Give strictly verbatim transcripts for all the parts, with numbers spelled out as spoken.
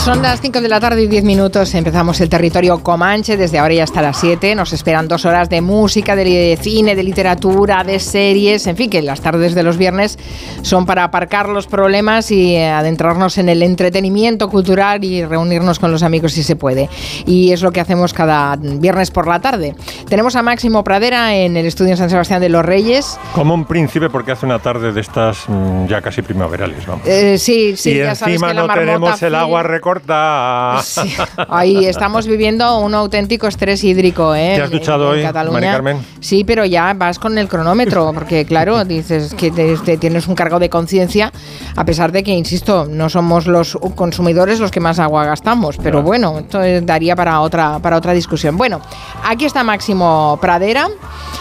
Son las cinco de la tarde y diez minutos, empezamos el territorio Comanche, desde ahora y hasta las siete, nos esperan dos horas de música, de cine, de literatura, de series, en fin, que las tardes de los viernes son para aparcar los problemas y adentrarnos en el entretenimiento cultural y reunirnos con los amigos si se puede, y es lo que hacemos cada viernes por la tarde. Tenemos a Máximo Pradera en el estudio en San Sebastián de los Reyes. Como un príncipe, porque hace una tarde de estas ya casi primaverales, vamos. Eh, sí, sí, y ya sabes encima que la no marmota tenemos el fil- agua recortada. Sí, ahí estamos viviendo un auténtico estrés hídrico, ¿eh? ¿Te has duchado en, en hoy, Cataluña. Mari Carmen? Sí, pero ya vas con el cronómetro, porque claro, dices que te, te tienes un cargo de conciencia, a pesar de que, insisto, no somos los consumidores los que más agua gastamos, pero bueno, esto daría para otra, para otra discusión. Bueno, aquí está Máximo Pradera.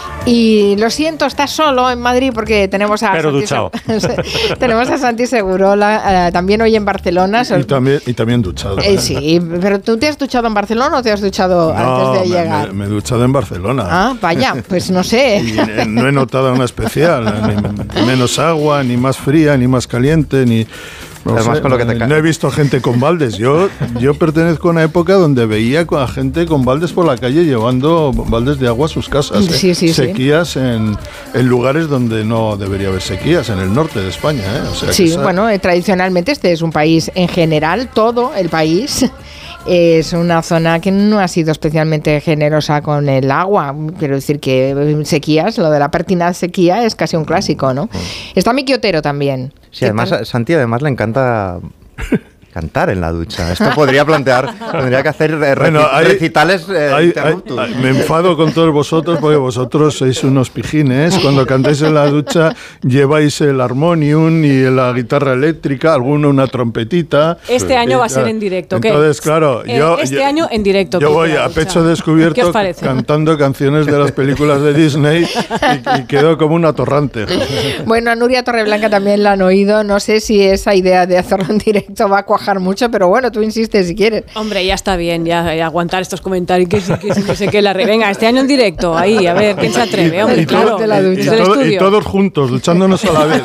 Y lo siento, estás solo en Madrid porque tenemos a Pero Santi duchado. Seg- tenemos a Santi Segurola, eh, también hoy en Barcelona. Y también, y también duchado. Eh, sí, pero ¿tú te has duchado en Barcelona o te has duchado No, antes de me, llegar? Me, me he duchado en Barcelona. Ah, vaya, pues no sé. Y eh, no he notado una especial, ni menos agua, ni más fría, ni más caliente, ni... No, Además, sé, con lo que te ca- no he visto gente con baldes. Yo, yo pertenezco a una época donde veía a gente con baldes por la calle llevando baldes de agua a sus casas. ¿eh? Sí, sí, sequías sí. En, en lugares donde no debería haber sequías, en el norte de España. ¿eh? O sea, Sí, que esa... bueno, eh, tradicionalmente este es un país, en general, todo el país es una zona que no ha sido especialmente generosa con el agua. Quiero decir que sequías, lo de la pertinaz sequía es casi un clásico, ¿no? Está Miki Otero también. Sí, además a Santi además le encanta cantar en la ducha. Esto podría plantear, tendría que hacer reci- Bueno, hay- recitales eh, hay- interruptus. hay- me enfado con todos vosotros porque vosotros sois unos pijines. Cuando cantáis en la ducha lleváis el armonium y la guitarra eléctrica, alguno una trompetita. Este año Y, va a ser claro, en directo. ¿qué? Entonces, claro, Eh, yo... este yo- año en directo. Yo Kiko, voy la a ducha. pecho ¿Qué descubierto os parece? cantando canciones de las películas de Disney y, y quedo como un atorrante. Bueno, a Nuria Torreblanca también la han oído. No sé si esa idea de hacerlo en directo va a cuajar mucho, pero bueno, tú insistes si quieres. Hombre, ya está bien, ya, ya aguantar estos comentarios, que sí, que sí, que sé que la re... Venga, este año en directo, ahí, a ver, ¿quién se atreve? Hombre, y, claro, todo- de la y ducha. desde el todo- y estudio. todos juntos, duchándonos a la vez.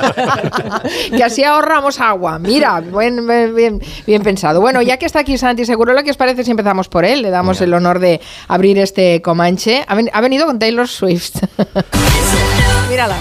Que así ahorramos agua. Mira, buen, bien, bien, bien pensado. Bueno, ya que está aquí Santi Segurola, ¿qué os parece si empezamos por él? Le damos el honor de abrir este Comanche. Ha, ven- ha venido con Taylor Swift. Mírala.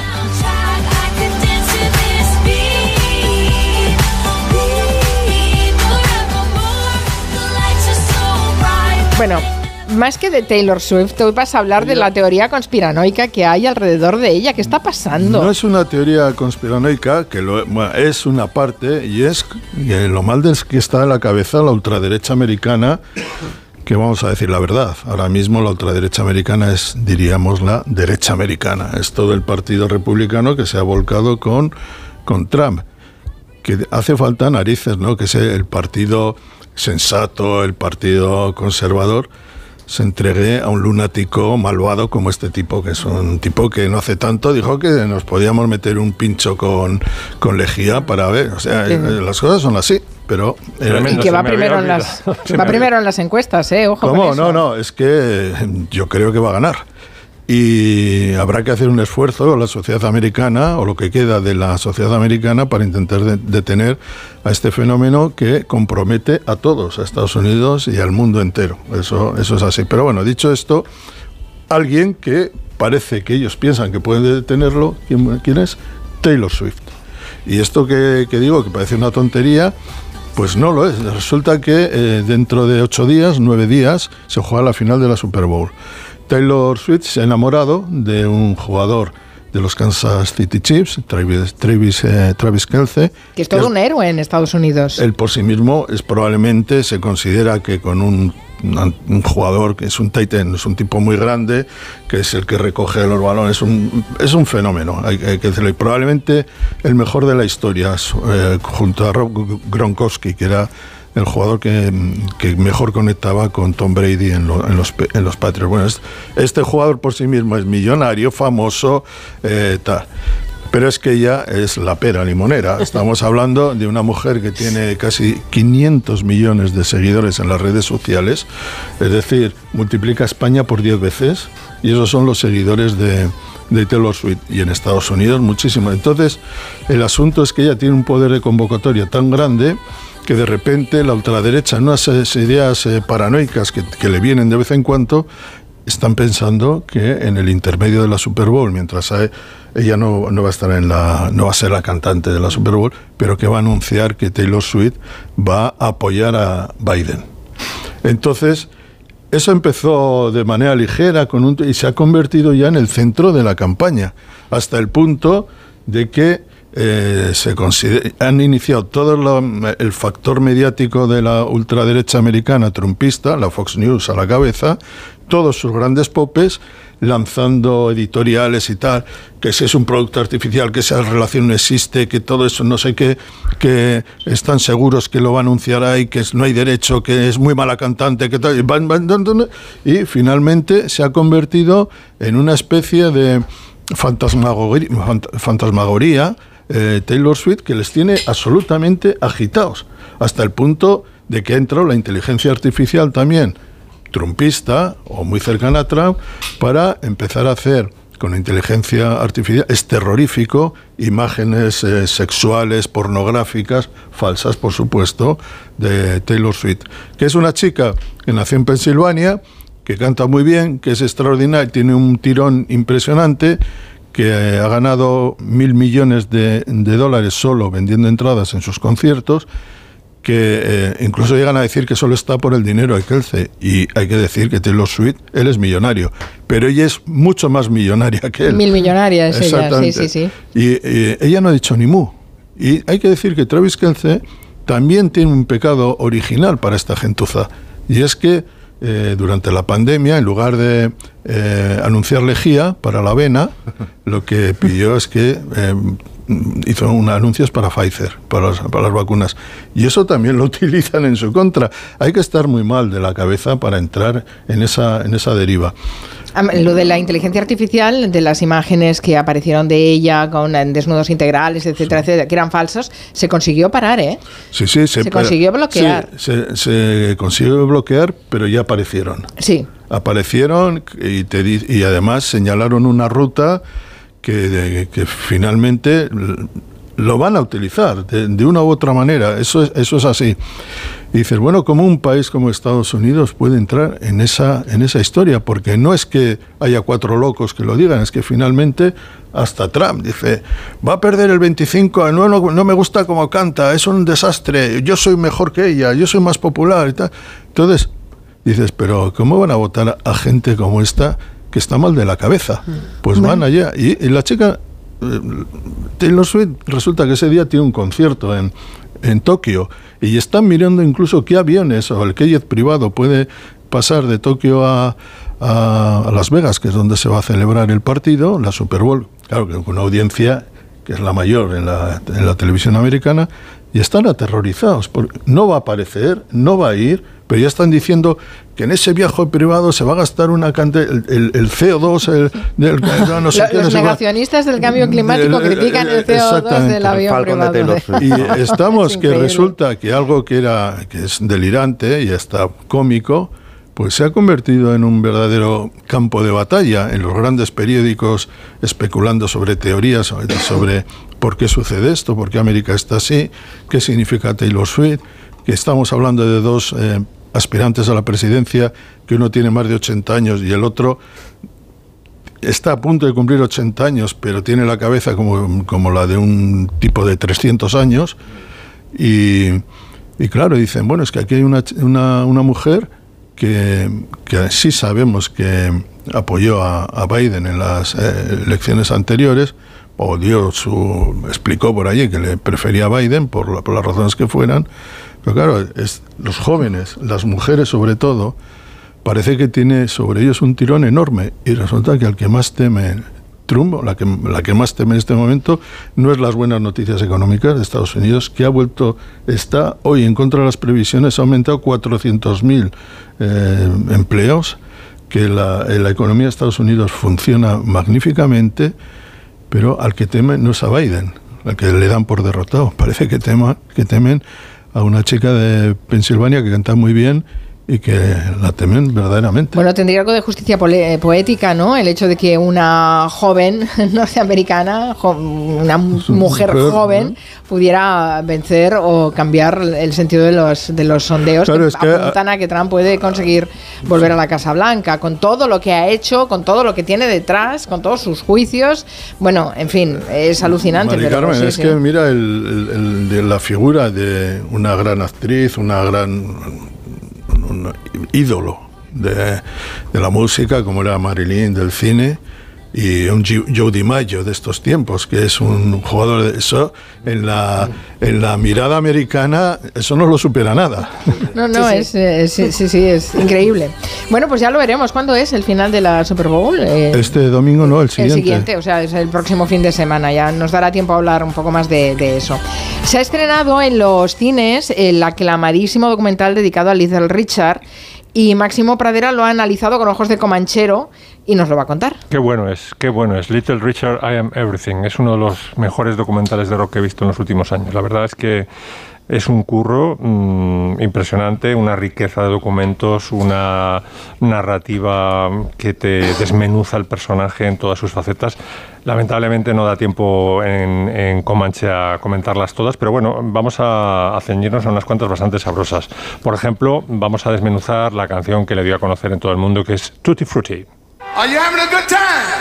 Bueno, más que de Taylor Swift, hoy vas a hablar de la teoría conspiranoica que hay alrededor de ella. ¿Qué está pasando? No es una teoría conspiranoica, que lo, bueno, es una parte, y es que lo mal es que está en la cabeza la ultraderecha americana, que vamos a decir la verdad. Ahora mismo la ultraderecha americana es, diríamos, la derecha americana. Es todo el partido republicano que se ha volcado con, con Trump. Que hace falta narices, ¿no? Que es el partido sensato, el partido conservador, se entregue a un lunático malvado como este tipo, que es un tipo que no hace tanto dijo que nos podíamos meter un pincho con, con lejía para ver. O sea, Sí. eh, las cosas son así, pero... eh, Tremendo. Y que se va me primero en había las olvidado. Se va me había- primero en las encuestas, eh, ojo con ¿Cómo? eso. No, no, es que eh, yo creo que va a ganar. Y habrá que hacer un esfuerzo la sociedad americana, o lo que queda de la sociedad americana, para intentar de- detener a este fenómeno que compromete a todos, a Estados Unidos y al mundo entero. Eso, eso es así. Pero bueno, dicho esto, alguien que parece que ellos piensan que puede detenerlo, ¿quién, quién es? Taylor Swift. Y esto que, que digo, que parece una tontería, pues no lo es. Resulta que eh, dentro de ocho días, nueve días, se juega la final de la Super Bowl. Taylor Swift se ha enamorado de un jugador de los Kansas City Chiefs, Travis, Travis, eh, Travis Kelce. Que es todo un héroe en Estados Unidos. Él por sí mismo es probablemente, se considera que con un, un jugador que es un tight end, es un tipo muy grande, que es el que recoge los balones, un, es un fenómeno, hay, hay que decirlo, y probablemente el mejor de la historia, eh, junto a Rob Gronkowski, que era el jugador que, que mejor conectaba con Tom Brady en, lo, en, los, en los Patriots. Bueno, este, este jugador por sí mismo es millonario, famoso, eh, tal. Pero es que ella es la pera limonera. Estamos hablando de una mujer que tiene casi quinientos millones de seguidores en las redes sociales. Es decir, multiplica España por diez veces. Y esos son los seguidores de, de Taylor Swift, y en Estados Unidos muchísimo. Entonces, el asunto es que ella tiene un poder de convocatoria tan grande que de repente la ultraderecha, unas ideas eh, paranoicas que, que le vienen de vez en cuando, están pensando que en el intermedio de la Super Bowl, mientras hay, ella no, no va a estar en la, no va a ser la cantante de la Super Bowl, pero que va a anunciar que Taylor Swift va a apoyar a Biden. Entonces, eso empezó de manera ligera con un, y se ha convertido ya en el centro de la campaña, hasta el punto de que Eh, se considera, han iniciado todo lo, el factor mediático de la ultraderecha americana trumpista, la Fox News a la cabeza, todos sus grandes popes lanzando editoriales y tal, que si es un producto artificial, que esa relación no existe, que todo eso no sé qué, que están seguros que lo va a anunciar ahí, que es, no hay derecho, que es muy mala cantante, que tal, y finalmente se ha convertido en una especie de fantasmagoría, fantasmagoría Eh, Taylor Swift, que les tiene absolutamente agitados, hasta el punto de que ha entrado la inteligencia artificial también trumpista o muy cercana a Trump para empezar a hacer con inteligencia artificial, es terrorífico, imágenes eh, sexuales, pornográficas, falsas por supuesto, de Taylor Swift, que es una chica que nació en Pensilvania, que canta muy bien, que es extraordinaria, tiene un tirón impresionante, que ha ganado mil millones de, de dólares solo vendiendo entradas en sus conciertos, que eh, incluso llegan a decir que solo está por el dinero de Kelsey, y hay que decir que Taylor Swift, él es millonario, pero ella es mucho más millonaria que él. Mil millonaria es ella, sí, sí, sí. Y, y ella no ha dicho ni mu. Y hay que decir que Travis Kelce también tiene un pecado original para esta gentuza, y es que Eh, durante la pandemia, en lugar de eh, anunciar lejía para la avena, lo que pidió es que eh, hizo unos anuncios para Pfizer, para las, para las vacunas. Y eso también lo utilizan en su contra. Hay que estar muy mal de la cabeza para entrar en esa, en esa deriva. Lo de la inteligencia artificial, de las imágenes que aparecieron de ella con desnudos integrales, etcétera, sí. etcétera, que eran falsos, se consiguió parar, ¿eh? Sí, sí. Se, se consiguió bloquear. Sí, se, se consiguió bloquear, pero ya aparecieron. Sí. Aparecieron y, te, y además señalaron una ruta que, de, que finalmente lo van a utilizar de, de una u otra manera. Eso es, eso es así. Y dices, bueno, ¿cómo un país como Estados Unidos puede entrar en esa, en esa historia? Porque no es que haya cuatro locos que lo digan, es que finalmente hasta Trump dice, va a perder el veinticinco, no, no, no me gusta cómo canta, es un desastre, yo soy mejor que ella, yo soy más popular y tal. Entonces, dices, pero ¿cómo van a votar a gente como esta que está mal de la cabeza? Pues bueno. Van allá. Y, y la chica, eh, Taylor Swift, resulta que ese día tiene un concierto en... en Tokio, y están mirando incluso qué aviones o el qué jet privado puede pasar de Tokio a, a, a Las Vegas, que es donde se va a celebrar el partido, la Super Bowl, claro, que con una audiencia que es la mayor en la, en la televisión americana, y están aterrorizados, porque no va a aparecer, no va a ir, pero ya están diciendo que en ese viaje privado se va a gastar una cantidad, el, el, el C O dos, el, del, no sé los qué, no negacionistas sé del cambio climático el, critican el C O dos del avión privado. De y estamos, que resulta que algo que era que es delirante y hasta cómico, pues se ha convertido en un verdadero campo de batalla en los grandes periódicos, especulando sobre teorías, sobre, sobre por qué sucede esto, por qué América está así, qué significa Taylor Swift, que estamos hablando de dos eh, aspirantes a la presidencia, que uno tiene más de ochenta años y el otro está a punto de cumplir ochenta años, pero tiene la cabeza como, como la de un tipo de trescientos años, y, y claro, dicen, bueno, es que aquí hay una, una, una mujer que, que sí sabemos que apoyó a, a Biden en las eh, elecciones anteriores, o dio su, explicó por allí que le prefería a Biden por, la, por las razones que fueran, pero claro, es, los jóvenes, las mujeres sobre todo, parece que tiene sobre ellos un tirón enorme, y resulta que al que más teme Trump, la que, la que más teme en este momento, no es las buenas noticias económicas de Estados Unidos, que ha vuelto, está hoy en contra de las previsiones, ha aumentado cuatrocientos mil eh, empleos, que la, la economía de Estados Unidos funciona magníficamente, pero al que temen no es a Biden, al que le dan por derrotado. Parece que, tema, que temen a una chica de Pensilvania que canta muy bien y que la temen verdaderamente. Bueno, tendría algo de justicia poética, ¿no? El hecho de que una joven norteamericana, jo una mujer joven, pudiera vencer o cambiar el sentido de los, de los sondeos claro, que, es que apuntan a que Trump puede conseguir volver a la Casa Blanca, con todo lo que ha hecho, con todo lo que tiene detrás, con todos sus juicios. Bueno, en fin, es alucinante. Mari pero Carmen, sí, es sí. que mira el, el, el de la figura de una gran actriz, una gran... un ídolo de, de la música como era Marilyn, del cine, y un Joe DiMaggio de estos tiempos, que es un jugador de eso, en la, en la mirada americana, eso no lo supera nada. No, no, sí, sí. Es, eh, sí, sí, sí, es increíble. Bueno, pues ya lo veremos. ¿Cuándo es el final de la Super Bowl? Eh, este domingo no, el siguiente. El siguiente, o sea, es el próximo fin de semana. Ya nos dará tiempo a hablar un poco más de, de eso. Se ha estrenado en los cines el aclamadísimo documental dedicado a Little Richard, y Máximo Pradera lo ha analizado con ojos de comanchero y nos lo va a contar. Qué bueno es, qué bueno es. Little Richard, I Am Everything. Es uno de los mejores documentales de rock que he visto en los últimos años. La verdad es que es un curro mmm, impresionante, una riqueza de documentos, una narrativa que te desmenuza el personaje en todas sus facetas. Lamentablemente no da tiempo en, en Comanche a comentarlas todas, pero bueno, vamos a, a ceñirnos a unas cuantas bastante sabrosas. Por ejemplo, vamos a desmenuzar la canción que le dio a conocer en todo el mundo, que es Tutti Frutti. Are you having a good time?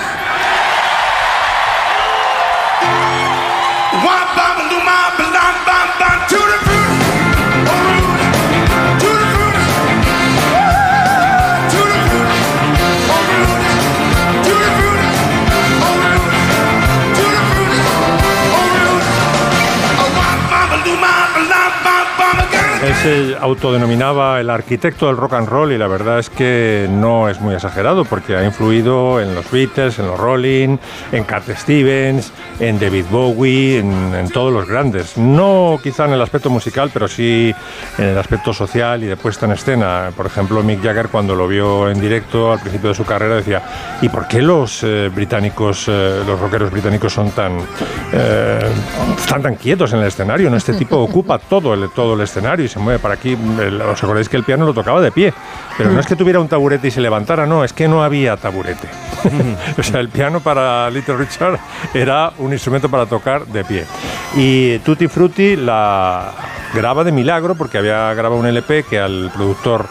Él se autodenominaba el arquitecto del rock and roll y la verdad es que no es muy exagerado porque ha influido en los Beatles, en los Rolling, en Cat Stevens, en David Bowie, en, en todos los grandes. No quizá en el aspecto musical, pero sí en el aspecto social y de puesta en escena. Por ejemplo, Mick Jagger, cuando lo vio en directo al principio de su carrera, decía: ¿y por qué los eh, británicos, eh, los rockeros británicos son tan, eh, están tan quietos en el escenario? ¿No? Este tipo ocupa todo el, todo el escenario y se mueve para aquí. ¿Os acordáis que el piano lo tocaba de pie? Pero no es que tuviera un taburete y se levantara, no, es que no había taburete. O sea, el piano para Little Richard era un instrumento para tocar de pie. Y Tutti Frutti la graba de milagro porque había grabado un L P que al productor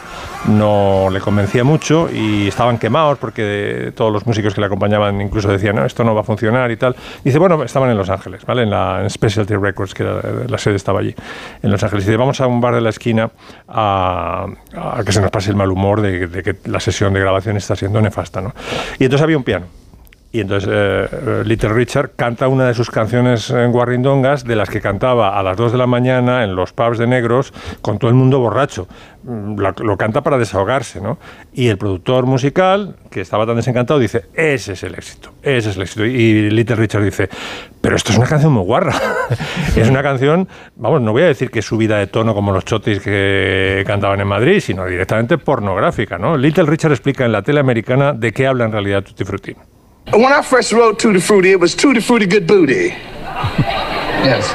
no le convencía mucho y estaban quemados porque todos los músicos que le acompañaban incluso decían: no, esto no va a funcionar y tal. Dice, bueno, estaban en Los Ángeles, ¿vale? En la en Specialty Records, que era, la sede estaba allí, en Los Ángeles. Y dice, vamos a un bar de la esquina a, a que se nos pase el mal humor de, de que la sesión de grabación está siendo nefasta, ¿no? Y entonces había un piano. Y entonces eh, Little Richard canta una de sus canciones en guarrindongas, de las que cantaba a las dos de la mañana en los pubs de negros con todo el mundo borracho. Lo, lo canta para desahogarse, ¿no? Y el productor musical, que estaba tan desencantado, dice: ese es el éxito, ese es el éxito. Y Little Richard dice: pero esto es una canción muy guarra. Es una canción, vamos, no voy a decir que es subida de tono como los chotis que cantaban en Madrid, sino directamente pornográfica, ¿no? Little Richard explica en la tele americana de qué habla en realidad Tutti Frutti. When I first wrote Tutti Frutti, it was Tutti Frutti Good Booty. Yes.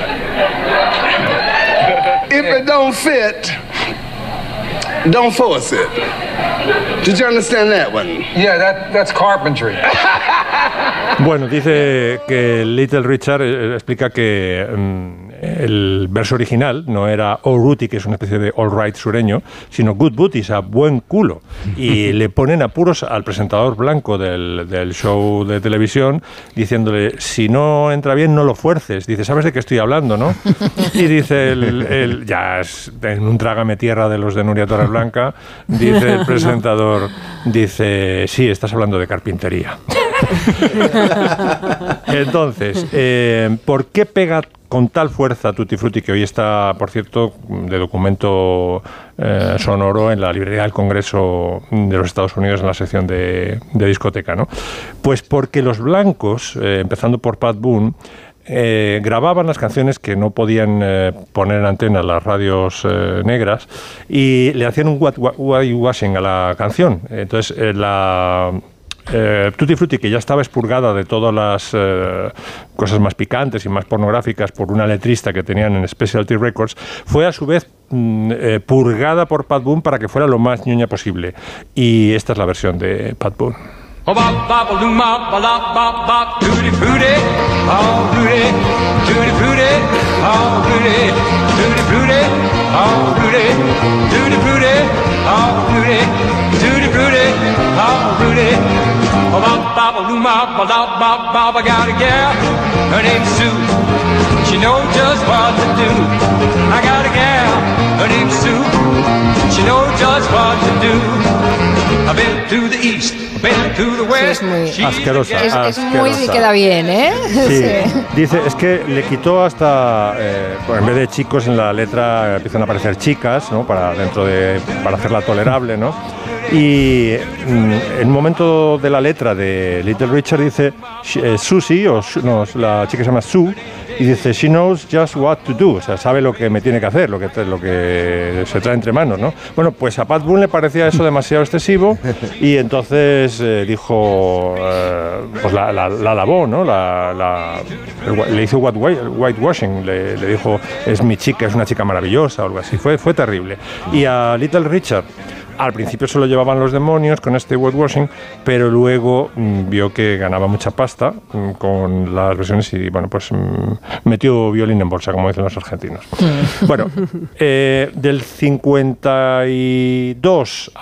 If it don't fit, don't force it. Did you understand that one? Yeah, that, that's carpentry. Bueno, dice que Little Richard eh, explica que um, el verso original no era All Rooty, que es una especie de all right sureño, sino Good Booty, o sea, buen culo. Y le ponen apuros al presentador blanco del, del show de televisión, diciéndole: si no entra bien, no lo fuerces. Dice: ¿sabes de qué estoy hablando, no? Y dice, el, el, ya es en un trágame tierra de los de Nuria Torreblanca, dice el presentador, dice: sí, estás hablando de carpintería. Entonces, eh, ¿por qué pega con tal fuerza Tutti Frutti, que hoy está, por cierto, de documento eh, sonoro en la librería del Congreso de los Estados Unidos, en la sección de, de discoteca, ¿no? Pues porque los blancos, eh, empezando por Pat Boone, Eh, grababan las canciones que no podían eh, poner en antena las radios eh, negras y le hacían un whitewashing a la canción. Entonces eh, la, eh, Tutti Frutti, que ya estaba expurgada de todas las eh, cosas más picantes y más pornográficas por una letrista que tenían en Specialty Records, fue a su vez mm, eh, purgada por Pat Boone para que fuera lo más ñoña posible. Y esta es la versión de Pat Boone. Oh, bop, bop, a loom, bop, a lop, bop, bop, tutti frutti, oh, frutti, tutti frutti, oh, frutti, tutti frutti, oh, frutti, tutti frutti, oh, frutti, tutti frutti, oh, frutti. Oh, bop, bop, a loom, bop, a lop, bop, bop, I got a gal, her name's Sue, she knows just what to do. I got a gal, her name's Sue, she knows just what to do. I've been to the east. Sí, es muy asquerosa. Es, es asquerosa. muy y queda bien, ¿eh? Sí. Sí. Dice, es que le quitó hasta, eh, en vez de chicos en la letra empiezan a aparecer chicas, ¿no? Para dentro de, para hacerla tolerable, ¿no? Y mm, en un momento de la letra de Little Richard dice eh, Susie, o no, la chica se llama Sue, y dice she knows just what to do, o sea, sabe lo que me tiene que hacer, lo que, lo que se trae entre manos, ¿no? Bueno, pues a Pat Boone le parecía eso demasiado excesivo y entonces eh, dijo, eh, pues la, la, la lavó, ¿no? La, la, le hizo whitewashing, le, le dijo, es mi chica, es una chica maravillosa o algo así, fue, fue terrible. Y a Little Richard, al principio se lo llevaban los demonios con este whitewashing, pero luego mmm, vio que ganaba mucha pasta mmm, con las versiones y, bueno, pues mmm, metió violín en bolsa, como dicen los argentinos. Bueno, eh, del cincuenta y dos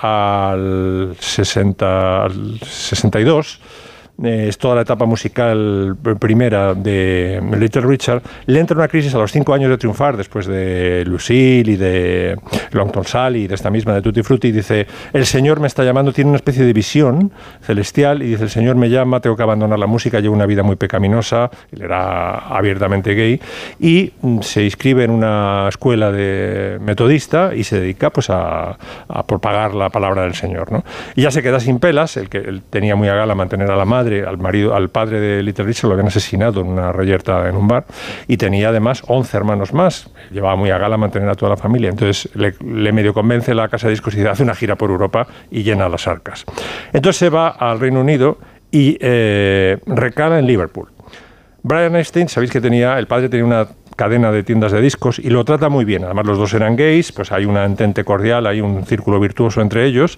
al sesenta, al sesenta y dos, es toda la etapa musical primera de Little Richard, le entra una crisis a los cinco años de triunfar, después de Lucille y de Long Tall Sally y de esta misma de Tutti Frutti, y dice, el Señor me está llamando, tiene una especie de visión celestial, y dice, el Señor me llama, tengo que abandonar la música, llevo una vida muy pecaminosa, él era abiertamente gay, y se inscribe en una escuela de metodista y se dedica pues a, a propagar la palabra del Señor, ¿no? Y ya se queda sin pelas, el que él tenía muy a gala mantener a la madre, al marido, al padre de Little Richard lo habían asesinado en una reyerta en un bar, y tenía además once hermanos más, llevaba muy a gala mantener a toda la familia, entonces le, le medio convence la casa de discos y dice, hace una gira por Europa y llena las arcas. Entonces se va al Reino Unido y eh, recala en Liverpool. Brian Epstein, sabéis que tenía, el padre tenía una cadena de tiendas de discos y lo trata muy bien. Además, los dos eran gays, pues hay una entente cordial, hay un círculo virtuoso entre ellos.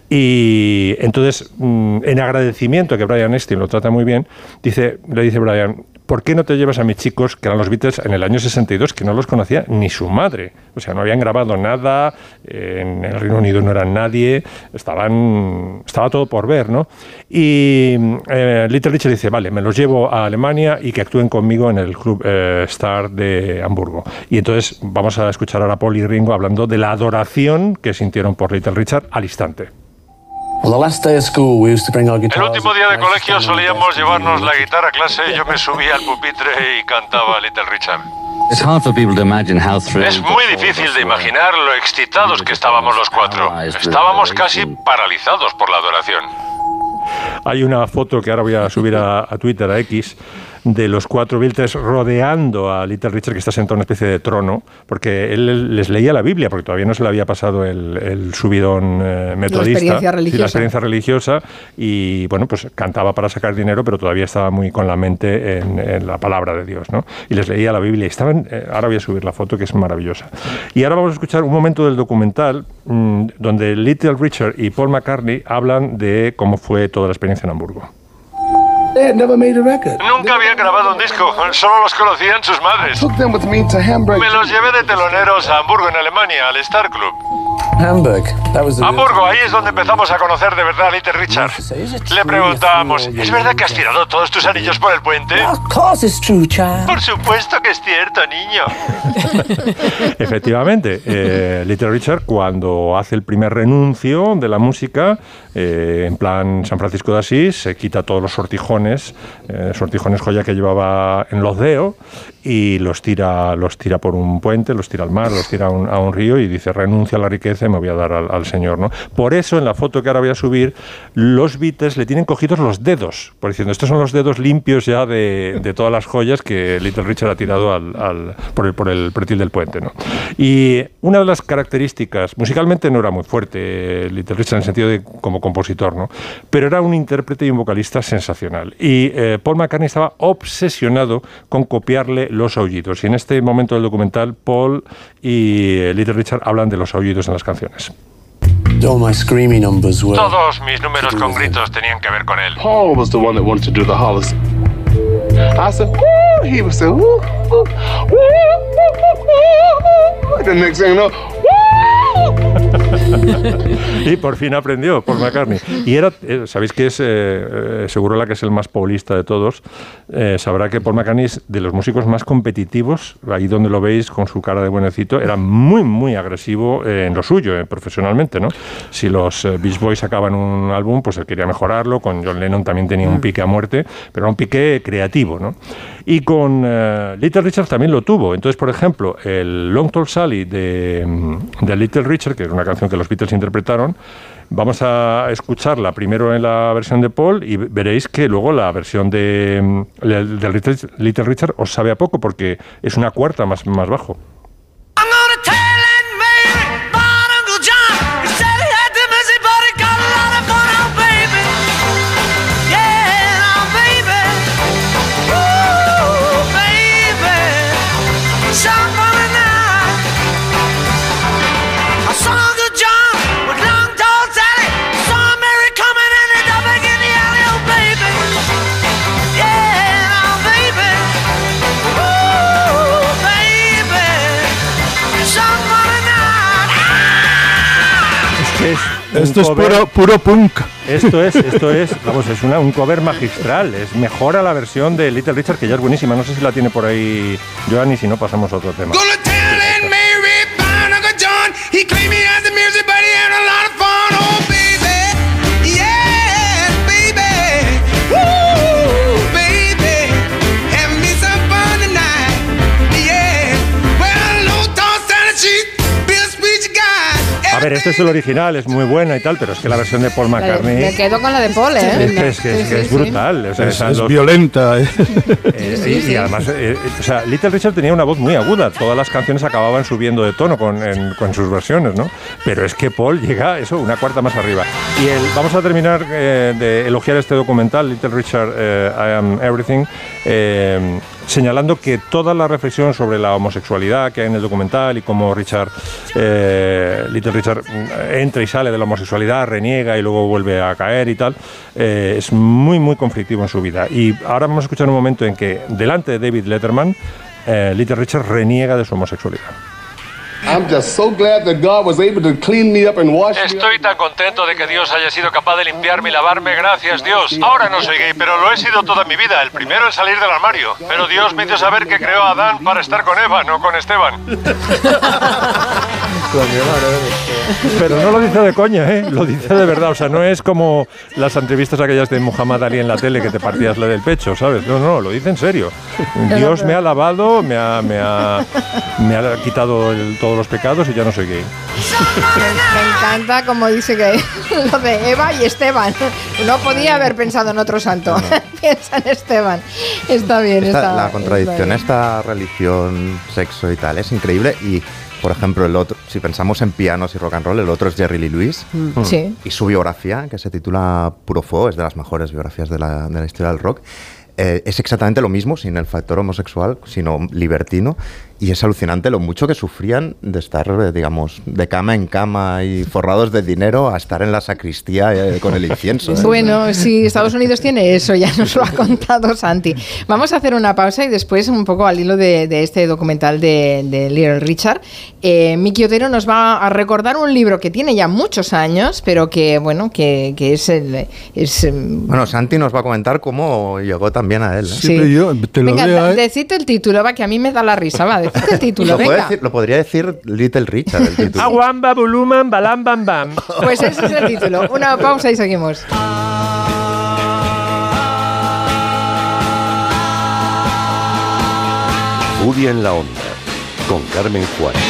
Y entonces, en agradecimiento a que Brian Epstein lo trata muy bien, dice, le dice Brian, ¿por qué no te llevas a mis chicos, que eran los Beatles, en el año sesenta y dos, que no los conocía ni su madre? O sea, no habían grabado nada, en el Reino Unido no eran nadie, estaban, estaba todo por ver, ¿no? Y eh, Little Richard dice, vale, me los llevo a Alemania y que actúen conmigo en el Club eh, Star de Hamburgo. Y entonces vamos a escuchar ahora a Paul y Ringo hablando de la adoración que sintieron por Little Richard al instante. El último día de colegio solíamos llevarnos la guitarra a clase, yo me subía al pupitre y cantaba Little Richard. Es muy difícil de imaginar lo excitados que estábamos los cuatro. Estábamos casi paralizados por la adoración. Hay una foto que ahora voy a subir a, a Twitter, a X, de los cuatro Beatles rodeando a Little Richard, que está sentado en una especie de trono, porque él les leía la Biblia, porque todavía no se le había pasado el, el subidón eh, metodista, la experiencia religiosa. Sí, la experiencia religiosa, y bueno, pues cantaba para sacar dinero, pero todavía estaba muy con la mente en, en la palabra de Dios, ¿no? Y les leía la Biblia, y estaban, eh, ahora voy a subir la foto, que es maravillosa. Y ahora vamos a escuchar un momento del documental mmm, donde Little Richard y Paul McCartney hablan de cómo fue toda la experiencia en Hamburgo. Nunca habían grabado un disco, solo los conocían sus madres. Me los llevé de teloneros a Hamburgo, en Alemania, al Star Club. Hamburgo, ahí es donde empezamos a conocer de verdad a Little Richard. Le preguntamos, ¿es verdad que has tirado todos tus anillos por el puente? Por supuesto que es cierto, niño. Efectivamente, eh, Little Richard, cuando hace el primer renuncio de la música, eh, en plan San Francisco de Asís, se quita todos los sortijones, eh, sortijones joya que llevaba en los dedos, y los tira, los tira por un puente, los tira al mar, los tira a un, a un río y dice, renuncia a la riqueza y me voy a dar al, al Señor, ¿no? Por eso, en la foto que ahora voy a subir, los Beatles le tienen cogidos los dedos, por diciendo, estos son los dedos limpios ya de, de todas las joyas que Little Richard ha tirado al, al, por, el, por el pretil del puente, ¿no? Y una de las características, musicalmente no era muy fuerte Little Richard en el sentido de como compositor, ¿no? Pero era un intérprete y un vocalista sensacional. Y eh, Paul McCartney estaba obsesionado con copiarle los aullidos. Y en este momento del documental, Paul y eh, Little Richard hablan de los aullidos en las canciones. All my screaming numbers were... Todos mis números con gritos tenían que ver con él. Paul was the one that wanted to do the hollers. I said, woo, he would say, woo, woo, woo, woo. The next thing you know, y por fin aprendió Paul McCartney. Y era, eh, sabéis que es, eh, eh, seguro la que es el más paulista de todos, eh, sabrá que Paul McCartney es de los músicos más competitivos, ahí donde lo veis con su cara de buenecito, era muy, muy agresivo eh, en lo suyo, eh, profesionalmente, ¿no? Si los eh, Beach Boys sacaban un álbum, pues él quería mejorarlo, con John Lennon también tenía un pique a muerte, pero era un pique creativo, ¿no? Y con eh, Little Richard también lo tuvo. Entonces, por ejemplo, el Long Tall Sally de, de Little Richard, que es una canción que los Beatles interpretaron, vamos a escucharla primero en la versión de Paul y veréis que luego la versión de, de, de Little, Little Richard os sabe a poco porque es una cuarta más, más bajo. Esto es puro, puro punk. Esto es, esto es, vamos, es una, un cover magistral. Es mejora la versión de Little Richard, que ya es buenísima. No sé si la tiene por ahí Joan y si no pasamos a otro tema. A ver, este es el original, es muy buena y tal, pero es que la versión de Paul McCartney... Me quedo con la de Paul, ¿eh? Es que es, que, es, que es brutal. O sea, es, es los, violenta. ¿eh? Eh, sí, y, sí. y además, eh, o sea, Little Richard tenía una voz muy aguda. Todas las canciones acababan subiendo de tono con, en, con sus versiones, ¿no? Pero es que Paul llega, eso, una cuarta más arriba. Y el, vamos a terminar eh, de elogiar este documental, Little Richard, eh, I Am Everything, eh, señalando que toda la reflexión sobre la homosexualidad que hay en el documental y cómo Richard, eh, Little Richard entra y sale de la homosexualidad, reniega y luego vuelve a caer y tal, eh, es muy, muy conflictivo en su vida. Y ahora vamos a escuchar un momento en que, delante de David Letterman, eh, Little Richard reniega de su homosexualidad. I'm just so glad that God was able to clean me up and wash me up. Estoy tan contento de que Dios haya sido capaz de limpiarme y lavarme, gracias Dios. Ahora no soy gay, pero lo he sido toda mi vida, el primero en salir del armario. Pero Dios me hizo saber que creó a Adán para estar con Eva, no con Esteban. Pero no lo dice de coña, ¿eh? Lo dice de verdad. O sea, no es como las entrevistas aquellas de Muhammad Ali en la tele que te partías la del pecho, ¿sabes? No, no, lo dice en serio. Dios me ha lavado, me ha, me ha, me ha quitado el, todos los pecados y ya no soy gay. Me, me encanta como dice que lo de Eva y Esteban. No podía haber pensado en otro santo. No, no. Piensa en Esteban. Está bien. Esta, está, la contradicción, está esta religión, sexo y tal, es increíble. Y por ejemplo, el otro, si pensamos en pianos y rock and roll, el otro es Jerry Lee Lewis. Mm. Sí. Y su biografía, que se titula Puro Fo, es de las mejores biografías de la, de la historia del rock. Eh, es exactamente lo mismo, sin el factor homosexual, sino libertino. Y es alucinante lo mucho que sufrían de estar, digamos, de cama en cama y forrados de dinero a estar en la sacristía eh, con el incienso. ¿eh? Bueno, sí, Estados Unidos tiene eso, ya nos lo ha contado Santi. Vamos a hacer una pausa y después, un poco al hilo de, de este documental de, de Little Richard, eh, Miki Otero nos va a recordar un libro que tiene ya muchos años, pero que, bueno, que, que es... el es, Bueno, Santi nos va a comentar cómo llegó también a él. ¿eh? Sí, sí. Yo te lo venga, veo, ¿eh? decite el título, va, que a mí me da la risa, va, decite el título, lo, venga. decir, lo podría decir Little Richard, el título. Aguamba, buluman, balam, bam, bam. Pues ese es el título. Una pausa y seguimos. Tertulia en la Onda, con Carmen Juárez.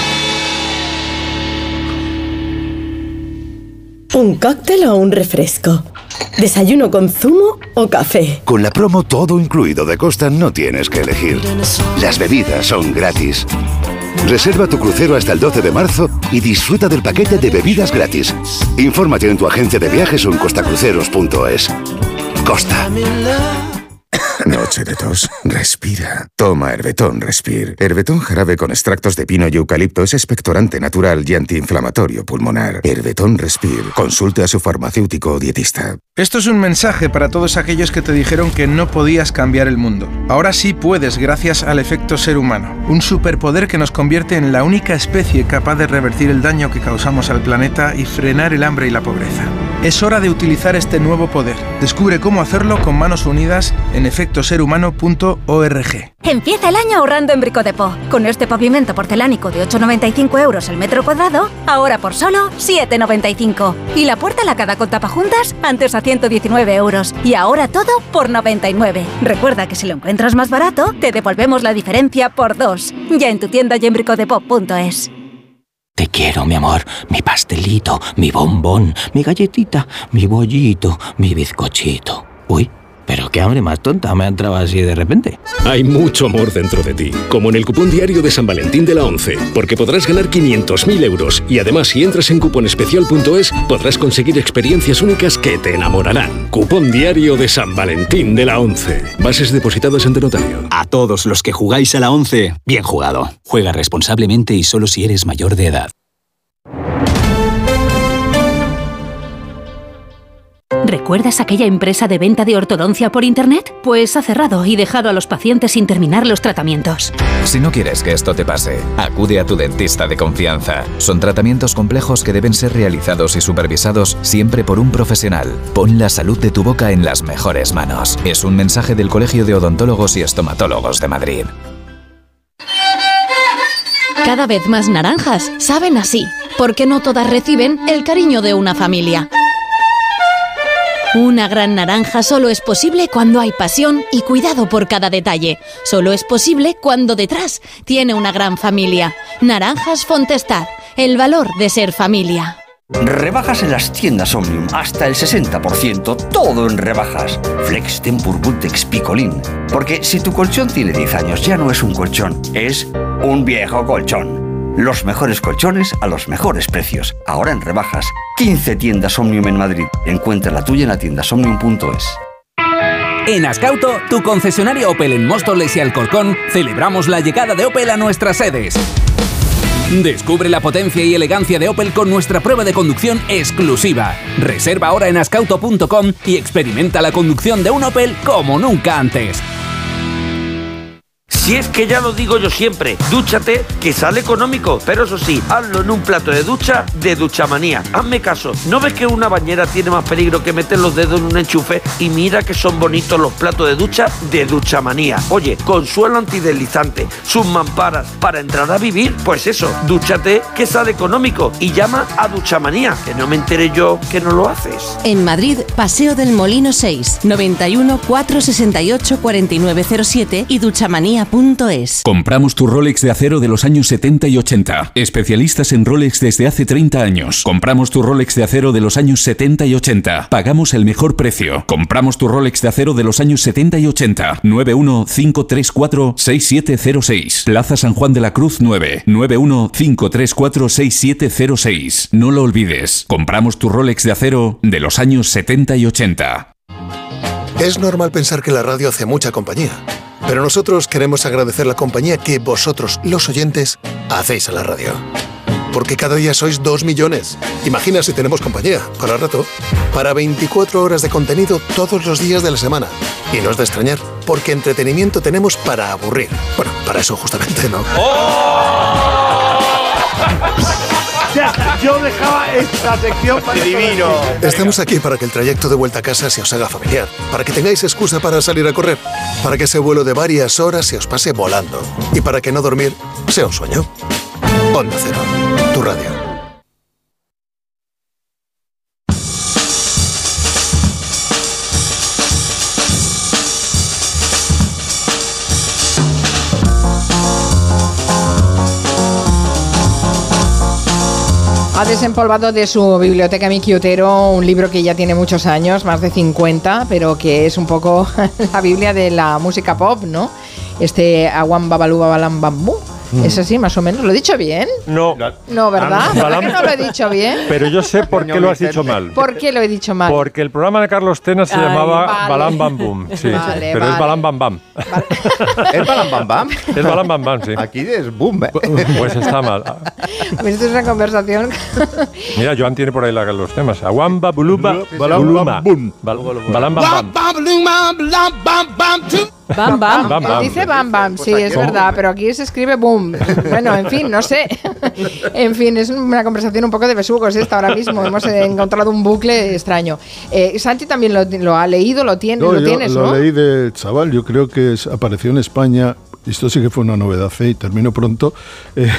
¿Un cóctel o un refresco? ¿Desayuno con zumo o café? Con la promo todo incluido de Costa no tienes que elegir. Las bebidas son gratis. Reserva tu crucero hasta el doce de marzo y disfruta del paquete de bebidas gratis. Infórmate en tu agencia de viajes o en costacruceros punto es. Costa. Noche de tos. Respira. Toma Herbetón Respir. Herbetón jarabe con extractos de pino y eucalipto es expectorante natural y antiinflamatorio pulmonar. Herbetón Respir. Consulte a su farmacéutico o dietista. Esto es un mensaje para todos aquellos que te dijeron que no podías cambiar el mundo. Ahora sí puedes gracias al efecto ser humano. Un superpoder que nos convierte en la única especie capaz de revertir el daño que causamos al planeta y frenar el hambre y la pobreza. Es hora de utilizar este nuevo poder. Descubre cómo hacerlo con manos unidas en efecto ser humano punto org. Empieza el año ahorrando en Brico Dépôt. Con este pavimento porcelánico de ocho con noventa y cinco euros el metro cuadrado, ahora por solo siete con noventa y cinco. Y la puerta lacada con tapajuntas, antes a ciento diecinueve euros. Y ahora todo por noventa y nueve. Recuerda que si lo encuentras más barato, te devolvemos la diferencia por dos. Ya en tu tienda y en brico dépôt punto es. Te quiero, mi amor, mi pastelito, mi bombón, mi galletita, mi bollito, mi bizcochito. Uy, pero qué hambre más tonta me ha entrado así de repente. Hay mucho amor dentro de ti, como en el cupón diario de San Valentín de la ONCE, porque podrás ganar quinientos mil euros y además si entras en cuponespecial punto es podrás conseguir experiencias únicas que te enamorarán. Cupón diario de San Valentín de la ONCE. Bases depositadas ante notario. A todos los que jugáis a la ONCE, bien jugado. Juega responsablemente y solo si eres mayor de edad. ¿Recuerdas aquella empresa de venta de ortodoncia por Internet? Pues ha cerrado y dejado a los pacientes sin terminar los tratamientos. Si no quieres que esto te pase, acude a tu dentista de confianza. Son tratamientos complejos que deben ser realizados y supervisados siempre por un profesional. Pon la salud de tu boca en las mejores manos. Es un mensaje del Colegio de Odontólogos y Estomatólogos de Madrid. Cada vez más naranjas saben así, porque no todas reciben el cariño de una familia. Una gran naranja solo es posible cuando hay pasión y cuidado por cada detalle. Solo es posible cuando detrás tiene una gran familia. Naranjas Fontestad, el valor de ser familia. Rebajas en las tiendas Omnium, hasta el sesenta por ciento, todo en rebajas. Flex Tempur Bultex Picolín. Porque si tu colchón tiene diez años ya no es un colchón, es un viejo colchón. Los mejores colchones a los mejores precios. Ahora en rebajas. quince tiendas Omnium en Madrid. Encuentra la tuya en la tienda omnium punto es. En Ascauto, tu concesionario Opel en Móstoles y Alcorcón, celebramos la llegada de Opel a nuestras sedes. Descubre la potencia y elegancia de Opel con nuestra prueba de conducción exclusiva. Reserva ahora en ascauto punto com y experimenta la conducción de un Opel como nunca antes. Si es que ya lo digo yo siempre, dúchate que sale económico, pero eso sí, hazlo en un plato de ducha de Duchamanía. Hazme caso, ¿no ves que una bañera tiene más peligro que meter los dedos en un enchufe? Y mira que son bonitos los platos de ducha de Duchamanía. Oye, con suelo antideslizante, sus mamparas para entrar a vivir, pues eso, dúchate que sale económico y llama a Duchamanía, que no me enteré yo que no lo haces. En Madrid, Paseo del Molino seis, noventa y uno, cuatrocientos sesenta y ocho, cuarenta y nueve cero siete y duchamanía punto es. Compramos tu Rolex de acero de los años setenta y ochenta. Especialistas en Rolex desde hace treinta años. Compramos tu Rolex de acero de los años setenta y ochenta. Pagamos el mejor precio. Compramos tu Rolex de acero de los años setenta y ochenta. nueve uno cinco tres cuatro seis siete cero seis. Plaza San Juan de la Cruz nueve. nueve uno cinco tres cuatro seis siete cero seis. No lo olvides. Compramos tu Rolex de acero de los años setenta y ochenta. Es normal pensar que la radio hace mucha compañía, pero nosotros queremos agradecer la compañía que vosotros, los oyentes, hacéis a la radio. Porque cada día sois dos millones. Imagina si tenemos compañía, para rato, para veinticuatro horas de contenido todos los días de la semana. Y no es de extrañar, porque entretenimiento tenemos para aburrir. Bueno, para eso justamente no. ¡Oh! Ya, yo dejaba esta sección para divino. Estamos aquí para que el trayecto de vuelta a casa se os haga familiar, para que tengáis excusa para salir a correr, para que ese vuelo de varias horas se os pase volando y para que no dormir sea un sueño. Onda Cero, tu radio. Ha desempolvado de su biblioteca Miki Otero un libro que ya tiene muchos años, más de cincuenta, pero que es un poco la Biblia de la música pop, ¿no? Este Awam Babalú Babalam Bambú. Mm. ¿Es así, más o menos? ¿Lo he dicho bien? No. No, ¿verdad? ¿Por qué no lo he dicho bien? Pero yo sé por qué lo has dicho mal. ¿Por qué lo he dicho mal? Porque el programa de Carlos Tena se Ay, llamaba vale. Balam Bam Boom. Sí, vale, pero vale. es Balam Bam Bam. ¿Es Balam Bam Bam? Es Balam Bam Bam, sí. Aquí es boom, ¿eh? Pues está mal. Pues esto es una conversación. Mira, Joan tiene por ahí los temas. Awam Babuluba Baluma. Balam Bam Bam. Bam, bam, bam, bam. Dice bam, bam, sí, pues es verdad, pero aquí se escribe boom. Bueno, en fin, no sé. En fin, es una conversación un poco de besugos esta ahora mismo. Hemos encontrado un bucle extraño. Eh, Santi también lo, lo ha leído, lo, tiene, no, lo tienes, lo ¿no? Lo leí de chaval, yo creo que es, apareció en España. Esto sí que fue una novedad, ¿eh? Y termino pronto, eh,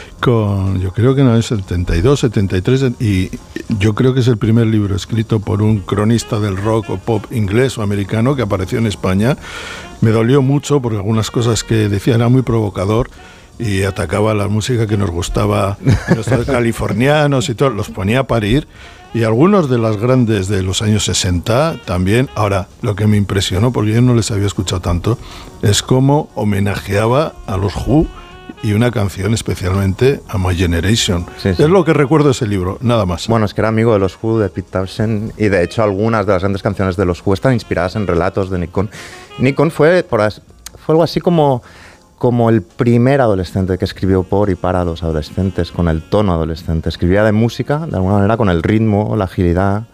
con, yo creo que en el setenta y dos, setenta y tres, y yo creo que es el primer libro escrito por un cronista del rock o pop inglés o americano que apareció en España. Me dolió mucho porque algunas cosas que decía era muy provocador y atacaba la música que nos gustaba, los californianos y todo, los ponía a parir. Y algunos de las grandes de los años sesenta también. Ahora, lo que me impresionó, porque yo no les había escuchado tanto, es cómo homenajeaba a los Who y una canción especialmente a My Generation. Sí, sí. Es lo que recuerdo de ese libro, nada más. Bueno, es que era amigo de los Who, de Pete Townshend, y de hecho algunas de las grandes canciones de los Who están inspiradas en relatos de Nick Cohn. Nick Cohn fue, por as, fue algo así como... como el primer adolescente que escribió por y para los adolescentes, con el tono adolescente. Escribía de música, de alguna manera, con el ritmo, la agilidad,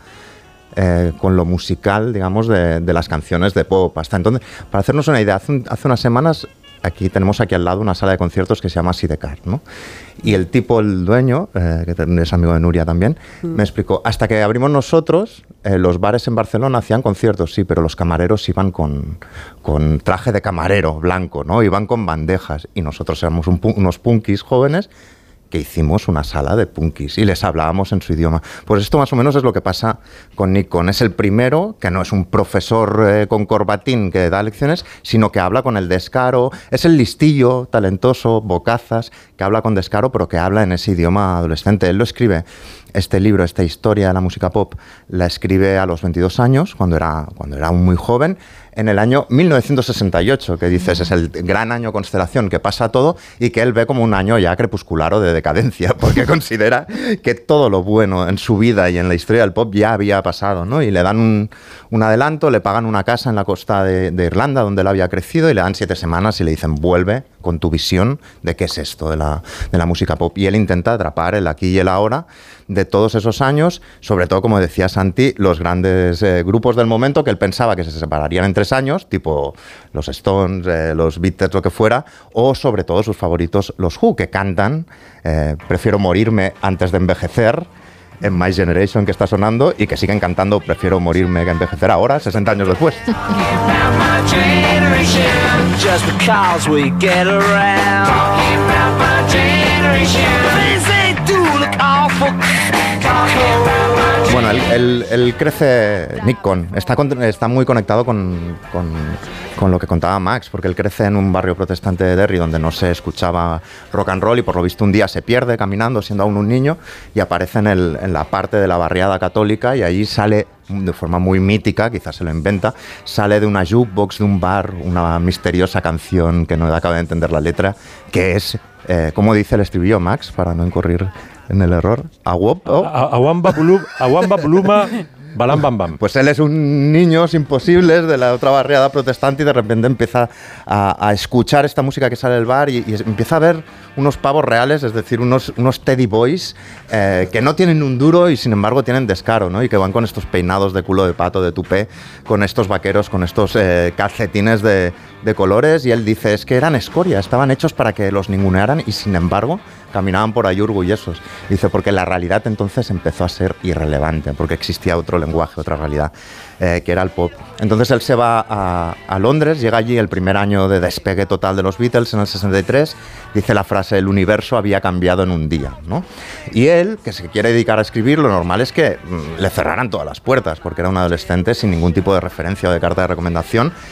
eh, con lo musical, digamos, de, de las canciones de pop. Hasta entonces, para hacernos una idea, hace, un, hace unas semanas, aquí tenemos aquí al lado una sala de conciertos que se llama Sidecar, ¿no? Y el tipo, el dueño, eh, que es amigo de Nuria también, mm. me explicó, hasta que abrimos nosotros, eh, los bares en Barcelona hacían conciertos, sí, pero los camareros iban con, con traje de camarero blanco, ¿no? Iban con bandejas, y nosotros éramos un, unos punkis jóvenes que hicimos una sala de punkis y les hablábamos en su idioma. Pues esto más o menos es lo que pasa con Nick Cohn. Es el primero que no es un profesor eh, con corbatín que da lecciones, sino que habla con el descaro. Es el listillo, talentoso, bocazas, que habla con descaro, pero que habla en ese idioma adolescente. Él lo escribe, este libro, esta historia de la música pop, la escribe a los veintidós años, cuando era, cuando era aún muy joven, en el año mil novecientos sesenta y ocho, que dices es el gran año constelación que pasa todo y que él ve como un año ya crepuscular o de decadencia, porque considera que todo lo bueno en su vida y en la historia del pop ya había pasado, ¿no? Y le dan un, un adelanto, le pagan una casa en la costa de, de Irlanda donde él había crecido y le dan siete semanas y le dicen vuelve con tu visión de qué es esto de la, de la música pop. Y él intenta atrapar el aquí y el ahora de todos esos años, sobre todo, como decía Santi, los grandes eh, grupos del momento que él pensaba que se separarían en tres años, tipo los Stones, eh, los Beatles, lo que fuera, o sobre todo sus favoritos, los Who, que cantan eh, Prefiero morirme antes de envejecer, en My Generation, que está sonando, y que siguen cantando Prefiero morirme que envejecer ahora, sesenta años después. Bueno, él, él, él crece, Nick Cohn, está, con, está muy conectado con, con, con lo que contaba Max, porque él crece en un barrio protestante de Derry donde no se escuchaba rock and roll y por lo visto un día se pierde caminando, siendo aún un niño, y aparece en, el, en la parte de la barriada católica y allí sale de forma muy mítica, quizás se lo inventa, sale de una jukebox de un bar una misteriosa canción que no acaba de entender la letra, que es, eh, ¿cómo dice el estribillo, Max, para no incurrir en el error? Awamba Buluma Balam Bam Bam. Pues él es un niño sin posibles de la otra barriada protestante y de repente empieza a, a escuchar esta música que sale del bar y, y empieza a ver unos pavos reales, es decir, unos, unos Teddy Boys eh, que no tienen un duro y sin embargo tienen descaro, ¿no? Y que van con estos peinados de culo de pato, de tupé, con estos vaqueros, con estos eh, calcetines de, de colores, y él dice, es que eran escoria, estaban hechos para que los ningunearan y sin embargo caminaban por ahí orgullosos. Dice, porque la realidad entonces empezó a ser irrelevante, porque existía otro lenguaje, otra realidad, eh, que era el pop. Entonces él se va a, a Londres, llega allí el primer año de despegue total de los Beatles, en el sesenta y tres, dice la frase, el universo había cambiado en un día, ¿no? Y él, que se quiere dedicar a escribir, lo normal es que mmm, le cerraran todas las puertas, porque era un adolescente sin ningún tipo de referencia o de carta de recomendación.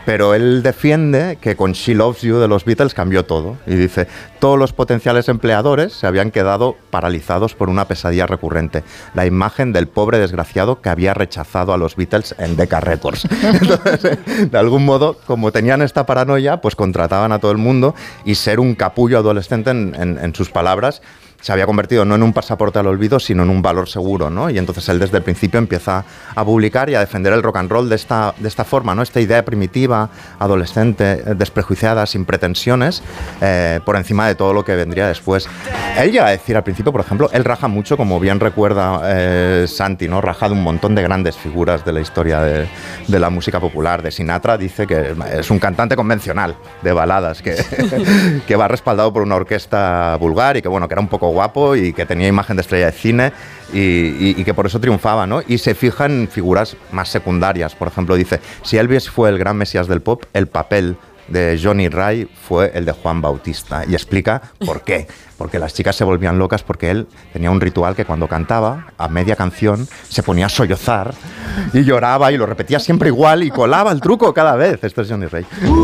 pero él defiende que con She Loves You de los Beatles cambió todo. Y dice, todos los potenciales empleadores se habían quedado paralizados por una pesadilla recurrente, la imagen del pobre desgraciado que había rechazado a los Beatles en Decca Records. Entonces, de algún modo, como tenían esta paranoia, pues contrataban a todo el mundo, y ser un capullo adolescente, en, en, en sus palabras, se había convertido no en un pasaporte al olvido, sino en un valor seguro, ¿no? Y entonces él desde el principio empieza a publicar y a defender el rock and roll de esta, de esta forma, ¿no? Esta idea primitiva, adolescente, desprejuiciada, sin pretensiones, eh, por encima de todo lo que vendría después. Él llega a decir al principio, por ejemplo, él raja mucho, como bien recuerda eh, Santi, ¿no? Raja de un montón de grandes figuras de la historia de, de la música popular. De Sinatra dice que es un cantante convencional de baladas, que, que va respaldado por una orquesta vulgar y que, bueno, que era un poco guapo y que tenía imagen de estrella de cine y, y, y que por eso triunfaba, ¿no? Y se fija en figuras más secundarias. Por ejemplo, dice, si Elvis fue el gran mesías del pop, el papel de Johnny Ray fue el de Juan Bautista. Y explica por qué. Porque las chicas se volvían locas porque él tenía un ritual que cuando cantaba, a media canción, se ponía a sollozar y lloraba y lo repetía siempre igual y colaba el truco cada vez. Esto es Johnny Ray.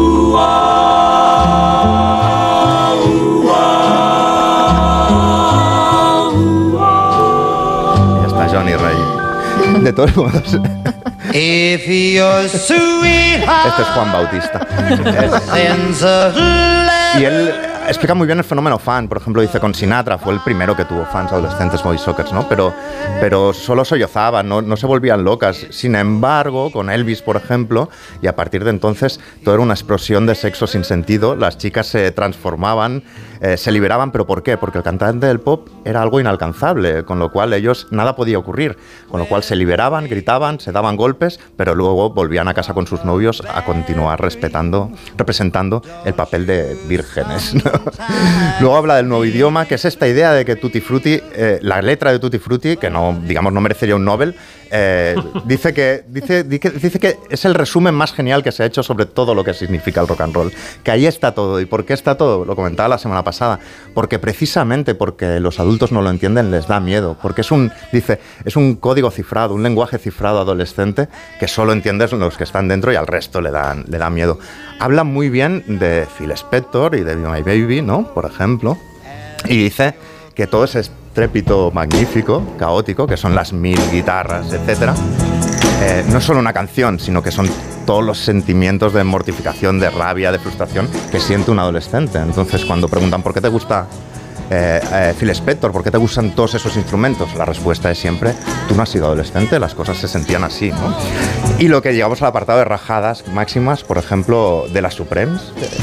Johnny Ray. De todos modos. Este es Juan Bautista. Y él explica muy bien el fenómeno fan. Por ejemplo, dice, con Sinatra fue el primero que tuvo fans adolescentes boysockers, ¿no? Pero, pero solo sollozaban, no, no se volvían locas. Sin embargo, con Elvis, por ejemplo, y a partir de entonces todo era una explosión de sexo sin sentido. Las chicas se transformaban, eh, se liberaban. ¿Pero por qué? Porque el cantante del pop era algo inalcanzable, con lo cual ellos nada podía ocurrir. Con lo cual se liberaban, gritaban, se daban golpes, pero luego volvían a casa con sus novios a continuar respetando, representando el papel de vírgenes, ¿no? Luego habla del nuevo idioma, que es esta idea de que Tutti Frutti, eh, la letra de Tutti Frutti, que no, digamos, no merecería un Nobel, eh, dice, que, dice, dice, dice que es el resumen más genial que se ha hecho sobre todo lo que significa el rock and roll. Que ahí está todo. ¿Y por qué está todo? Lo comentaba la semana pasada. Porque precisamente porque los adultos no lo entienden, les da miedo. Porque es un, dice, es un código cifrado, un lenguaje cifrado adolescente que solo entienden los que están dentro y al resto le dan, le da miedo. Habla muy bien de Phil Spector y de Be My Baby, ¿no? Por ejemplo. Y dice que todo ese estrépito magnífico, caótico, que son las mil guitarras, etcétera, eh, no es solo una canción, sino que son todos los sentimientos de mortificación, de rabia, de frustración que siente un adolescente. Entonces, cuando preguntan ¿por qué te gusta eh, eh, Phil Spector? ¿Por qué te gustan todos esos instrumentos? La respuesta es siempre, tú no has sido adolescente, las cosas se sentían así, ¿no? Y lo que llegamos al apartado de rajadas máximas, por ejemplo, de las Supremes.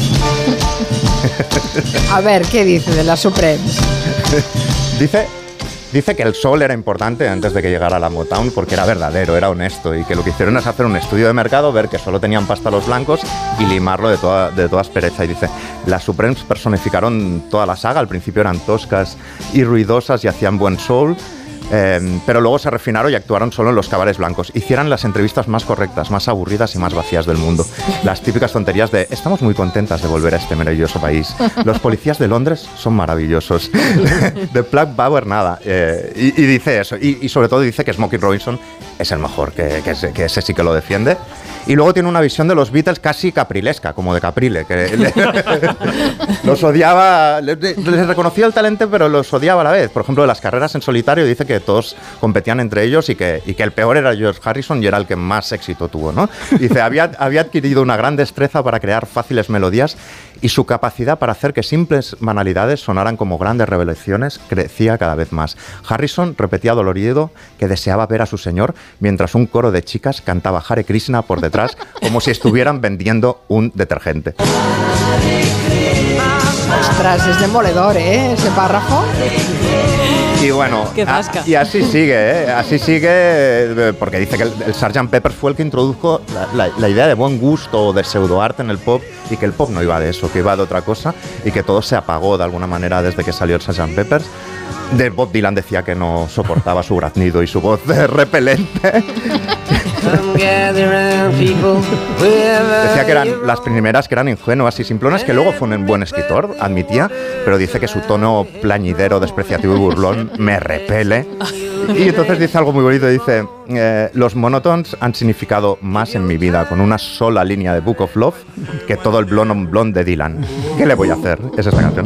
A ver, ¿qué dice de las Supremes? Dice, dice que el soul era importante antes de que llegara la Motown porque era verdadero, era honesto, y que lo que hicieron es hacer un estudio de mercado, ver que solo tenían pasta los blancos y limarlo de toda, de toda aspereza. Y dice, las Supremes personificaron toda la saga, al principio eran toscas y ruidosas y hacían buen soul, Eh, pero luego se refinaron y actuaron solo en los cabarets blancos. Hicieran las entrevistas más correctas, más aburridas y más vacías del mundo. Las típicas tonterías de estamos muy contentas de volver a este maravilloso país. Los policías de Londres son maravillosos. De Black Power nada. Eh, y, y dice eso. Y, y sobre todo dice que Smokey Robinson es el mejor, que, que, ese, que ese sí que lo defiende. Y luego tiene una visión de los Beatles casi caprilesca, como de Caprile, que le, los odiaba, les, les reconocía el talento, pero los odiaba a la vez. Por ejemplo, de las carreras en solitario dice que todos competían entre ellos y que, y que el peor era George Harrison y era el que más éxito tuvo, ¿no? Dice, había, había adquirido una gran destreza para crear fáciles melodías y su capacidad para hacer que simples banalidades sonaran como grandes revelaciones crecía cada vez más. Harrison repetía dolorido que deseaba ver a su señor mientras un coro de chicas cantaba Hare Krishna por detrás como si estuvieran vendiendo un detergente. Ostras, es demoledor, ¿eh? Ese párrafo. Y bueno, a, y así sigue, ¿eh? Así sigue, porque dice que el, el sergeant Pepper fue el que introdujo la, la, la idea de buen gusto o de pseudoarte en el pop, y que el pop no iba de eso, que iba de otra cosa, y que todo se apagó de alguna manera desde que salió el sergeant Pepper. De Bob Dylan decía que no soportaba su graznido y su voz repelente. Decía que eran las primeras que eran ingenuas y simplonas, que luego fue un buen escritor, admitía, pero dice que su tono plañidero, despreciativo y burlón me repele. Y entonces dice algo muy bonito, dice, eh, los Monotones han significado más en mi vida con una sola línea de Book of Love que todo el Blonde on Blonde de Dylan. ¿Qué le voy a hacer? Es esta canción.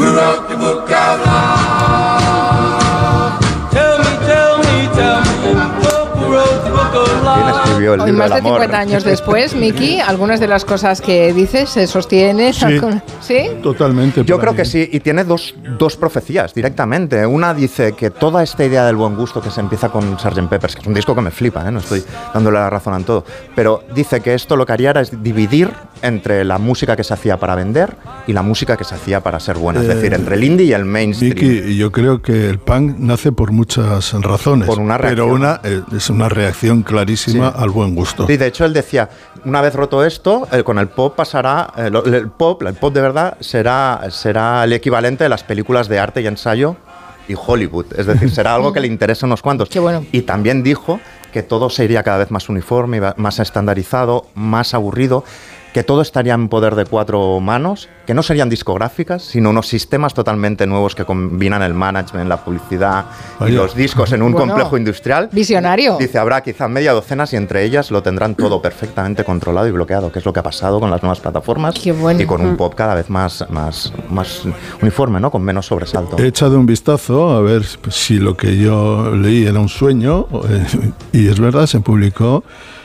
¿Quién escribió el Hoy, libro más del de amor? cincuenta años después, Miki, algunas de las cosas que dices se sostienen. Sí, ¿Sí? Totalmente. Yo creo mí. que sí, y tiene dos, dos profecías directamente. Una dice que toda esta idea del buen gusto que se empieza con sergeant Pepper's, que es un disco que me flipa, ¿eh? No estoy dándole la razón en todo, pero dice que esto lo que haría era es dividir entre la música que se hacía para vender y la música que se hacía para ser buena, es Eh, decir, entre el indie y el mainstream. Vicky, yo creo que el punk nace por muchas razones, Por una pero reacción. una eh, es una reacción clarísima Sí. al buen gusto. Sí, de hecho él decía, una vez roto esto, eh, con el pop pasará, eh, lo- el pop, el pop de verdad será, será el equivalente de las películas de arte y ensayo y Hollywood, es decir, será algo que le interese a unos cuantos. Qué bueno. Y también dijo que todo sería cada vez más uniforme, iba- más estandarizado, más aburrido, que todo estaría en poder de cuatro manos, que no serían discográficas, sino unos sistemas totalmente nuevos que combinan el management, la publicidad y Vaya. los discos en un Bueno, complejo industrial. Visionario. Dice, habrá quizá media docena y entre ellas lo tendrán todo perfectamente controlado y bloqueado, que es lo que ha pasado con las nuevas plataformas Qué bueno. y con un Mm. pop cada vez más, más, más uniforme, ¿no? Con menos sobresalto. He echado un vistazo a ver si lo que yo leí era un sueño, eh, y es verdad, se publicó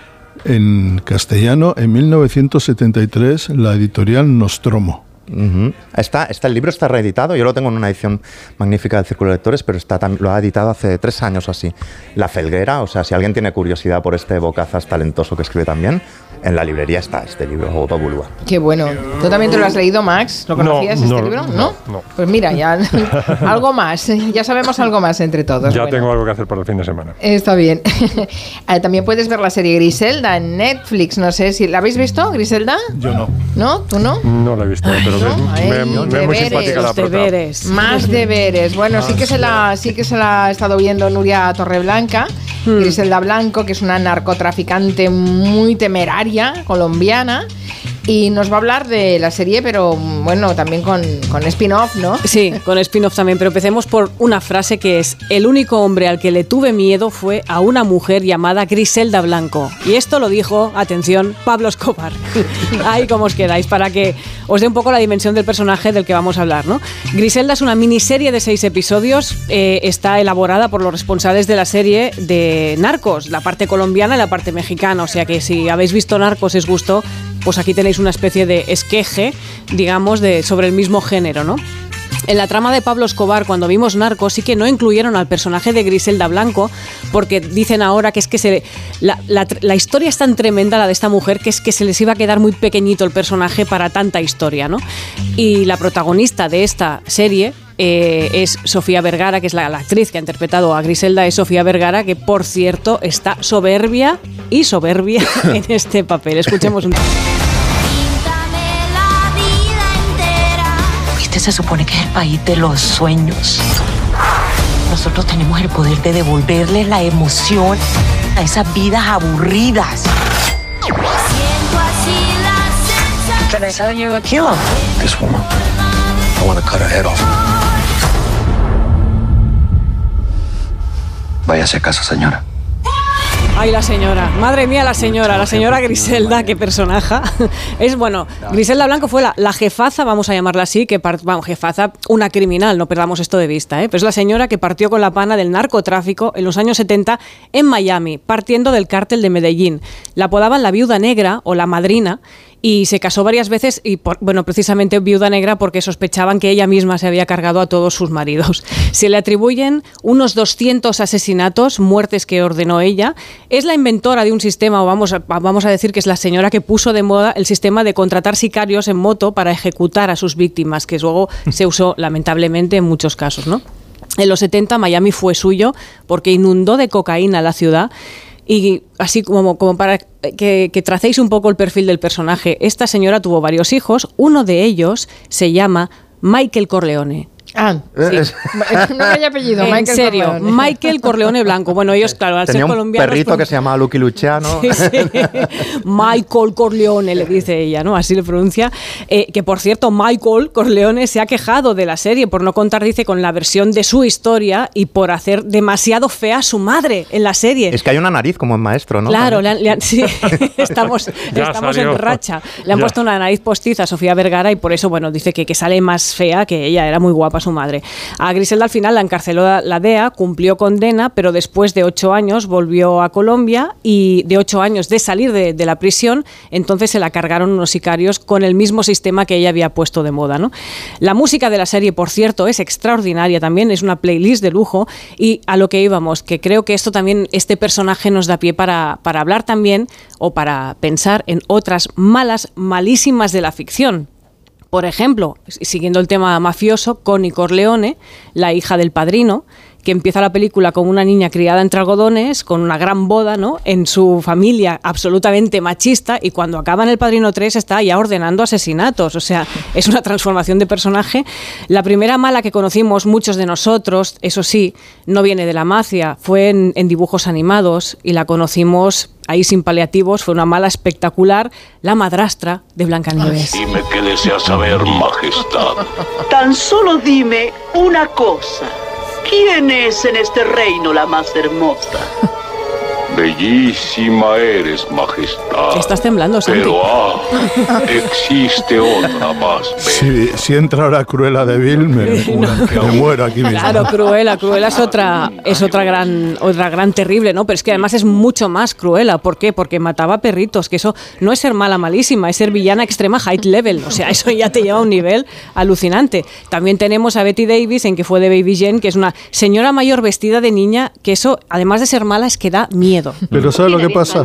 en castellano en mil novecientos setenta y tres la editorial Nostromo. Ujú. Está, está, el libro está reeditado, yo lo tengo en una edición magnífica del Círculo de Lectores, pero está, tam- lo ha editado hace tres años o así. La Felguera, o sea, si alguien tiene curiosidad por este bocazas talentoso que escribe también, en la librería está este libro, Opa Bulua. Qué bueno. ¿Tú también te lo has leído, Max? ¿Lo conocías No, este no, libro? no, no. Pues mira, ya algo más. Ya sabemos algo más entre todos. Ya Bueno, tengo algo que hacer para el fin de semana. está bien. Eh, También puedes ver la serie Griselda en Netflix. No sé si la habéis visto, Griselda. Yo no. ¿No? ¿Tú no? No la he visto, pero no, me, ay, me- me es muy deberes, simpática la los prota. deberes. Más deberes. Bueno, sí que se la sí que se la ha estado viendo Nuria Torreblanca, Griselda Blanco, que es una narcotraficante muy temeraria colombiana. Y nos va a hablar de la serie, pero bueno, también con, con spin-off, ¿no? Sí, con spin-off también, pero empecemos por una frase que es: el único hombre al que le tuve miedo fue a una mujer llamada Griselda Blanco. Y esto lo dijo, atención, Pablo Escobar. Ahí como os quedáis, para que os dé un poco la dimensión del personaje del que vamos a hablar, ¿no? Griselda es una miniserie de seis episodios, eh, está elaborada por los responsables de la serie de Narcos, la parte colombiana y la parte mexicana, o sea que si habéis visto Narcos y os gustó, pues aquí tenéis una especie de esqueje, digamos, de, sobre el mismo género, ¿no? En la trama de Pablo Escobar, cuando vimos Narcos, sí que no incluyeron al personaje de Griselda Blanco, porque dicen ahora que es que se, la, la, la historia es tan tremenda, la de esta mujer, que es que se les iba a quedar muy pequeñito el personaje para tanta historia, ¿no? Y la protagonista de esta serie eh, es Sofía Vergara, que es la, la actriz que ha interpretado a Griselda, es Sofía Vergara, que por cierto está soberbia y soberbia en este papel. Escuchemos un... Este se supone que es el país de los sueños. Nosotros tenemos el poder de devolverle la emoción a esas vidas aburridas. Can I tell you a killer? This woman, I want to cut her head off. Váyase a casa, señora. Ay, la señora, madre mía, la señora, la señora Griselda, qué personaje. Es bueno, Griselda Blanco fue la, la jefaza, vamos a llamarla así, que part, vamos, jefaza, una criminal, no perdamos esto de vista, ¿eh? Pero es la señora que partió con la pana del narcotráfico en los años setenta en Miami, partiendo del cártel de Medellín. La apodaban la viuda negra o la madrina, y se casó varias veces y, por, bueno, precisamente viuda negra porque sospechaban que ella misma se había cargado a todos sus maridos. Se le atribuyen unos doscientos asesinatos, muertes que ordenó ella. Es la inventora de un sistema, o vamos a, vamos a decir que es la señora que puso de moda el sistema de contratar sicarios en moto para ejecutar a sus víctimas, que luego se usó lamentablemente en muchos casos, ¿no? En los setenta Miami fue suyo porque inundó de cocaína la ciudad. Y así como, como para que, que tracéis un poco el perfil del personaje, esta señora tuvo varios hijos, uno de ellos se llama Michael Corleone. Ah, sí. No hay apellido. En Michael serio, Corleone. Michael Corleone Blanco. Bueno, ellos, claro, al Tenía ser un colombianos... perrito pues, que se llamaba Lucky Luciano. Sí, sí. Michael Corleone, le dice ella, ¿no? Así le pronuncia. Eh, que, por cierto, Michael Corleone se ha quejado de la serie por no contar, dice, con la versión de su historia y por hacer demasiado fea a su madre en la serie. Es que hay una nariz como en Maestro, ¿no? Claro, le han, le han, sí, estamos, estamos en racha. Le han Ya. puesto una nariz postiza a Sofía Vergara y por eso, bueno, dice que, que sale más fea, que ella era muy guapa su madre. A Griselda al final la encarceló la D E A, cumplió condena, pero después de ocho años volvió a Colombia y de ocho años de salir de, de la prisión, entonces se la cargaron unos sicarios con el mismo sistema que ella había puesto de moda, ¿no? La música de la serie, por cierto, es extraordinaria también, es una playlist de lujo y a lo que íbamos, que creo que esto también, este personaje nos da pie para, para hablar también o para pensar en otras malas, malísimas de la ficción. Por ejemplo, siguiendo el tema mafioso, Connie Corleone, la hija del padrino, que empieza la película con una niña criada entre algodones, con una gran boda, ¿no?, en su familia absolutamente machista, y cuando acaba en El Padrino tres está ya ordenando asesinatos. O sea, es una transformación de personaje. La primera mala que conocimos muchos de nosotros, eso sí, no viene de la mafia, fue en, en dibujos animados y la conocimos ahí sin paliativos, fue una mala espectacular, la madrastra de Blancanieves. Dime qué deseas saber, majestad. Tan solo dime una cosa. ¿Quién es en este reino la más hermosa? Bellísima eres, majestad. Estás temblando, Santi. Pero ah, existe otra más. Si, si entra ahora Cruella de Vil, me, me muero aquí mismo. Claro, Cruella, Cruella es otra, es otra gran, otra gran terrible, ¿no? Pero es que además es mucho más Cruella. ¿Por qué? Porque mataba perritos, que eso no es ser mala malísima, es ser villana extrema high level. O sea, eso ya te lleva a un nivel alucinante. También tenemos a Betty Davis, en que fue de Baby Jane, que es una señora mayor vestida de niña, que eso, además de ser mala, es que da miedo. Pero ¿sabes lo que pasa?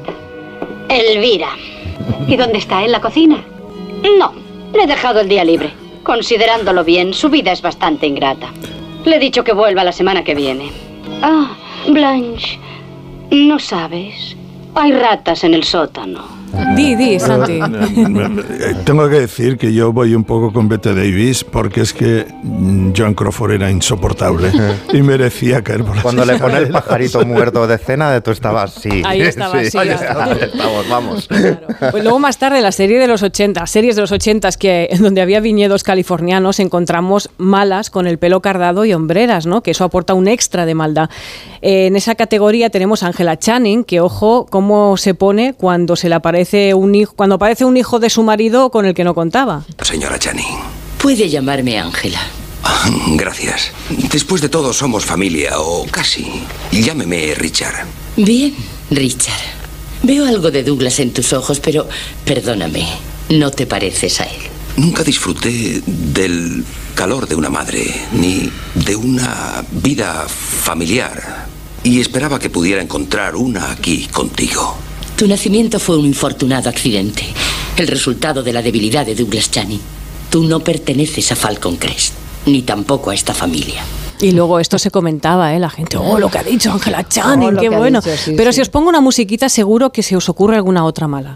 Elvira. ¿Y dónde está? ¿En la cocina? No, le he dejado el día libre. Considerándolo bien, su vida es bastante ingrata. Le he dicho que vuelva la semana que viene. Ah, Blanche, ¿no sabes? Hay ratas en el sótano. Di, di, Santi. Tengo que decir que yo voy un poco con Bette Davis porque es que Joan Crawford era insoportable y merecía caer por la Cuando le pone el pajarito muerto de cena, de tú estabas así. Ahí estaba, sí. Ahí está, estamos, vamos. Claro. Pues luego más tarde, la serie de los ochenta, series de los ochenta, que donde había viñedos californianos, encontramos malas con el pelo cardado y hombreras, ¿no? Que eso aporta un extra de maldad. Eh, en esa categoría tenemos a Angela Channing, que ojo cómo se pone cuando se le aparece un hijo, cuando aparece un hijo de su marido con el que no contaba. Señora Channing. Puede llamarme Ángela. Gracias. Después de todo somos familia, o casi. Llámeme Richard. Bien, Richard. Veo algo de Douglas en tus ojos, pero perdóname, no te pareces a él. Nunca disfruté del calor de una madre, ni de una vida familiar. Y esperaba que pudiera encontrar una aquí contigo. Tu nacimiento fue un infortunado accidente, el resultado de la debilidad de Douglas Channing. Tú no perteneces a Falcon Crest, ni tampoco a esta familia. Y luego esto se comentaba, ¿eh? La gente, oh, lo que ha dicho Angela Channing, Oh, qué que ha bueno. dicho, sí, Pero sí. si os pongo una musiquita, seguro que se os ocurre alguna otra mala.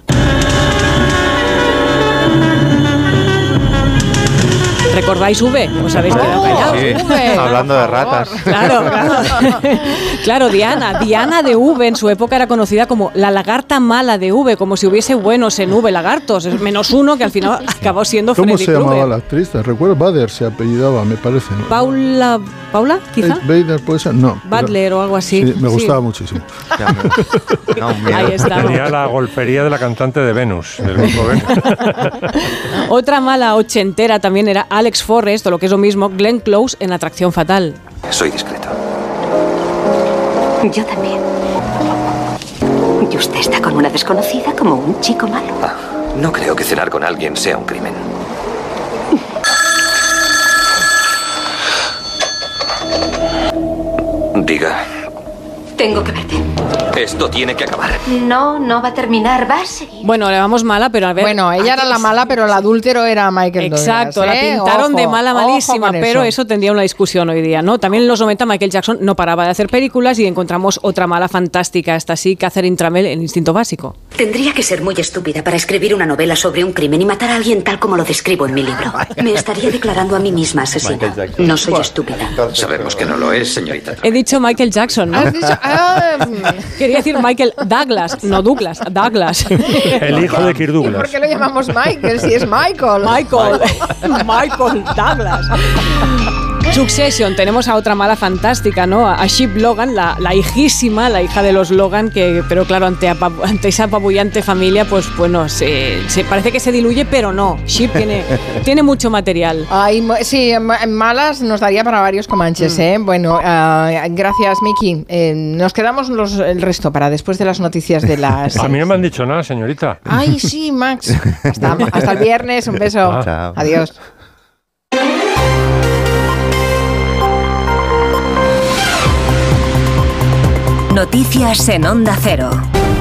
¿Recordáis V? ¿Os habéis quedado callados? Sí, V, hablando por de ratas. Claro, claro. Claro, Diana. Diana de V en su época era conocida como la lagarta mala de V, como si hubiese buenos en V, lagartos. Menos uno que al final acabó siendo ¿Cómo Freddy se llamaba Krueger. la actriz? Te recuerdo, Bader se apellidaba, me parece, ¿no? Paula, ¿Paula, quizá? Bader, ¿puede ser? No. Butler o algo así. Sí, me Sí. gustaba muchísimo. Ahí está. Sería la golfería de la cantante de Venus, del grupo Venus. Otra mala ochentera también era Alex Forrest, o lo que es lo mismo, Glenn Close en Atracción Fatal. Soy discreto. Yo también. ¿Y usted está con una desconocida como un chico malo? Ah, no creo que cenar con alguien sea un crimen. Diga. Tengo que verte. Esto tiene que acabar. No, no va a terminar, va a seguir. Bueno, le vamos mala, pero a ver... Bueno, ella era la mala, pero el adúltero era Michael Douglas. Exacto, ¿eh? la pintaron Ojo, de mala malísima, pero eso. eso tendría una discusión hoy día, ¿no? También en los noventa Michael Jackson no paraba de hacer películas y encontramos otra mala fantástica, esta sí, Catherine Tramell en Instinto Básico. Tendría que ser muy estúpida para escribir una novela sobre un crimen y matar a alguien tal como lo describo en mi libro. Me estaría declarando a mí misma asesina. No soy estúpida. Sabemos que no lo es, señorita. He dicho Michael Jackson, ¿no? ¿Has dicho? Ah, Quería decir Michael Douglas, no Douglas, Douglas. El hijo de Kirk Douglas. ¿Por qué lo llamamos Michael si es Michael? Michael, Michael Douglas. Succession, tenemos a otra mala fantástica, ¿no? A Sheep Logan, la, la hijísima, la hija de los Logan, que, pero claro, ante, ante esa apabullante familia, pues bueno, se, se parece que se diluye, pero no. Sheep tiene, tiene mucho material. Ay, sí, malas nos daría para varios Comanches, mm. ¿eh? Bueno, uh, gracias, Miki. Eh, nos quedamos los, el resto para después de las noticias de las... A mí no me han dicho nada, señorita. Ay, sí, Max. Hasta, hasta el viernes, un beso. Ah. Chao. Adiós. Noticias en Onda Cero.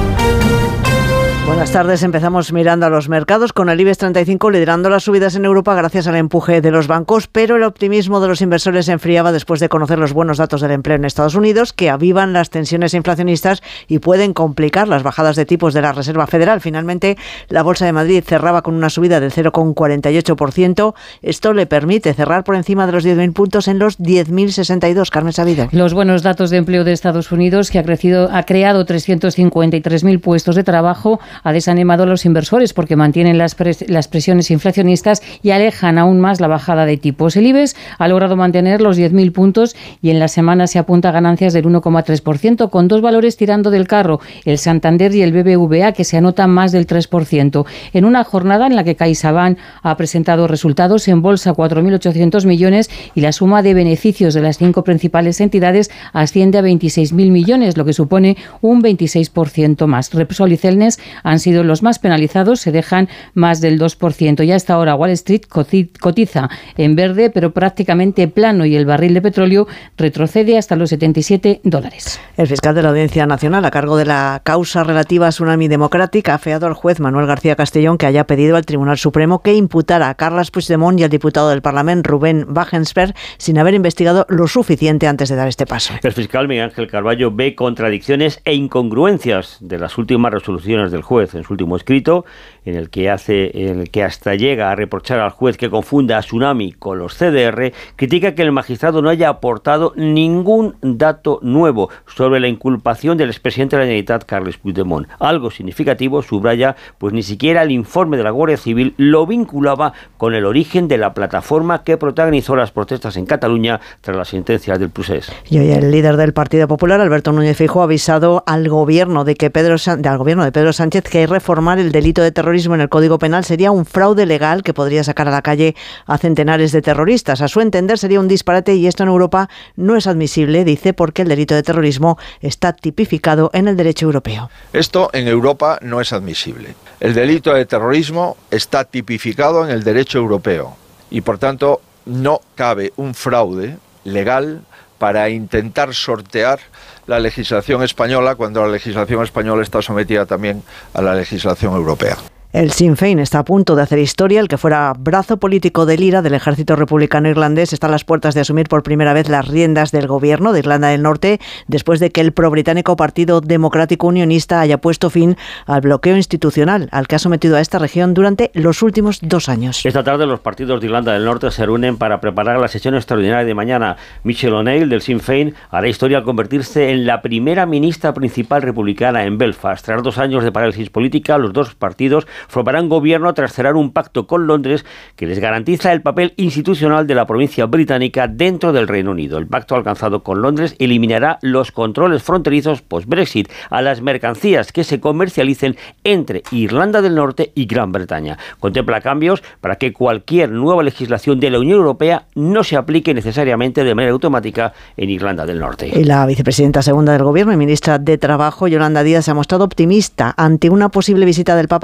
Buenas tardes, empezamos mirando a los mercados con el IBEX treinta y cinco liderando las subidas en Europa gracias al empuje de los bancos, pero el optimismo de los inversores se enfriaba después de conocer los buenos datos del empleo en Estados Unidos, que avivan las tensiones inflacionistas y pueden complicar las bajadas de tipos de la Reserva Federal. Finalmente, la Bolsa de Madrid cerraba con una subida del cero coma cuarenta y ocho por ciento. Esto le permite cerrar por encima de los diez mil puntos en los diez mil sesenta y dos. Carmen Sabido. Los buenos datos de empleo de Estados Unidos, que ha crecido, ha creado trescientos cincuenta y tres mil puestos de trabajo, ha desanimado a los inversores porque mantienen las, pres- las presiones inflacionistas y alejan aún más la bajada de tipos. El IBEX ha logrado mantener los diez mil puntos y en la semana se apunta a ganancias del uno coma tres por ciento, con dos valores tirando del carro, el Santander y el B B V A, que se anotan más del tres por ciento. En una jornada en la que CaixaBank ha presentado resultados en bolsa cuatro mil ochocientos millones y la suma de beneficios de las cinco principales entidades asciende a veintiséis mil millones, lo que supone un veintiséis por ciento más. Repsol y Celnes han sido los más penalizados, se dejan más del dos por ciento. Y hasta ahora Wall Street cotiza en verde, pero prácticamente plano, y el barril de petróleo retrocede hasta los setenta y siete dólares. El fiscal de la Audiencia Nacional, a cargo de la causa relativa a Tsunami Democratic, ha afeado al juez Manuel García Castellón que haya pedido al Tribunal Supremo que imputara a Carles Puigdemont y al diputado del Parlamento Rubén Wagensberg sin haber investigado lo suficiente antes de dar este paso. El fiscal Miguel Ángel Carballo ve contradicciones e incongruencias de las últimas resoluciones del juez en su último escrito, en el que hace, en el que hasta llega a reprochar al juez que confunda a Tsunami con los C D R, critica que el magistrado no haya aportado ningún dato nuevo sobre la inculpación del expresidente de la Generalitat, Carles Puigdemont. Algo significativo, subraya, pues ni siquiera el informe de la Guardia Civil lo vinculaba con el origen de la plataforma que protagonizó las protestas en Cataluña tras la sentencia del procés. Y hoy el líder del Partido Popular, Alberto Núñez Feijóo, ha avisado al gobierno de que Pedro al gobierno de Pedro Sánchez que reformar el delito de terrorismo en el Código Penal sería un fraude legal que podría sacar a la calle a centenares de terroristas. A su entender sería un disparate y esto en Europa no es admisible, dice, porque el delito de terrorismo está tipificado en el derecho europeo. Esto en Europa no es admisible. El delito de terrorismo está tipificado en el derecho europeo y por tanto no cabe un fraude legal para intentar sortear la legislación española cuando la legislación española está sometida también a la legislación europea. El Sinn Féin está a punto de hacer historia. El que fuera brazo político del I R A, del ejército republicano irlandés, está a las puertas de asumir por primera vez las riendas del gobierno de Irlanda del Norte, después de que el pro-británico Partido Democrático Unionista haya puesto fin al bloqueo institucional al que ha sometido a esta región durante los últimos dos años. Esta tarde los partidos de Irlanda del Norte se reúnen para preparar la sesión extraordinaria de mañana. Michelle O'Neill, del Sinn Féin, hará historia al convertirse en la primera ministra principal republicana en Belfast. Tras dos años de parálisis política, los dos partidos formarán gobierno tras cerrar un pacto con Londres que les garantiza el papel institucional de la provincia británica dentro del Reino Unido. El pacto alcanzado con Londres eliminará los controles fronterizos post-Brexit a las mercancías que se comercialicen entre Irlanda del Norte y Gran Bretaña. Contempla cambios para que cualquier nueva legislación de la Unión Europea no se aplique necesariamente de manera automática en Irlanda del Norte. Y la vicepresidenta segunda del Gobierno y ministra de Trabajo, Yolanda Díaz, se ha mostrado optimista ante una posible visita del Papa a Canarias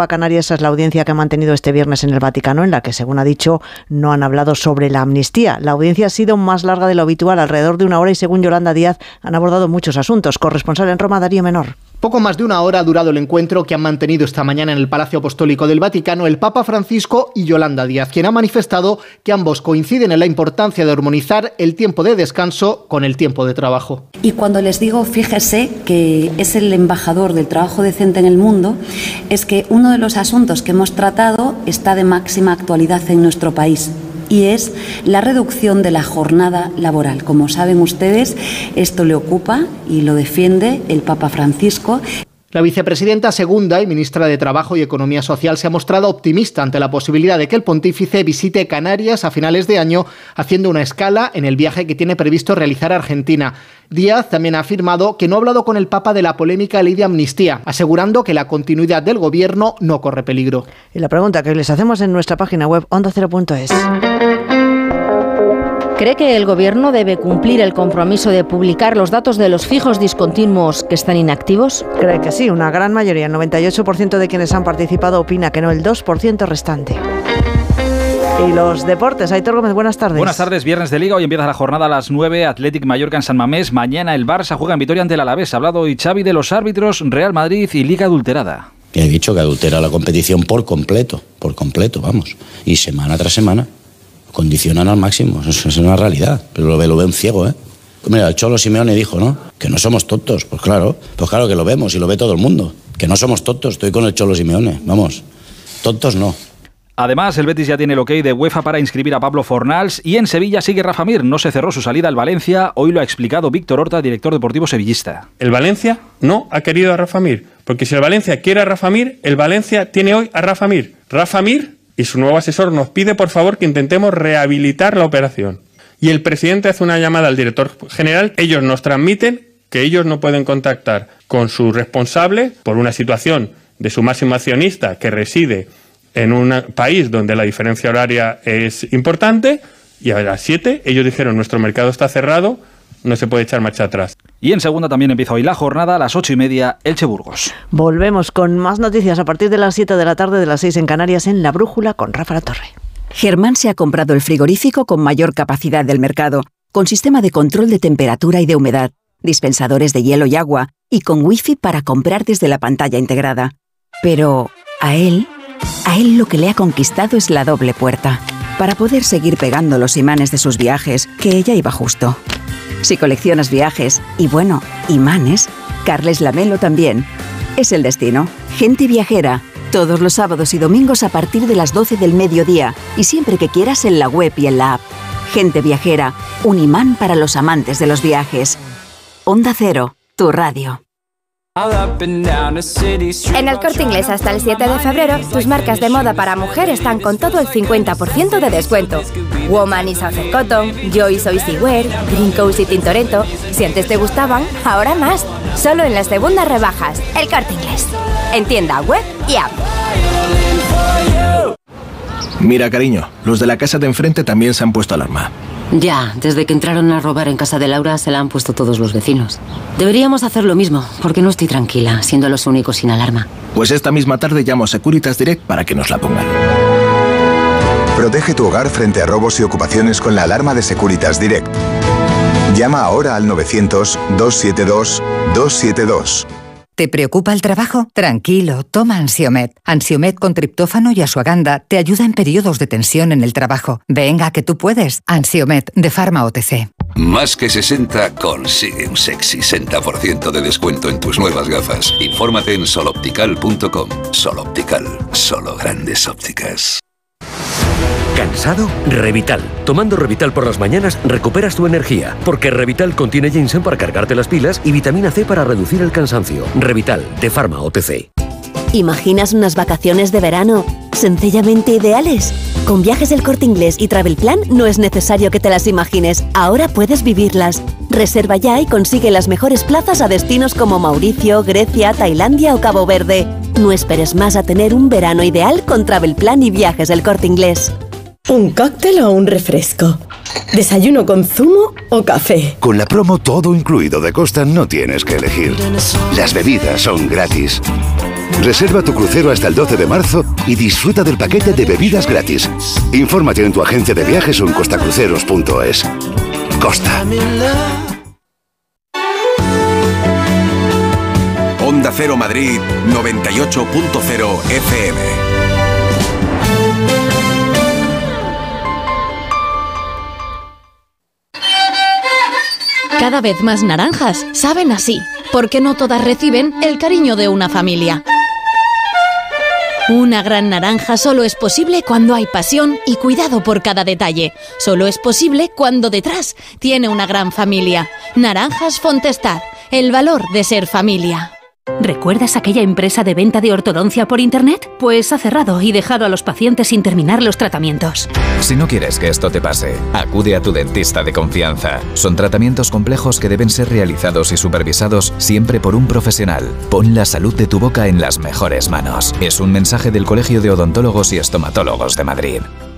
esa es la audiencia que ha mantenido este viernes en el Vaticano, en la que, según ha dicho, no han hablado sobre la amnistía. La audiencia ha sido más larga de lo habitual, alrededor de una hora, y según Yolanda Díaz, han abordado muchos asuntos. Corresponsal en Roma, Darío Menor. Poco más de una hora ha durado el encuentro que han mantenido esta mañana en el Palacio Apostólico del Vaticano el Papa Francisco y Yolanda Díaz, quien ha manifestado que ambos coinciden en la importancia de armonizar el tiempo de descanso con el tiempo de trabajo. Y cuando les digo, fíjese que es el embajador del trabajo decente en el mundo, es que uno de los asuntos que hemos tratado está de máxima actualidad en nuestro país. Y es la reducción de la jornada laboral. Como saben ustedes, esto le ocupa y lo defiende el Papa Francisco. La vicepresidenta segunda y ministra de Trabajo y Economía Social se ha mostrado optimista ante la posibilidad de que el pontífice visite Canarias a finales de año, haciendo una escala en el viaje que tiene previsto realizar a Argentina. Díaz también ha afirmado que no ha hablado con el Papa de la polémica ley de amnistía, asegurando que la continuidad del gobierno no corre peligro. Y la pregunta que les hacemos en nuestra página web onda cero punto es. ¿Cree que el Gobierno debe cumplir el compromiso de publicar los datos de los fijos discontinuos que están inactivos? Cree que sí, una gran mayoría, el noventa y ocho por ciento de quienes han participado opina que no, el dos por ciento restante. Y los deportes, Aitor Gómez, buenas tardes. Buenas tardes, viernes de Liga, hoy empieza la jornada a las nueve, Athletic Mallorca en San Mamés, mañana el Barça juega en Vitoria ante el Alavés. Ha hablado hoy Xavi de los árbitros, Real Madrid y Liga adulterada. He dicho que adultera la competición por completo, por completo, vamos, y semana tras semana condicionan al máximo, eso es una realidad, pero lo ve, lo ve un ciego, ¿eh? Mira, el Cholo Simeone dijo, ¿no? Que no somos tontos, pues claro, pues claro que lo vemos y lo ve todo el mundo, que no somos tontos, estoy con el Cholo Simeone, vamos, tontos no. Además, el Betis ya tiene el ok de UEFA para inscribir a Pablo Fornals y en Sevilla sigue Rafa Mir, no se cerró su salida al Valencia, hoy lo ha explicado Víctor Horta, director deportivo sevillista. El Valencia no ha querido a Rafa Mir, porque si el Valencia quiere a Rafa Mir, el Valencia tiene hoy a Rafa Mir. Rafa Mir y su nuevo asesor nos pide por favor que intentemos rehabilitar la operación. Y el presidente hace una llamada al director general, ellos nos transmiten que ellos no pueden contactar con su responsable por una situación de su máximo accionista que reside en un país donde la diferencia horaria es importante, y a las siete ellos dijeron nuestro mercado está cerrado, no se puede echar marcha atrás. Y en segunda también empieza hoy la jornada a las ocho y media, Elche Burgos. Volvemos con más noticias a partir de las siete de la tarde, de las seis en Canarias, en La Brújula con Rafa La Torre. Germán se ha comprado el frigorífico con mayor capacidad del mercado, con sistema de control de temperatura y de humedad, dispensadores de hielo y agua, y con wifi para comprar desde la pantalla integrada. Pero a él, a él lo que le ha conquistado es la doble puerta, para poder seguir pegando los imanes de sus viajes, que ella iba justo. Si coleccionas viajes, y bueno, imanes, Carles Lamelo también. Es el destino. Gente viajera, todos los sábados y domingos a partir de las doce del mediodía, y siempre que quieras en la web y en la app. Gente viajera, un imán para los amantes de los viajes. Onda Cero, tu radio. En el Corte Inglés hasta el siete de febrero, tus marcas de moda para mujer están con todo el cincuenta por ciento de descuento. Woman y Southern Cotton, Joyce o Easywear, Green Coast y Tintoretto. Si antes te gustaban, ahora más. Solo en las segundas rebajas. El Corte Inglés. En tienda, web y app. Mira, cariño, los de la casa de enfrente también se han puesto alarma. Ya, desde que entraron a robar en casa de Laura se la han puesto todos los vecinos. Deberíamos hacer lo mismo, porque no estoy tranquila, siendo los únicos sin alarma. Pues esta misma tarde llamo a Securitas Direct para que nos la pongan. Protege tu hogar frente a robos y ocupaciones con la alarma de Securitas Direct. Llama ahora al novecientos, doscientos setenta y dos, doscientos setenta y dos. ¿Te preocupa el trabajo? Tranquilo, toma Ansiomed. Ansiomed con triptófano y asuaganda te ayuda en periodos de tensión en el trabajo. Venga, que tú puedes. Ansiomed, de Pharma O T C. Más que sesenta consigue un sexy sesenta por ciento de descuento en tus nuevas gafas. Infórmate en soloptical punto com. Soloptical, solo grandes ópticas. ¿Cansado? Revital. Tomando Revital por las mañanas recuperas tu energía, porque Revital contiene ginseng para cargarte las pilas y vitamina C para reducir el cansancio. Revital, de Pharma O T C. ¿Imaginas unas vacaciones de verano sencillamente ideales? Con Viajes del Corte Inglés y Travel Plan no es necesario que te las imagines. Ahora puedes vivirlas. Reserva ya y consigue las mejores plazas a destinos como Mauricio, Grecia, Tailandia o Cabo Verde. No esperes más a tener un verano ideal con Travel Plan y Viajes del Corte Inglés. ¿Un cóctel o un refresco? ¿Desayuno con zumo o café? Con la promo todo incluido de Costa no tienes que elegir. Las bebidas son gratis. Reserva tu crucero hasta el doce de marzo y disfruta del paquete de bebidas gratis. Infórmate en tu agencia de viajes o en costacruceros punto es. Costa. Onda Cero Madrid noventa y ocho punto cero F M. Cada vez más naranjas saben así, porque no todas reciben el cariño de una familia. Una gran naranja solo es posible cuando hay pasión y cuidado por cada detalle. Solo es posible cuando detrás tiene una gran familia. Naranjas Fontestad, el valor de ser familia. ¿Recuerdas aquella empresa de venta de ortodoncia por internet? Pues ha cerrado y dejado a los pacientes sin terminar los tratamientos. Si no quieres que esto te pase, acude a tu dentista de confianza. Son tratamientos complejos que deben ser realizados y supervisados siempre por un profesional. Pon la salud de tu boca en las mejores manos. Es un mensaje del Colegio de Odontólogos y Estomatólogos de Madrid.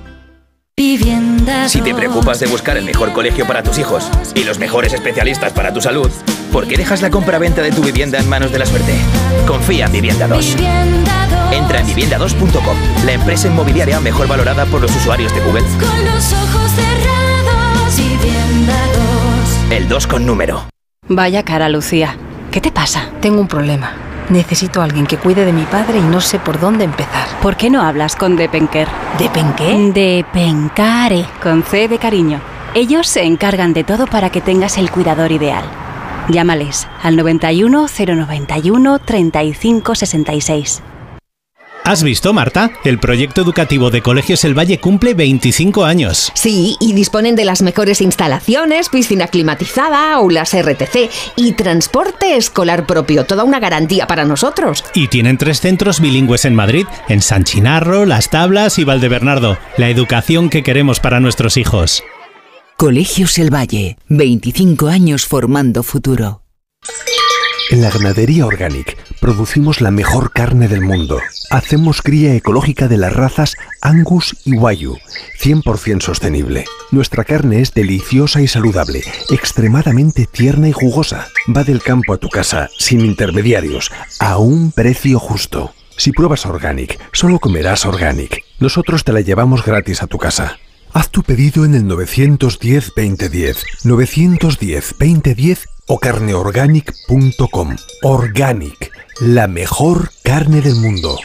Si te preocupas de buscar el mejor colegio para tus hijos y los mejores especialistas para tu salud, ¿por qué dejas la compra-venta de tu vivienda en manos de la suerte? Confía en Vivienda dos. Entra en vivienda dos punto com, la empresa inmobiliaria mejor valorada por los usuarios de Google. Con los ojos cerrados, Vivienda dos. El dos con número. Vaya cara, Lucía. ¿Qué te pasa? Tengo un problema. Necesito a alguien que cuide de mi padre y no sé por dónde empezar. ¿Por qué no hablas con Depenker? ¿Depenqué? Depencare. Con C de cariño. Ellos se encargan de todo para que tengas el cuidador ideal. Llámales al noventa y uno, cero noventa y uno, treinta y cinco sesenta y seis. ¿Has visto, Marta? El proyecto educativo de Colegios El Valle cumple veinticinco años. Sí, y disponen de las mejores instalaciones, piscina climatizada, aulas R T C y transporte escolar propio. Toda una garantía para nosotros. Y tienen tres centros bilingües en Madrid, en San Chinarro, Las Tablas y Valdebernardo. La educación que queremos para nuestros hijos. Colegios El Valle, veinticinco años formando futuro. En la ganadería Organic producimos la mejor carne del mundo. Hacemos cría ecológica de las razas Angus y Wagyu, cien por ciento sostenible. Nuestra carne es deliciosa y saludable, extremadamente tierna y jugosa. Va del campo a tu casa, sin intermediarios, a un precio justo. Si pruebas Organic, solo comerás Organic. Nosotros te la llevamos gratis a tu casa. Haz tu pedido en el nueve uno cero, veinte diez, nueve uno cero, veinte diez o carneorganic punto com. Organic, la mejor carne del mundo.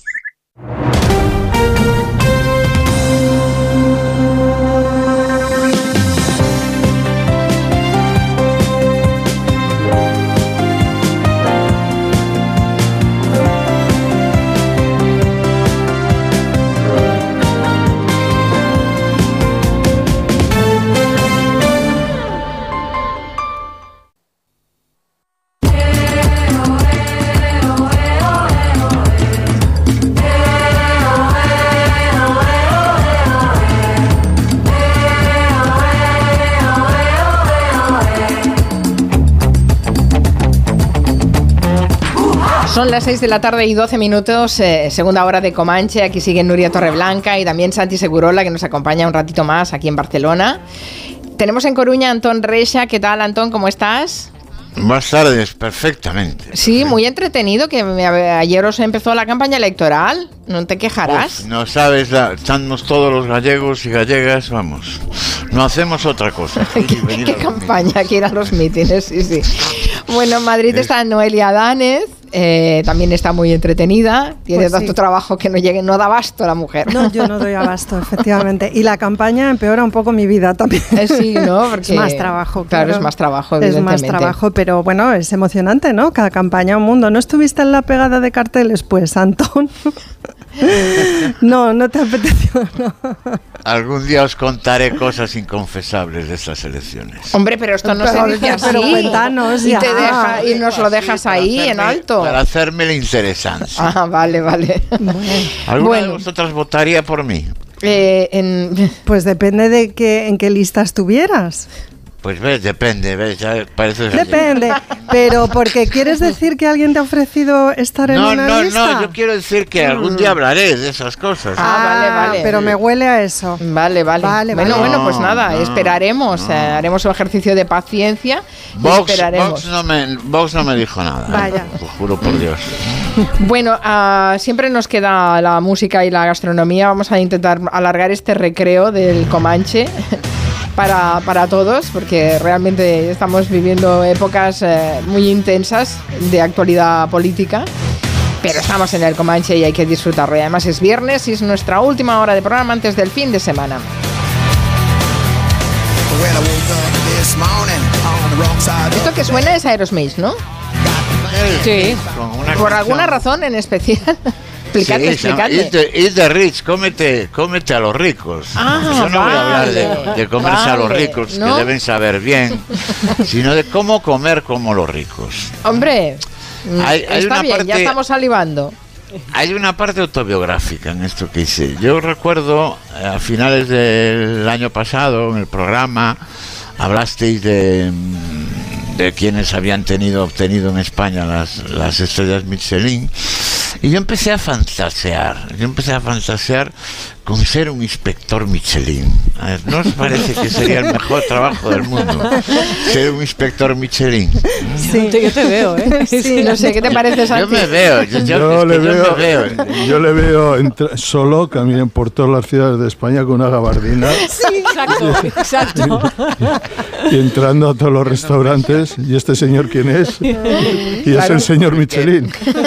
Son las seis de la tarde y doce minutos, eh, segunda hora de Comanche. Aquí sigue Nuria Torreblanca y también Santi Segurola, que nos acompaña un ratito más aquí en Barcelona. Tenemos en Coruña a Antón Reixa. ¿Qué tal, Antón? ¿Cómo estás? Buenas tardes, perfectamente. Sí, perfecto. Muy entretenido, que me, ayer os empezó la campaña electoral. ¿No te quejarás? Uf, no sabes, la, estamos todos los gallegos y gallegas, vamos. No hacemos otra cosa. ¿Qué, ¿qué campaña? Que ir a los mítines, sí, sí. Bueno, en Madrid es... está Noelia Danez. Eh, también está muy entretenida, tiene pues tanto sí. trabajo que no llegue, no da abasto la mujer. No, yo no doy abasto, efectivamente. Y la campaña empeora un poco mi vida también. Eh, sí, ¿no? Porque es más trabajo. Claro, claro, es más trabajo, evidentemente. Es más trabajo, pero bueno, es emocionante, ¿no? Cada campaña un mundo. ¿No estuviste en la pegada de carteles? Pues, Antón. No, no te apeteció, no. Algún día os contaré cosas inconfesables de estas elecciones. Hombre, pero esto no pero, se dice así. Pero cuéntanos ya. Y, te deja, y nos lo dejas ahí hacerme, en alto. Para hacerme lo interesante. Ah, vale, vale. Bueno. ¿Alguna bueno. de vosotras votaría por mí? Eh, en... Pues depende de que, en qué lista estuvieras. Pues ves, depende, ves, ya parece... Depende, pero porque ¿quieres decir que alguien te ha ofrecido estar en no, una no, lista? No, no, yo quiero decir que algún día hablaré de esas cosas. Ah, vale, vale. Pero me huele a eso. Vale, vale. vale bueno, vale. bueno, pues nada, no, esperaremos, no. Eh, haremos un ejercicio de paciencia y Vox, esperaremos. Vox, no me, Vox no me dijo nada. Vaya. Lo juro por Dios. Bueno, uh, siempre nos queda la música y la gastronomía. Vamos a intentar alargar este recreo del Comanche para, para todos, porque realmente estamos viviendo épocas eh, muy intensas de actualidad política. Pero estamos en el Comanche y hay que disfrutarlo. Y además es viernes y es nuestra última hora de programa antes del fin de semana. Esto que suena es Aerosmith, ¿no? Sí. Por alguna razón en especial. Explicadme, sí, explicadme. Eat the, eat the rich, cómete, cómete a los ricos. Ah, Yo no vale, voy a hablar de, de comerse vale, a los ricos, ¿no? que deben saber bien, sino de cómo comer como los ricos. Hombre, hay, hay está una bien, parte, ya estamos salivando. Hay una parte autobiográfica en esto que hice. Yo recuerdo, eh, a finales del año pasado, en el programa, hablasteis de, de quienes habían tenido obtenido en España las, las estrellas Michelin. Y yo empecé a fantasear, yo empecé a fantasear con ser un inspector Michelin. A ver, ¿no os parece que sería el mejor trabajo del mundo? Ser un inspector Michelin. Sí, yo te veo, ¿eh? Sí, no sé, ¿qué te parece, Santi? Yo me veo, yo, yo, yo, le, yo veo, me veo. yo le veo entra- solo caminar por todas las ciudades de España con una gabardina. Sí, exacto, exacto. Y entrando a todos los restaurantes. ¿Y este señor quién es? Y Claro, es el señor Michelin.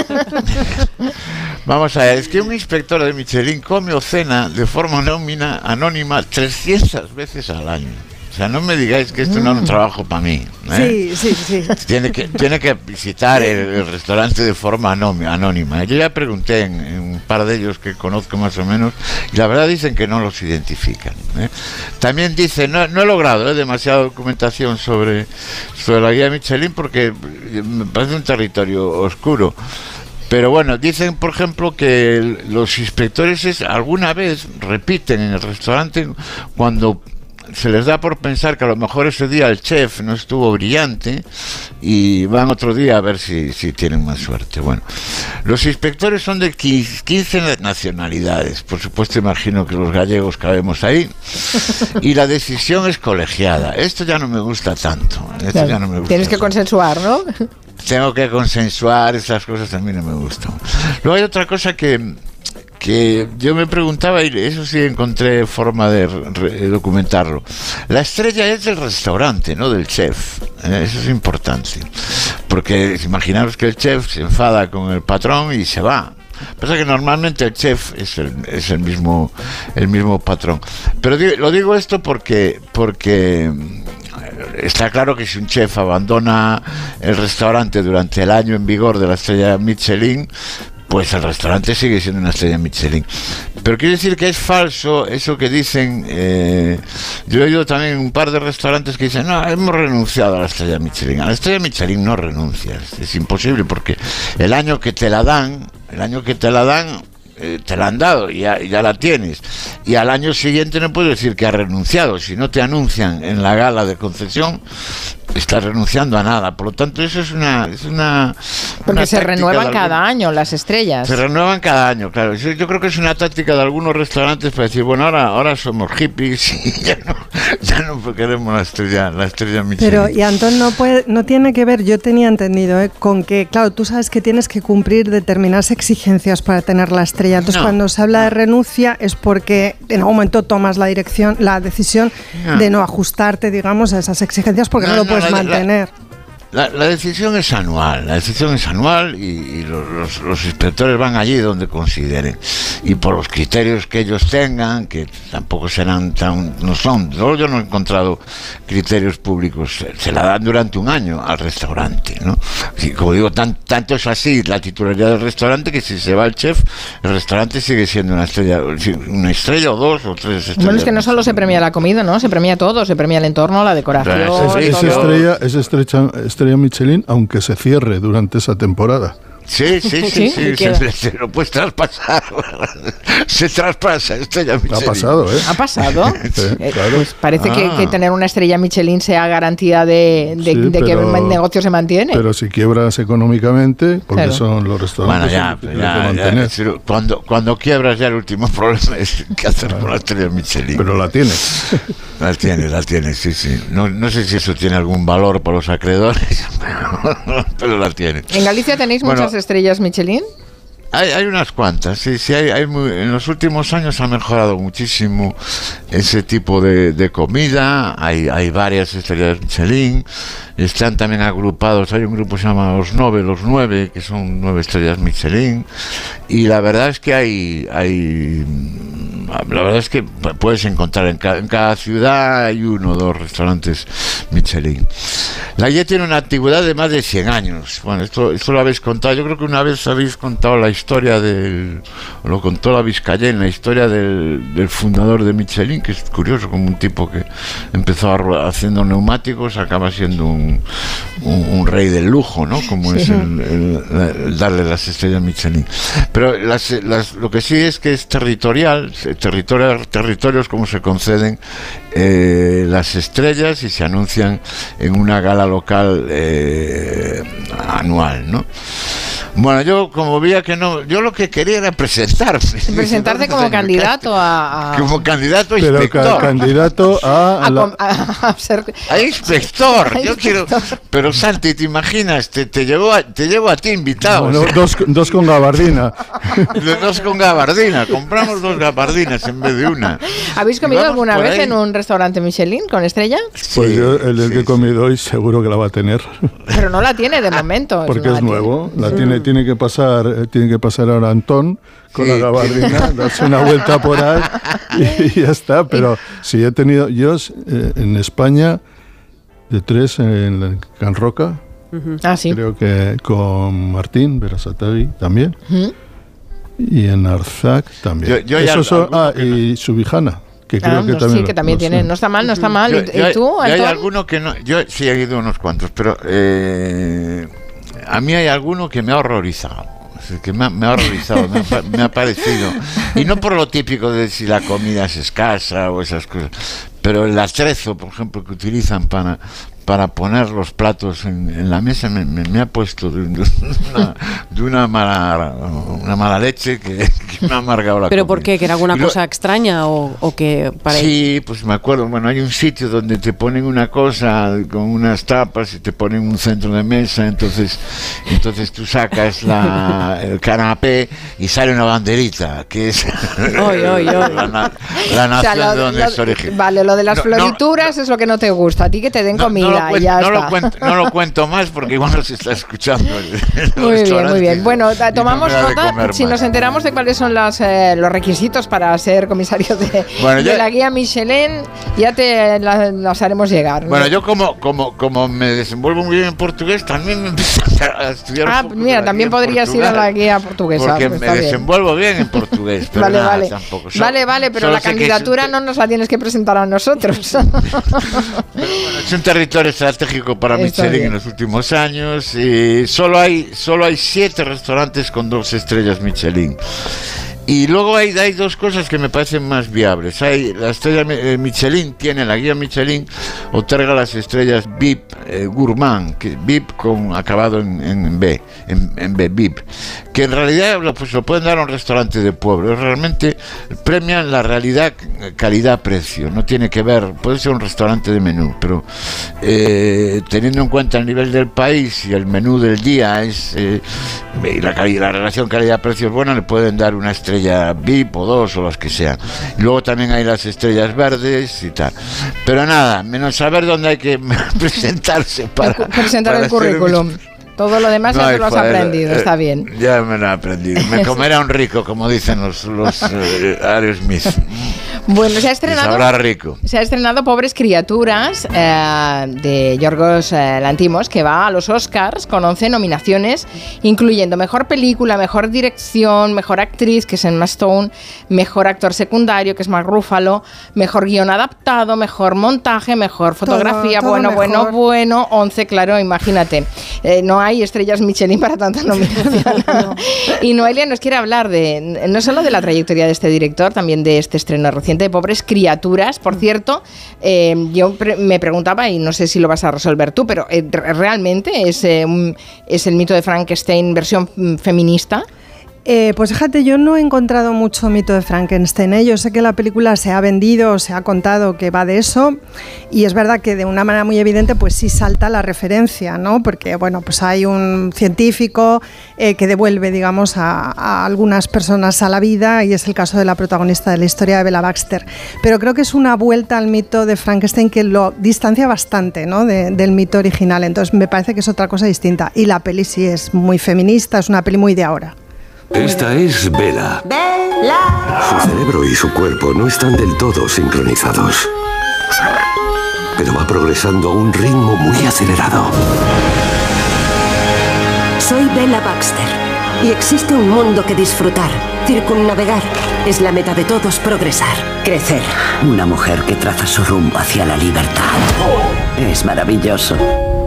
Vamos a ver, es que un inspector de Michelin come o cena de forma anónima, anónima trescientas veces al año. O sea, no me digáis que esto no es un trabajo para mí. ¿eh? Sí, sí, sí. Tiene que, tiene que visitar el, el restaurante de forma anónima. Yo ya pregunté en, en un par de ellos que conozco más o menos, y la verdad dicen que no los identifican. ¿eh? También dicen, no, no he logrado ¿eh? demasiada documentación sobre, sobre la guía Michelin porque me parece un territorio oscuro. Pero bueno, dicen, por ejemplo, que el, los inspectores es, alguna vez repiten en el restaurante cuando se les da por pensar que a lo mejor ese día el chef no estuvo brillante y van otro día a ver si, si tienen más suerte. Bueno, los inspectores son de quince nacionalidades, por supuesto imagino que los gallegos cabemos ahí, y la decisión es colegiada. Esto ya no me gusta tanto. Esto Claro, ya no me gusta tienes que consensuar, ¿no? Tengo que consensuar, esas cosas también no me gustan. Luego hay otra cosa que, que yo me preguntaba, y eso sí encontré forma de re- documentarlo. La estrella es del restaurante, no del chef. ¿eh? Eso es importante. Porque imaginaros que el chef se enfada con el patrón y se va. Pasa que normalmente el chef es el, es el mismo el mismo patrón. Pero digo, lo digo esto porque porque está claro que si un chef abandona el restaurante durante el año en vigor de la estrella Michelin, pues el restaurante sigue siendo una estrella Michelin. Pero quiere decir que es falso eso que dicen. Eh, yo he oído también en un par de restaurantes que dicen, no, hemos renunciado a la estrella Michelin. A la estrella Michelin no renuncias, es imposible, porque el año que te la dan, el año que te la dan, eh, te la han dado y ya, ya la tienes. Y al año siguiente no puedes decir que has renunciado. Si no te anuncian en la gala de concesión, estás renunciando a nada. Por lo tanto, eso es una... Es una Porque una se renuevan algún... cada año las estrellas. Se renuevan cada año, claro. Yo, yo creo que es una táctica de algunos restaurantes para decir, bueno, ahora ahora somos hippies y ya no, ya no queremos la estrella, la estrella Michelin. Pero, y Antón, no puede, no tiene que ver, yo tenía entendido, ¿eh? con que, claro, tú sabes que tienes que cumplir determinadas exigencias para tener la estrella. Entonces, No. cuando se habla de renuncia es porque en algún momento tomas la dirección, la decisión No. de no ajustarte, digamos, a esas exigencias porque no, No, lo no, puedes la- la- mantener. La, la decisión es anual, la decisión es anual y, y los, los, los inspectores van allí donde consideren y por los criterios que ellos tengan, que tampoco serán tan, no son, yo, yo no he encontrado criterios públicos, se, se la dan durante un año al restaurante, ¿no? Y como digo, tan, tanto es así la titularidad del restaurante que si se va el chef, el restaurante sigue siendo una estrella, una estrella o dos o tres estrellas. Bueno, es que no solo se premia la comida, ¿no? Se premia todo, se premia el entorno, la decoración. Claro, Es, es todo. estrella, es estrella, estrella Michelin, aunque se cierre durante esa temporada. Sí, sí, sí, sí, sí se, se lo puedes traspasar. Se traspasa estrella Michelin. Ha pasado, ¿eh? ¿Ha pasado? Sí, eh, claro. Pues parece ah. que, que tener una estrella Michelin sea garantía de, de, sí, de pero, que el negocio se mantiene. Pero si quiebras económicamente, porque claro. son los restaurantes. Bueno, ya, ya, ya, ya cuando, cuando quiebras ya el último problema es qué hacer claro. con la estrella Michelin. Pero la tienes. La tienes, la tienes, sí, sí. No, no sé si eso tiene algún valor para los acreedores, pero, pero la tienes. ¿En Galicia tenéis bueno, muchas estrellas Michelin? Hay, hay unas cuantas, sí, sí, hay, hay muy, en los últimos años ha mejorado muchísimo ese tipo de, de comida, hay, hay varias estrellas Michelin, están también agrupados, hay un grupo que se llama Los Nueve, Los Nueve, que son nueve estrellas Michelin, y la verdad es que hay, hay la verdad es que puedes encontrar en cada, en cada ciudad hay uno o dos restaurantes Michelin. La guía tiene una antigüedad de más de cien años, bueno, esto, esto lo habéis contado, yo creo que una vez habéis contado la historia del, lo contó la Vizcayén, la historia del, del fundador de Michelin, que es curioso, como un tipo que empezó a, haciendo neumáticos, acaba siendo un, un, un rey del lujo, ¿no? Como sí. es el, el, el darle las estrellas Michelin. Pero las, las, lo que sí es que es territorial, territorial territorios como se conceden eh, las estrellas y se anuncian en una gala local eh, anual, ¿no? Bueno, yo como veía que no, yo lo que quería era presentarme. Presentarte como candidato a, a... Como candidato a Pero inspector. Ca candidato a... A, la... a, a, ser... a inspector. A yo inspector. quiero... Pero Santi, ¿te imaginas? Te, te, llevo, a, te llevo a ti invitado. Bueno, o sea, dos, dos con gabardina. Dos con gabardina. Compramos dos gabardinas en vez de una. ¿Habéis comido alguna vez ahí en un restaurante Michelin con estrella? Pues sí, yo, el, el sí, que he comido hoy seguro que la va a tener. Pero no la tiene de momento. Porque no es la nuevo. Tiene. La tiene, tiene que pasar, tiene que pasar ahora Antón con sí, la gabardina, darse una vuelta por ahí y, y ya está. Pero si he tenido, yo eh, en España, de tres en Can Roca, uh-huh. ah, ¿sí? creo que con Martín Berasategui también, uh-huh. y en Arzac también. Yo, yo Eso son, ah, y no. Subijana. Que creo ah, que no, también, sí, que también tiene, no está mal, no está mal. Yo, ¿Y, yo, ¿y tú, Hay alguno que no, yo sí he ido unos cuantos, pero eh, a mí hay alguno que me ha horrorizado. Que me ha, me ha horrorizado, me ha, me ha parecido. Y no por lo típico de si la comida es escasa o esas cosas, pero el atrezo, por ejemplo, que utilizan para, para poner los platos en, en la mesa me, me, me ha puesto de, de, una, de una, mala, una mala leche que, que me ha amargado la ¿Pero comida. por qué? ¿Que era alguna lo, cosa extraña o, o que para Sí, pues me acuerdo, bueno, hay un sitio donde te ponen una cosa con unas tapas y te ponen un centro de mesa, entonces entonces tú sacas la, el canapé y sale una banderita, que es oy, oy, oy. La, la, la nación o sea, lo, de donde lo, es origen. Vale, lo de las no, florituras no, es lo que no te gusta, a ti que te den no, comida. No lo, cuento, ya no, está. Lo cuento, no lo cuento más porque igual no se está escuchando. Muy bien, muy bien. Bueno, tomamos no nota. Si más. nos enteramos de cuáles son las, eh, los requisitos para ser comisario de, bueno, de ya, la guía Michelin, ya te la, las haremos llegar. Bueno, ¿no? yo como, como, como me desenvuelvo muy bien en portugués, también me empiezo a estudiar. Ah, mira, también podrías ir a la guía portuguesa. Porque pues me desenvuelvo bien. bien en portugués. Pero vale, nada, vale. Tampoco. So, vale, vale, pero la candidatura un... no nos la tienes que presentar a nosotros. Pero bueno, es un territorio estratégico para Está Michelin bien. En los últimos años y solo hay, solo hay siete restaurantes con dos estrellas Michelin. Y luego hay, hay dos cosas que me parecen más viables. Hay la estrella eh, Michelin, tiene la guía Michelin, otorga las estrellas V I P eh, Gourmand, que V I P con acabado en, en B, en, en B, V I P, que en realidad lo, pues, lo pueden dar a un restaurante de pueblo. Realmente premian la realidad calidad-precio. No tiene que ver, puede ser un restaurante de menú, pero eh, teniendo en cuenta el nivel del país y el menú del día es eh, y la, la relación calidad-precio es buena, le pueden dar una estrella V I P o dos o las que sean. Y luego también hay las estrellas verdes y tal. Pero nada, menos saber dónde hay que presentarse para presentar para el currículum. Todo lo demás no, ya te lo has joder, aprendido, eh, está bien. Ya me lo he aprendido. Me comerá un rico, como dicen los, los eh, Aerosmith. Bueno, se ha estrenado. Sabrá rico. Se ha estrenado Pobres Criaturas eh, de Yorgos eh, Lanthimos, que va a los Oscars con once nominaciones, incluyendo Mejor Película, Mejor Dirección, Mejor Actriz, que es Emma Stone, Mejor Actor Secundario, que es Mark Ruffalo, Mejor Guión Adaptado, Mejor Montaje, Mejor Fotografía. Todo, todo bueno, mejor. bueno, bueno, once, claro, imagínate. Eh, no hay estrellas Michelin para tanta nominación. No. Y Noelia nos quiere hablar de no solo de la trayectoria de este director, también de este estreno reciente de Pobres Criaturas. Por cierto, eh, yo pre- me preguntaba, y no sé si lo vas a resolver tú, pero eh, ¿realmente es, eh, un, es el mito de Frankenstein versión feminista? Eh, pues fíjate, yo no he encontrado mucho mito de Frankenstein, ¿eh? Yo sé que la película se ha vendido, se ha contado que va de eso, y es verdad que de una manera muy evidente pues sí salta la referencia, ¿no? Porque bueno, pues hay un científico eh, que devuelve, digamos, a, a algunas personas a la vida, y es el caso de la protagonista de la historia de Bella Baxter. Pero creo que es una vuelta al mito de Frankenstein que lo distancia bastante, ¿no? de, del mito original, entonces me parece que es otra cosa distinta. Y la peli sí es muy feminista, es una peli muy de ahora. Esta es Bella. ¡Bella! Su cerebro y su cuerpo no están del todo sincronizados, pero va progresando a un ritmo muy acelerado. Soy Bella Baxter y existe un mundo que disfrutar, circunnavegar. Es la meta de todos progresar, crecer. Una mujer que traza su rumbo hacia la libertad. Es maravilloso.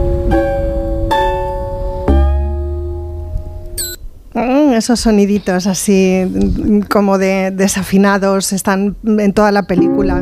Esos soniditos así como de desafinados están en toda la película.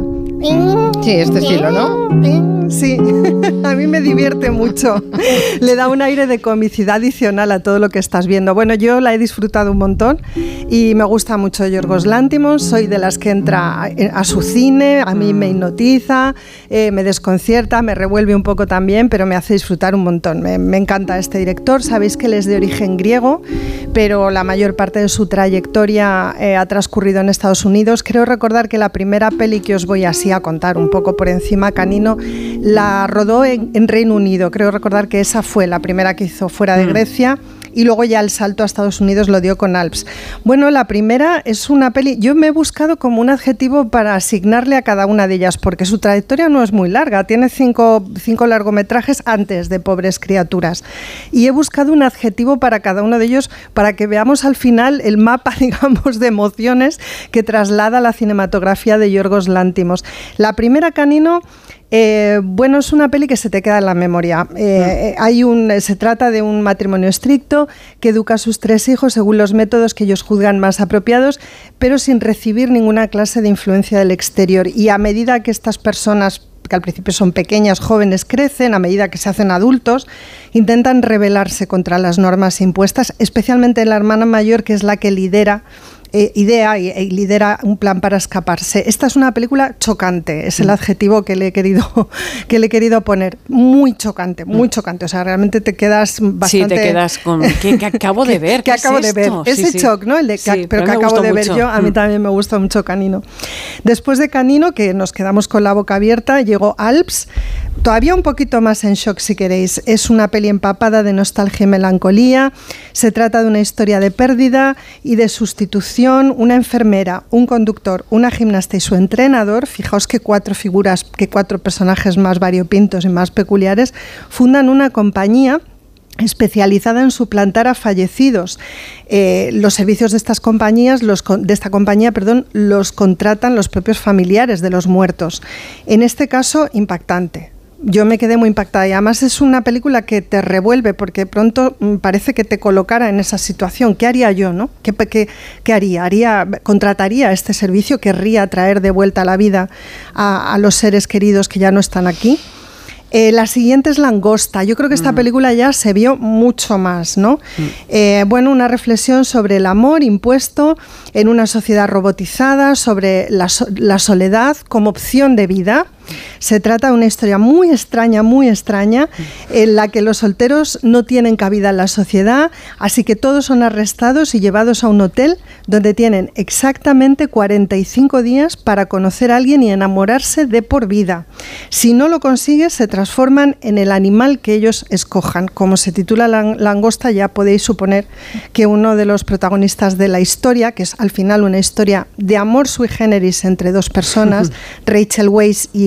Sí, este estilo, ¿no? Sí, a mí me divierte mucho. Le da un aire de comicidad adicional a todo lo que estás viendo. Bueno, yo la he disfrutado un montón y me gusta mucho Yorgos Lanthimos. Soy de las que entra a su cine, a mí me hipnotiza, eh, me desconcierta, me revuelve un poco también, pero me hace disfrutar un montón. Me, me encanta este director. Sabéis que él es de origen griego, pero la mayor parte de su trayectoria eh, ha transcurrido en Estados Unidos. Creo recordar que la primera peli que os voy así a contar un poco por encima, Canino, la rodó en, en Reino Unido. Creo recordar que esa fue la primera que hizo fuera de Grecia, y luego ya el salto a Estados Unidos lo dio con Alps. Bueno, la primera es una peli, yo me he buscado como un adjetivo para asignarle a cada una de ellas, porque su trayectoria no es muy larga, tiene cinco, cinco largometrajes antes de Pobres Criaturas, y he buscado un adjetivo para cada uno de ellos para que veamos al final el mapa, digamos, de emociones que traslada la cinematografía de Yorgos Lanthimos. La primera, Canino, Eh, bueno, es una peli que se te queda en la memoria. Eh, mm. hay un, se trata de un matrimonio estricto que educa a sus tres hijos según los métodos que ellos juzgan más apropiados, pero sin recibir ninguna clase de influencia del exterior. Y a medida que estas personas, que al principio son pequeñas, jóvenes, crecen, a medida que se hacen adultos, intentan rebelarse contra las normas impuestas, especialmente la hermana mayor, que es la que lidera Eh, idea y, y lidera un plan para escaparse. Esta es una película chocante, es el adjetivo que le he querido que le he querido poner. Muy chocante, muy chocante. O sea, realmente te quedas bastante... Sí, te quedas con... ¿Qué, qué acabo de ver? ¿Qué, ¿Qué acabo es de ver? esto? Ese sí, shock, sí. ¿no? El de, Sí, pero que acabo de ver mucho. yo. A mí también me gusta mucho Canino. Después de Canino, que nos quedamos con la boca abierta, llegó Alps. Todavía un poquito más en shock, si queréis. Es una peli empapada de nostalgia y melancolía. Se trata de una historia de pérdida y de sustitución. Una enfermera, un conductor, una gimnasta y su entrenador, fijaos que cuatro figuras, que cuatro personajes más variopintos y más peculiares, fundan una compañía especializada en suplantar a fallecidos. Eh, los servicios de estas compañías, los, de esta compañía, perdón, los contratan los propios familiares de los muertos. En este caso, impactante. Yo me quedé muy impactada y además es una película que te revuelve porque pronto parece que te colocara en esa situación. ¿Qué haría yo, no? ¿Qué, qué, qué haría? haría? ¿Contrataría este servicio? ¿Querría traer de vuelta a la vida a, a los seres queridos que ya no están aquí? Eh, la siguiente es Langosta. Yo creo que esta mm. película ya se vio mucho más, ¿no? Mm. Eh, bueno, una reflexión sobre el amor impuesto en una sociedad robotizada, sobre la, so- la soledad como opción de vida. Se trata de una historia muy extraña, muy extraña, en la que los solteros no tienen cabida en la sociedad, así que todos son arrestados y llevados a un hotel donde tienen exactamente cuarenta y cinco días para conocer a alguien y enamorarse de por vida. Si no lo consigues, se transforman en el animal que ellos escojan. Como se titula Langosta, ya podéis suponer que uno de los protagonistas de la historia, que es al final una historia de amor sui generis entre dos personas, Rachel Weisz y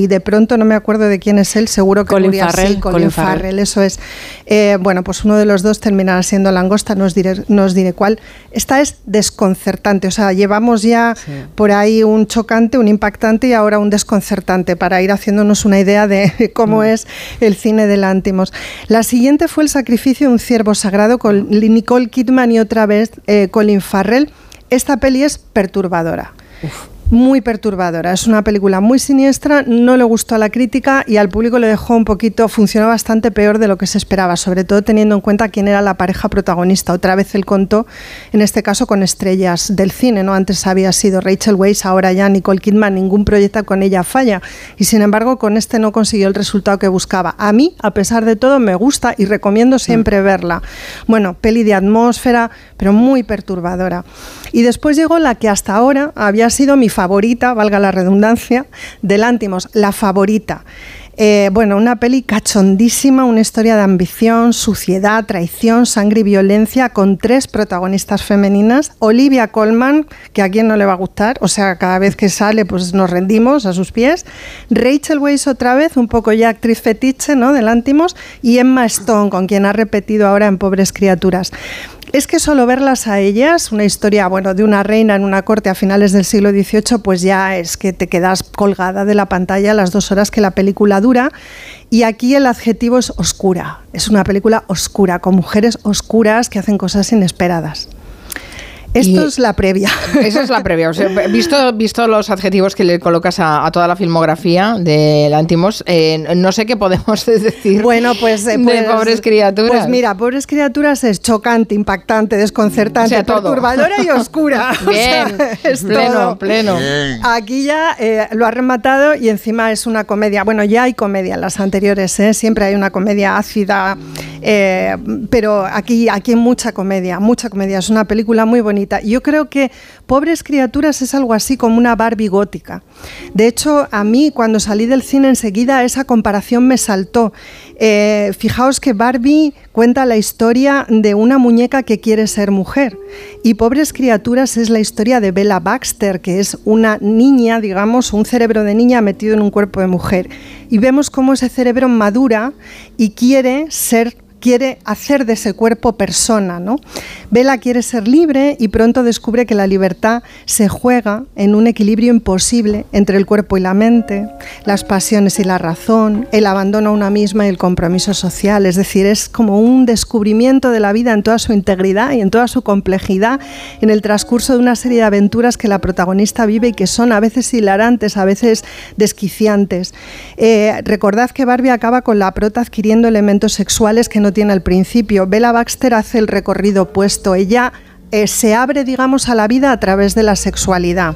de pronto no me acuerdo de quién es él, seguro que Colin Nuria, Farrell, sí, Colin, Colin Farrell, Farrell. eso es. Eh, bueno, pues uno de los dos terminará siendo langosta, no os diré, no os diré cuál. Esta es desconcertante, o sea, llevamos ya sí. por ahí un chocante, un impactante y ahora un desconcertante para ir haciéndonos una idea de cómo mm. es el cine de Lántimos. La siguiente fue El sacrificio de un ciervo sagrado con Nicole Kidman y otra vez eh, Colin Farrell. Esta peli es perturbadora. Uf. Muy perturbadora, es una película muy siniestra, no le gustó a la crítica y al público le dejó un poquito, funcionó bastante peor de lo que se esperaba, sobre todo teniendo en cuenta quién era la pareja protagonista. Otra vez él contó, en este caso con estrellas del cine, ¿no? Antes había sido Rachel Weisz, ahora ya Nicole Kidman, ningún proyecto con ella falla y sin embargo con este no consiguió el resultado que buscaba. A mí, a pesar de todo, me gusta y recomiendo siempre mm. verla. Bueno, peli de atmósfera, pero muy perturbadora. Y después llegó la que hasta ahora había sido mi favorita, valga la redundancia, de Lántimos, La favorita. Eh, bueno, una peli cachondísima, una historia de ambición, suciedad, traición, sangre y violencia, con tres protagonistas femeninas. Olivia Colman, que a quien no le va a gustar, o sea, cada vez que sale pues nos rendimos a sus pies. Rachel Weisz otra vez, un poco ya actriz fetiche, ¿no?, de Lántimos. Y Emma Stone, con quien ha repetido ahora en Pobres criaturas. Es que solo verlas a ellas, una historia, bueno, de una reina en una corte a finales del siglo dieciocho, pues ya es que te quedas colgada de la pantalla las dos horas que la película dura. Y aquí el adjetivo es oscura. Es una película oscura, con mujeres oscuras que hacen cosas inesperadas. Esto y es la previa. Eso es la previa. O sea, visto, visto los adjetivos que le colocas a, a toda la filmografía de Lántimos, eh, no sé qué podemos decir. Bueno, pues, eh, pues de Pobres criaturas. Pues mira, Pobres criaturas es chocante, impactante, desconcertante, o sea, perturbadora y oscura. Bien, o sea, es pleno, todo. pleno. Bien. Aquí ya eh, lo ha rematado y encima es una comedia. Bueno, ya hay comedia en las anteriores, ¿eh? Siempre hay una comedia ácida, eh, pero aquí, aquí hay mucha comedia, mucha comedia. Es una película muy bonita. Yo creo que Pobres criaturas es algo así como una Barbie gótica. De hecho, a mí cuando salí del cine enseguida esa comparación me saltó. Eh, fijaos que Barbie cuenta la historia de una muñeca que quiere ser mujer y Pobres criaturas es la historia de Bella Baxter, que es una niña, digamos, un cerebro de niña metido en un cuerpo de mujer. Y vemos cómo ese cerebro madura y quiere ser quiere hacer de ese cuerpo persona, ¿no? Bella quiere ser libre y pronto descubre que la libertad se juega en un equilibrio imposible entre el cuerpo y la mente, las pasiones y la razón, el abandono a una misma y el compromiso social. Es decir, es como un descubrimiento de la vida en toda su integridad y en toda su complejidad en el transcurso de una serie de aventuras que la protagonista vive y que son a veces hilarantes, a veces desquiciantes. Eh, recordad que Barbie acaba con la prota adquiriendo elementos sexuales que no tiene al principio. Bella Baxter hace el recorrido opuesto. Ella eh, se abre, digamos, a la vida a través de la sexualidad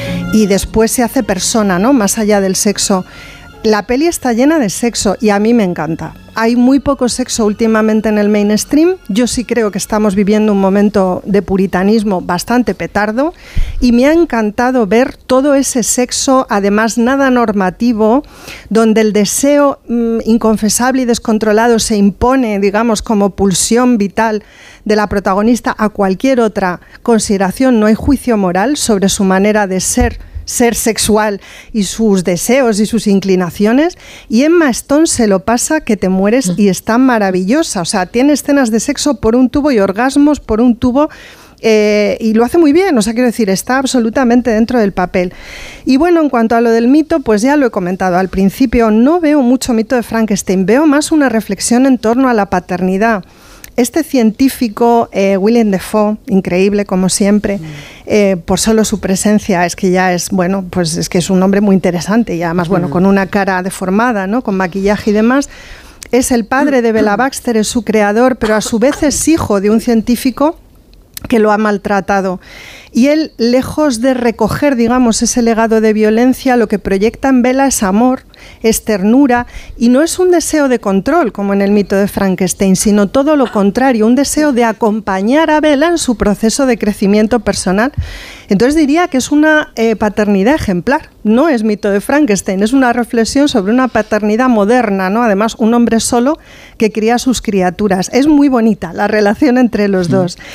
y después se hace persona, ¿no?, más allá del sexo. La peli está llena de sexo y a mí me encanta. Hay muy poco sexo últimamente en el mainstream. Yo sí creo que estamos viviendo un momento de puritanismo bastante petardo y me ha encantado ver todo ese sexo, además nada normativo, donde el deseo mmm, inconfesable y descontrolado se impone, digamos, como pulsión vital de la protagonista a cualquier otra consideración. No hay juicio moral sobre su manera de ser ser sexual y sus deseos y sus inclinaciones, y Emma Stone se lo pasa que te mueres y está maravillosa, o sea, tiene escenas de sexo por un tubo y orgasmos por un tubo, eh, y lo hace muy bien, o sea, quiero decir, está absolutamente dentro del papel. Y bueno, en cuanto a lo del mito, pues ya lo he comentado al principio, no veo mucho mito de Frankenstein, veo más una reflexión en torno a la paternidad. Este científico, eh, Willem Dafoe, increíble como siempre, mm. eh, por solo su presencia es que ya es, bueno, pues es que es un hombre muy interesante y además, bueno, mm. con una cara deformada, ¿no?, con maquillaje y demás. Es el padre de Bella Baxter, es su creador, pero a su vez es hijo de un científico que lo ha maltratado. Y él, lejos de recoger, digamos, ese legado de violencia, lo que proyecta en Bella es amor, es ternura, y no es un deseo de control, como en el mito de Frankenstein, sino todo lo contrario, un deseo de acompañar a Bella en su proceso de crecimiento personal. Entonces diría que es una eh, paternidad ejemplar, no es mito de Frankenstein, es una reflexión sobre una paternidad moderna, ¿no? Además, un hombre solo que cría a sus criaturas. Es muy bonita la relación entre los dos.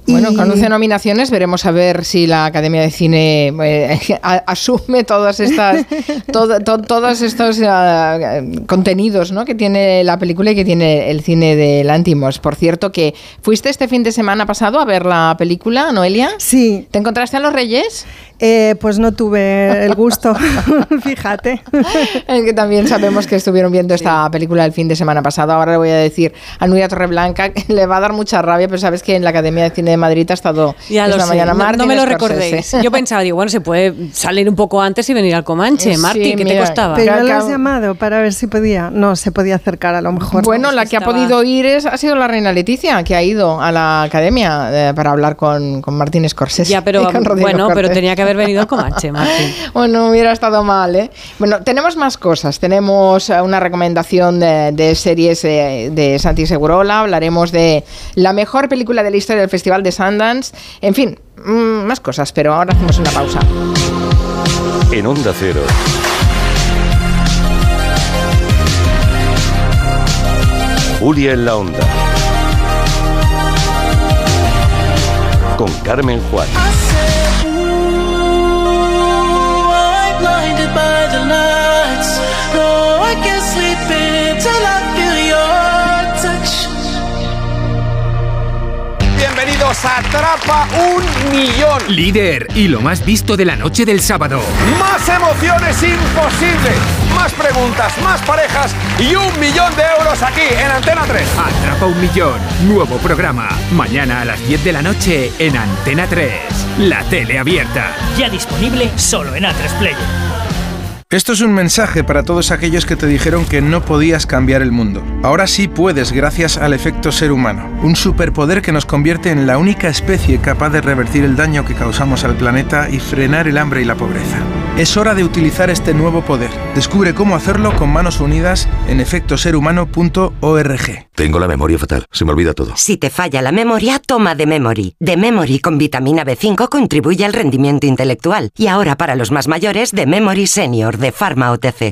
Bueno, con once nominaciones veremos a ver si la Academia de Cine eh, asume todas estas, todo, to, todos estos uh, contenidos, ¿no?, que tiene la película y que tiene el cine de Lanthimos. Por cierto, que fuiste este fin de semana pasado a ver la película, Noelia. Sí. ¿Te encontraste a los Reyes? Eh, pues no tuve el gusto, fíjate. Es que también sabemos que estuvieron viendo esta película el fin de semana pasado. Ahora le voy a decir a Nuria Torreblanca que le va a dar mucha rabia, pero sabes que en la Academia de Cine de Madrid ha estado ya esta lo mañana sé. Martin No, no me lo Scorsese. recordéis. Yo pensaba, digo, bueno, se puede salir un poco antes y venir al Comanche. Sí, Marti, ¿qué mira, te costaba? Pero no lo has llamado para ver si podía. No, se podía acercar a lo mejor. Bueno, no, la si que estaba... ha podido ir es, ha sido la reina Leticia, que ha ido a la Academia eh, para hablar con, con Martin Scorsese. Ya, pero bueno, pero tenía que haber venido al Comanche, Martín. Bueno, hubiera estado mal, ¿eh? Bueno, tenemos más cosas. Tenemos una recomendación de, de series de, de Santi Segurola. Hablaremos de la mejor película de la historia del Festival de Sundance. En fin, mmm, más cosas, pero ahora hacemos una pausa. En Onda Cero. Julia en la Onda. Con Carmen Juárez. Bienvenidos a Atrapa un Millón. Líder y lo más visto de la noche del sábado. Más emociones imposibles. Más preguntas, más parejas y un millón de euros aquí en Antena tres. Atrapa un Millón. Nuevo programa. Mañana a las diez de la noche en Antena tres. La tele abierta. Ya disponible solo en A tres Player. Esto es un mensaje para todos aquellos que te dijeron que no podías cambiar el mundo. Ahora sí puedes gracias al efecto ser humano, un superpoder que nos convierte en la única especie capaz de revertir el daño que causamos al planeta y frenar el hambre y la pobreza. Es hora de utilizar este nuevo poder. Descubre cómo hacerlo con manos unidas en efecto ser humano punto org. Tengo la memoria fatal, se me olvida todo. Si te falla la memoria, toma The Memory. The Memory con vitamina B cinco contribuye al rendimiento intelectual. Y ahora para los más mayores, The Memory Senior de Pharma O T C.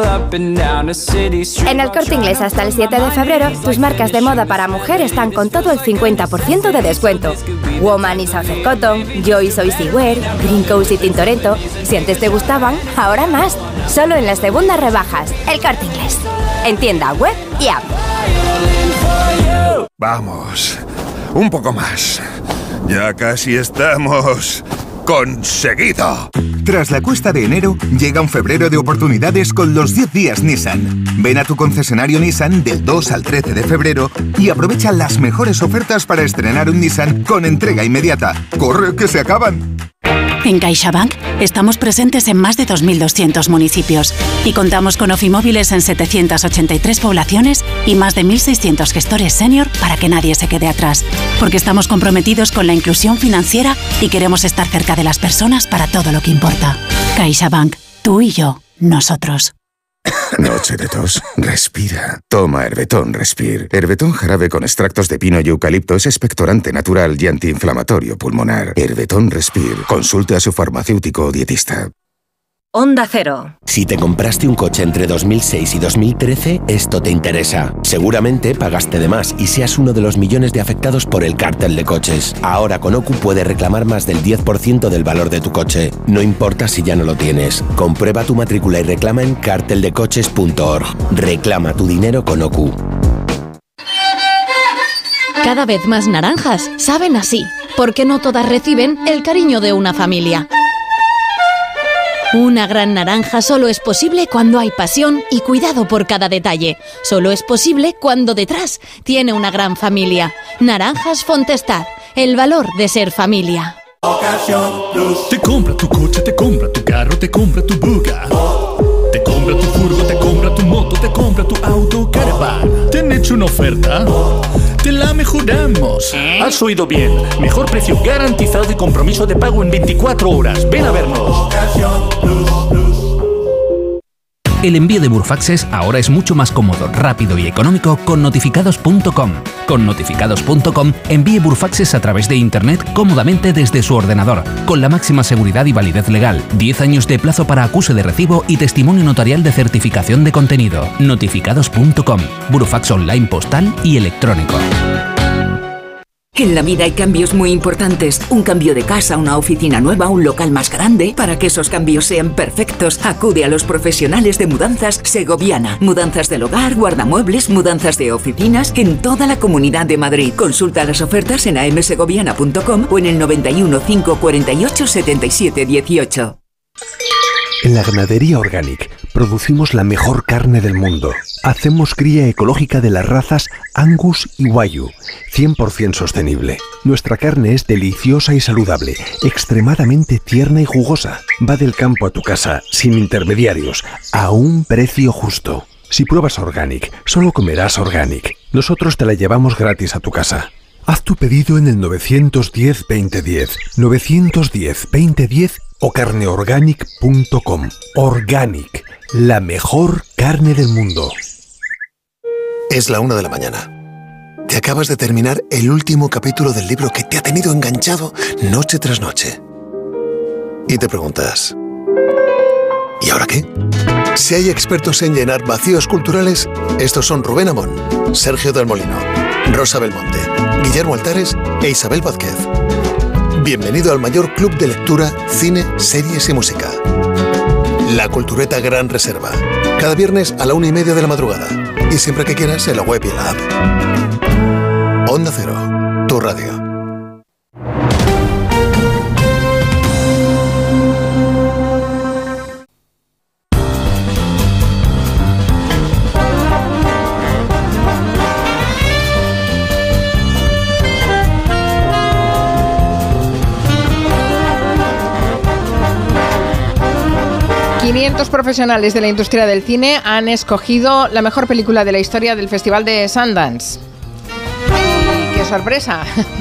En El Corte Inglés hasta el siete de febrero, tus marcas de moda para mujer están con todo el cincuenta por ciento de descuento. Woman y Southern Cotton, Joyce Oisy Wear, Green Coast y Tintoretto. Si antes te gustaban, ahora más. Solo en las segundas rebajas. El Corte Inglés. En tienda web y app. Vamos, un poco más. Ya casi estamos... ¡conseguido! Tras la cuesta de enero, llega un febrero de oportunidades con los diez días Nissan. Ven a tu concesionario Nissan del dos al trece de febrero y aprovecha las mejores ofertas para estrenar un Nissan con entrega inmediata. ¡Corre, que se acaban! En CaixaBank estamos presentes en más de dos mil doscientos municipios y contamos con Ofimóviles en setecientas ochenta y tres poblaciones y más de mil seiscientos gestores senior para que nadie se quede atrás. Porque estamos comprometidos con la inclusión financiera y queremos estar cerca de las personas para todo lo que importa. CaixaBank, tú y yo, nosotros. Noche de tos. Respira. Toma Herbetón Respire. Herbetón jarabe con extractos de pino y eucalipto es expectorante natural y antiinflamatorio pulmonar. Herbetón Respire. Consulte a su farmacéutico o dietista. Onda Cero. Si te compraste un coche entre dos mil seis y dos mil trece, esto te interesa. Seguramente pagaste de más y seas uno de los millones de afectados por el cártel de coches. Ahora con OCU puedes reclamar más del diez por ciento del valor de tu coche. No importa si ya no lo tienes. Comprueba tu matrícula y reclama en cartel de coches punto org. Reclama tu dinero con OCU. Cada vez más naranjas saben así, porque no todas reciben el cariño de una familia. Una gran naranja solo es posible cuando hay pasión y cuidado por cada detalle. Solo es posible cuando detrás tiene una gran familia. Naranjas Fontestad, el valor de ser familia. Te compra tu coche, te compra tu carro, te compra tu buga. Te compra tu furgo, te compra tu moto, te compra tu auto, caravan. ¿Te han hecho una oferta? Te la mejoramos. Has oído bien. Mejor precio garantizado y compromiso de pago en veinticuatro horas. Ven a vernos. El envío de Burfaxes ahora es mucho más cómodo, rápido y económico con notificados punto com. Con notificados punto com envíe Burfaxes a través de Internet cómodamente desde su ordenador, con la máxima seguridad y validez legal, diez años de plazo para acuse de recibo y testimonio notarial de certificación de contenido. notificados punto com. Burfax online postal y electrónico. En la vida hay cambios muy importantes. Un cambio de casa, una oficina nueva, un local más grande. Para que esos cambios sean perfectos, acude a los profesionales de Mudanzas Segoviana. Mudanzas del hogar, guardamuebles, mudanzas de oficinas en toda la Comunidad de Madrid. Consulta las ofertas en a m segoviana punto com o en el noventa y uno, cinco cuarenta y ocho, setenta y siete dieciocho. En la Ganadería Organic producimos la mejor carne del mundo. Hacemos cría ecológica de las razas Angus y Wagyu, cien por ciento sostenible. Nuestra carne es deliciosa y saludable, extremadamente tierna y jugosa. Va del campo a tu casa, sin intermediarios, a un precio justo. Si pruebas Organic, solo comerás Organic. Nosotros te la llevamos gratis a tu casa. Haz tu pedido en el nueve uno cero, veinte diez, nueve uno cero, veinte diez o carne organic punto com. Organic, la mejor carne del mundo. Es la una de la mañana. Te acabas de terminar el último capítulo del libro que te ha tenido enganchado noche tras noche. Y te preguntas, ¿y ahora qué? Si hay expertos en llenar vacíos culturales, estos son Rubén Amón, Sergio del Molino, Rosa Belmonte, Guillermo Altares e Isabel Vázquez. Bienvenido al mayor club de lectura, cine, series y música. La Cultureta Gran Reserva. Cada viernes a la una y media de la madrugada. Y siempre que quieras en la web y en la app. Onda Cero, tu radio. quinientos profesionales de la industria del cine han escogido la mejor película de la historia del Festival de Sundance. ¡Qué sorpresa!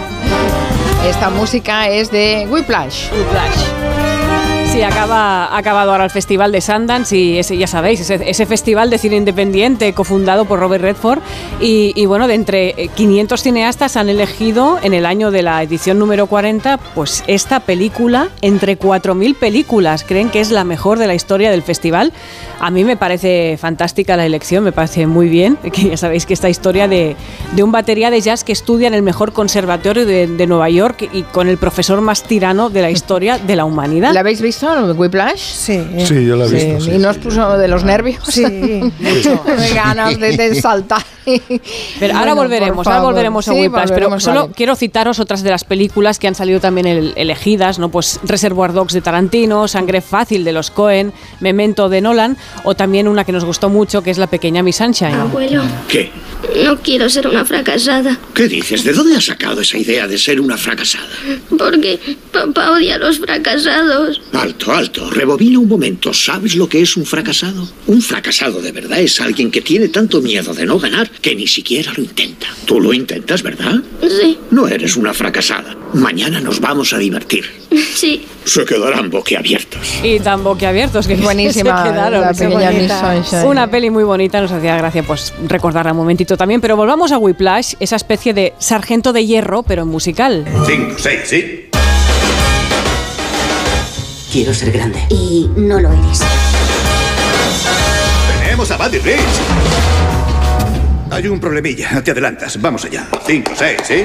Esta música es de Whiplash. Whiplash. Sí, acaba, ha acabado ahora el Festival de Sundance y ese, ya sabéis, ese, ese festival de cine independiente cofundado por Robert Redford y, y bueno, de entre quinientos cineastas han elegido en el año de la edición número cuarenta pues esta película entre cuatro mil películas. Creen que es la mejor de la historia del festival. A mí me parece fantástica la elección, me parece muy bien, que ya sabéis que esta historia de, de un batería de jazz que estudia en el mejor conservatorio de, de Nueva York y con el profesor más tirano de la historia de la humanidad. ¿La habéis visto? ¿Whiplash? Sí. Sí, yo la he visto. Sí. Sí, ¿Y no os sí. puso de los nervios? Sí, mucho. De ganas de, de saltar. Pero ahora Bueno, volveremos, por ahora favor. volveremos a Sí, Whiplash, pero volveremos, solo vale. quiero citaros otras de las películas que han salido también el, elegidas, ¿no? Pues Reservoir Dogs de Tarantino, Sangre Fácil de los Coen, Memento de Nolan, o también una que nos gustó mucho, que es La Pequeña Miss Sunshine. Abuelo, ¿Qué? no quiero ser una fracasada, ¿Qué dices? ¿De dónde has sacado esa idea de ser una fracasada? porque papá odia a los fracasados. Alto, alto. Rebobina un momento. ¿Sabes lo que es un fracasado? Un fracasado de verdad es alguien que tiene tanto miedo de no ganar que ni siquiera lo intenta. Tú lo intentas, ¿verdad? Sí, No eres una fracasada. Mañana nos vamos a divertir. sí. Se quedarán boquiabiertos. Y tan boquiabiertos que Buenísima, se quedaron. La qué Pequeña Miss bonita. Sunshine. Una peli muy bonita, nos hacía gracia pues recordarla un momentito también, pero volvamos a Whiplash, esa especie de sargento de hierro, pero en musical. Cinco, seis, ¿sí? Quiero ser grande. Y no lo eres. Tenemos a Buddy Rich. Hay un problemilla. Te adelantas. Vamos allá. Cinco, seis, ¿sí?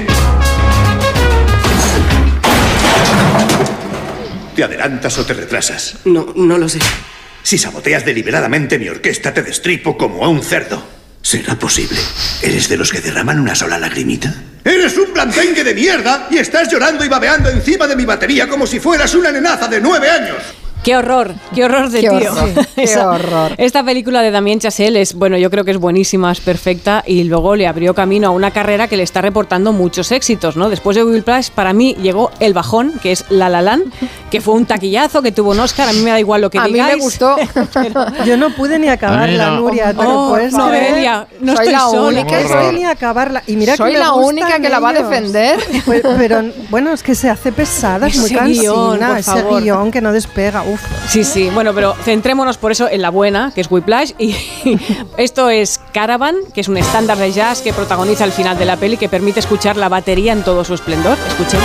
¿Te adelantas o te retrasas? No, no lo sé. Si saboteas deliberadamente mi orquesta, te destripo como a un cerdo. ¿Será posible? ¿Eres de los que derraman una sola lagrimita? ¡Eres un blandengue de mierda! Y estás llorando y babeando encima de mi batería como si fueras una nenaza de nueve años. ¡Qué horror! ¡Qué horror de Qué tío! horror, qué Esa- horror. Esta película de Damien Chazelle es, bueno, yo creo que es buenísima, es perfecta y luego le abrió camino a una carrera que le está reportando muchos éxitos, ¿no? Después de Whiplash, para mí llegó El Bajón, que es La La Land, que fue un taquillazo, que tuvo un Oscar. A mí me da igual lo que A mí digáis. me gustó. Yo no pude ni acabarla, A mí no. Nuria, ¿te lo Oh, puedes no, creer? Noelia, no Soy estoy la sola. única. Que no ni acabarla. Y mira Soy que me la gustan única que la va a ellos. defender. Pues, pero bueno, es que se hace pesada, es muy Ese guión, cansina, por ese favor. guión que no despega. Uf. Sí, sí, bueno, pero centrémonos por eso en la buena, que es Whiplash, y esto es Caravan, que es un estándar de jazz que protagoniza el final de la peli, que permite escuchar la batería en todo su esplendor. Escuchemos.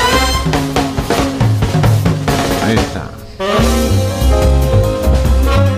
Ahí está. Que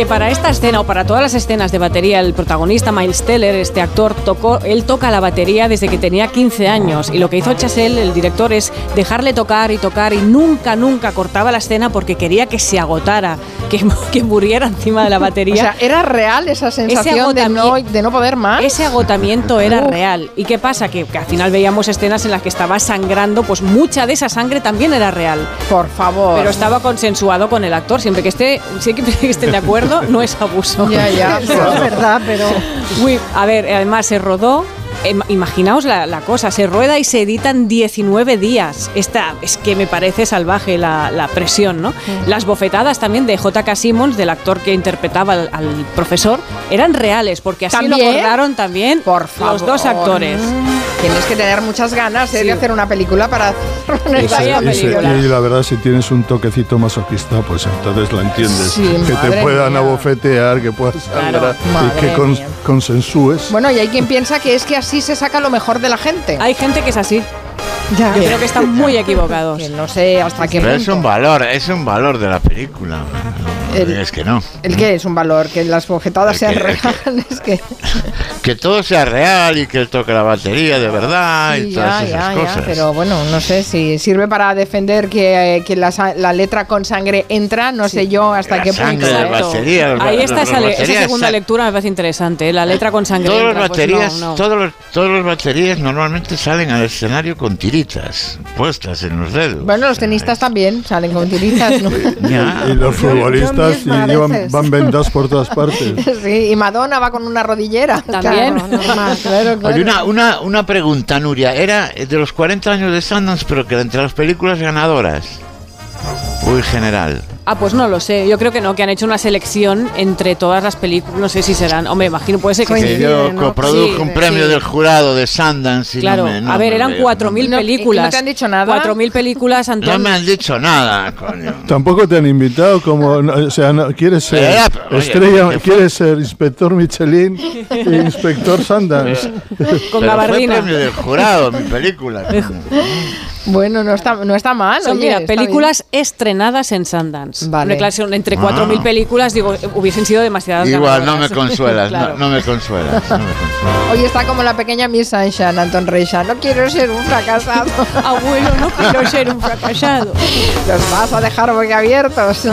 Que para esta escena o para todas las escenas de batería, el protagonista Miles Teller, este actor, tocó, él toca la batería desde que tenía quince años, y lo que hizo Chazelle, el director, es dejarle tocar y tocar, y nunca, nunca cortaba la escena porque quería que se agotara, que, que muriera encima de la batería. O sea, ¿era real esa sensación de no, de no poder más? Ese agotamiento era Uf. real. ¿Y qué pasa? Que, que al final veíamos escenas en las que estaba sangrando, pues mucha de esa sangre también era real. Por favor. Pero estaba consensuado con el actor, siempre que esté, siempre que estén de acuerdo, no es abuso. Ya, ya. Eso es verdad, pero... Uy, a ver, además se rodó... Imaginaos la, la cosa, se rueda y se editan diecinueve días. Esta es que me parece salvaje la, la presión, ¿no? Sí. Las bofetadas también de J K. Simmons, del actor que interpretaba al, al profesor, eran reales, porque así ¿También? lo acordaron también Por favor. los dos actores. Tienes que tener muchas ganas ¿eh? sí. de hacer una película para hacer una ese, película. Ese, y la verdad, si tienes un toquecito masoquista, pues entonces la entiendes. Sí, que te puedan mía. abofetear, que puedas sangrar claro, y que con, consensúes. Bueno, y hay quien piensa que es que así se saca lo mejor de la gente. Hay gente que es así. Ya. Yo creo que están muy equivocados. Que no sé hasta qué Pero punto. es un valor, es un valor de la película. El, es que no. ¿El qué es un valor? Que las bofetadas sean reales. Que... que todo sea real y que él toque la batería de verdad sí, y todas ya, esas ya, cosas. Ya, pero bueno, no sé si sirve para defender que, que la, la letra con sangre entra, no sí. sé yo hasta la qué punto. De batería, Ahí está esa, esa segunda lectura, me parece interesante. ¿eh? La letra con sangre todos entra. Los baterías, pues no, no. Todos, los, todos los baterías normalmente salen al escenario con tiritas puestas en los dedos. Bueno, los tenistas también salen con tiritas, ¿no? y, y los futbolistas y llevan, van vendados por todas partes. Sí, y Madonna va con una rodillera. También. Claro, normal, claro, claro. Oye, una, una, una pregunta, Nuria. Era de los cuarenta años de Sundance, pero que era entre las películas ganadoras. Muy general. Ah, pues no lo sé. Yo creo que no, que han hecho una selección entre todas las películas. No sé si serán. Hombre, imagino, puede ser que sí. Que yo ¿no? produjo sí, un premio sí. del jurado de Sundance. Y claro, no me, no a ver, eran cuatro mil no, películas. ¿No te han dicho nada? cuatro mil películas, Antonio. No me han dicho nada, coño. Tampoco te han invitado como, o sea, no, quieres ser Era, estrella, oye, quieres ser inspector Michelin e inspector Sundance. Con Pero gabardina. Fue premio del jurado, mi película. Bueno, no está, no está mal. Son, oye, mira, está películas bien. estrenadas en Sundance. Vale. Claro, entre cuatro mil ah. películas, digo, hubiesen sido demasiadas Igual, ganadoras. no me consuelas, claro. no, no, me consuelas, no me consuelas. Hoy está como la pequeña Miss Sunshine, Anton Reixa. No quiero ser un fracasado. Abuelo, no quiero ser un fracasado. Los vas a dejar boquiabiertos.